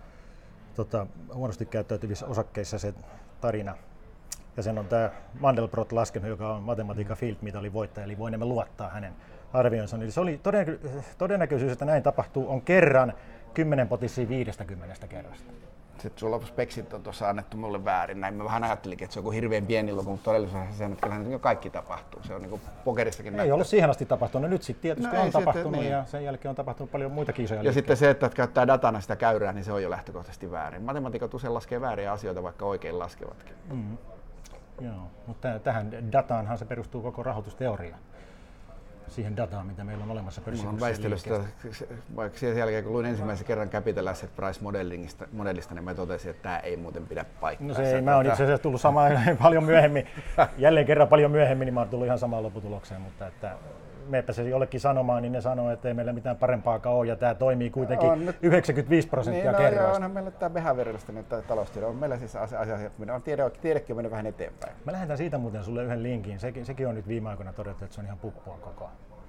tota, huonosti käyttäytyvissä osakkeissa se tarina. Ja sen on tämä Mandelbrot laskenut, joka on matematiikan Field-mitalin voittaja, eli voimme luottaa hänen arvionsa. Eli se oli todennäkö- todennäköisyys, että näin tapahtuu, on kerran kymmenen potissa viidestäkymmenestä kerrasta. Sitten sulla speksit on tuossa annettu mulle väärin. Näin mä vähän ajattelinkin, että se on kuin hirveän pieni luku, mutta todellisuudessa se on, että kyllähän kaikki tapahtuu. Se on niin kuin pokeristakin Ei nähty. ole siihen asti tapahtunut, nyt sitten tietysti no on tapahtunut sitten, niin. ja sen jälkeen on tapahtunut paljon muita isoja Ja liikkeitä. sitten se, että käyttää datana sitä käyrää, niin se on jo lähtökohtaisesti väärin. Matematiikat usein laskee vääriä asioita, vaikka oikein laskevatkin. Mm. Joo, mutta tähän dataanhan se perustuu koko rahoitusteoria. Siihen dataan, mitä meillä on olemassa pörssikurssien liikkeestä. Vaikka sen jälkeen, kun luin ensimmäisen kerran Capital Asset Price Modelingista, modellista, niin mä totesin, että tämä ei muuten pidä paikkaa. No se ei, mä oon itse asiassa tullut samaan paljon myöhemmin, jälleen kerran paljon myöhemmin, niin mä oon tullut ihan samaan lopputulokseen, mutta että meepä se jollekin sanomaan, niin ne sanoo, että ei meillä mitään parempaakaan ole, ja tämä toimii kuitenkin on nyt yhdeksänkymmentäviisi prosenttia niin, kerrasta. No, onhan meillä tämä behaviorista nyt taloustiede, on meillä siis asia, asia että on tiede, tiedekin on mennyt vähän eteenpäin. Mä lähetän siitä muuten sulle yhden linkin, sekin, sekin on nyt viime aikoina todettu, että se on ihan puppua koko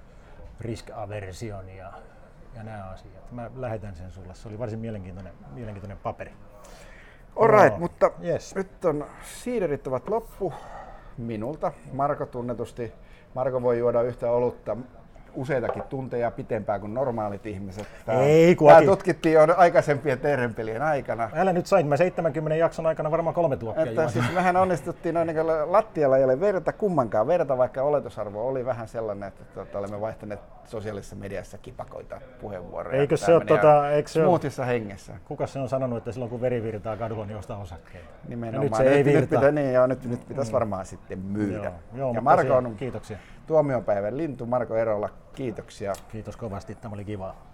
risk-aversion ja, ja nämä asiat. Mä lähetän sen sulle, se oli varsin mielenkiintoinen, mielenkiintoinen paperi. Alright, no, mutta yes. Nyt on siiderit ovat loppu minulta. Marko tunnetusti, Marko voi juoda yhtä olutta useitakin tunteja pitempään kuin normaalit ihmiset. Tämä, Ei, tämä tutkittiin jo aikaisempien terrenpelien aikana. Älä nyt sain, mä seitsemänkymmenen jakson aikana varmaan kolme tuoppia että siis mehän onnistuttiin noin niin kuin lattialla ei ole verta, kummankaan verta, vaikka oletusarvo oli vähän sellainen, että tuota, olemme vaihtaneet sosiaalisessa mediassa kipakoita puheenvuoroja. Eikö se ole tota, eikö se smoothissa hengessä? Kuka se on sanonut, että silloin kun veri virtaa kadulla, niin ostaa osakkeita? Nimenomaan. Nyt se ei nyt, virtaa. Nyt, niin, joo, nyt, nyt pitäisi varmaan sitten myydä. Joo, joo, ja Marko tosiaan, on kiitoksia. Tuomiopäivän lintu, Marko Erola, kiitoksia. Kiitos kovasti, tämä oli kivaa.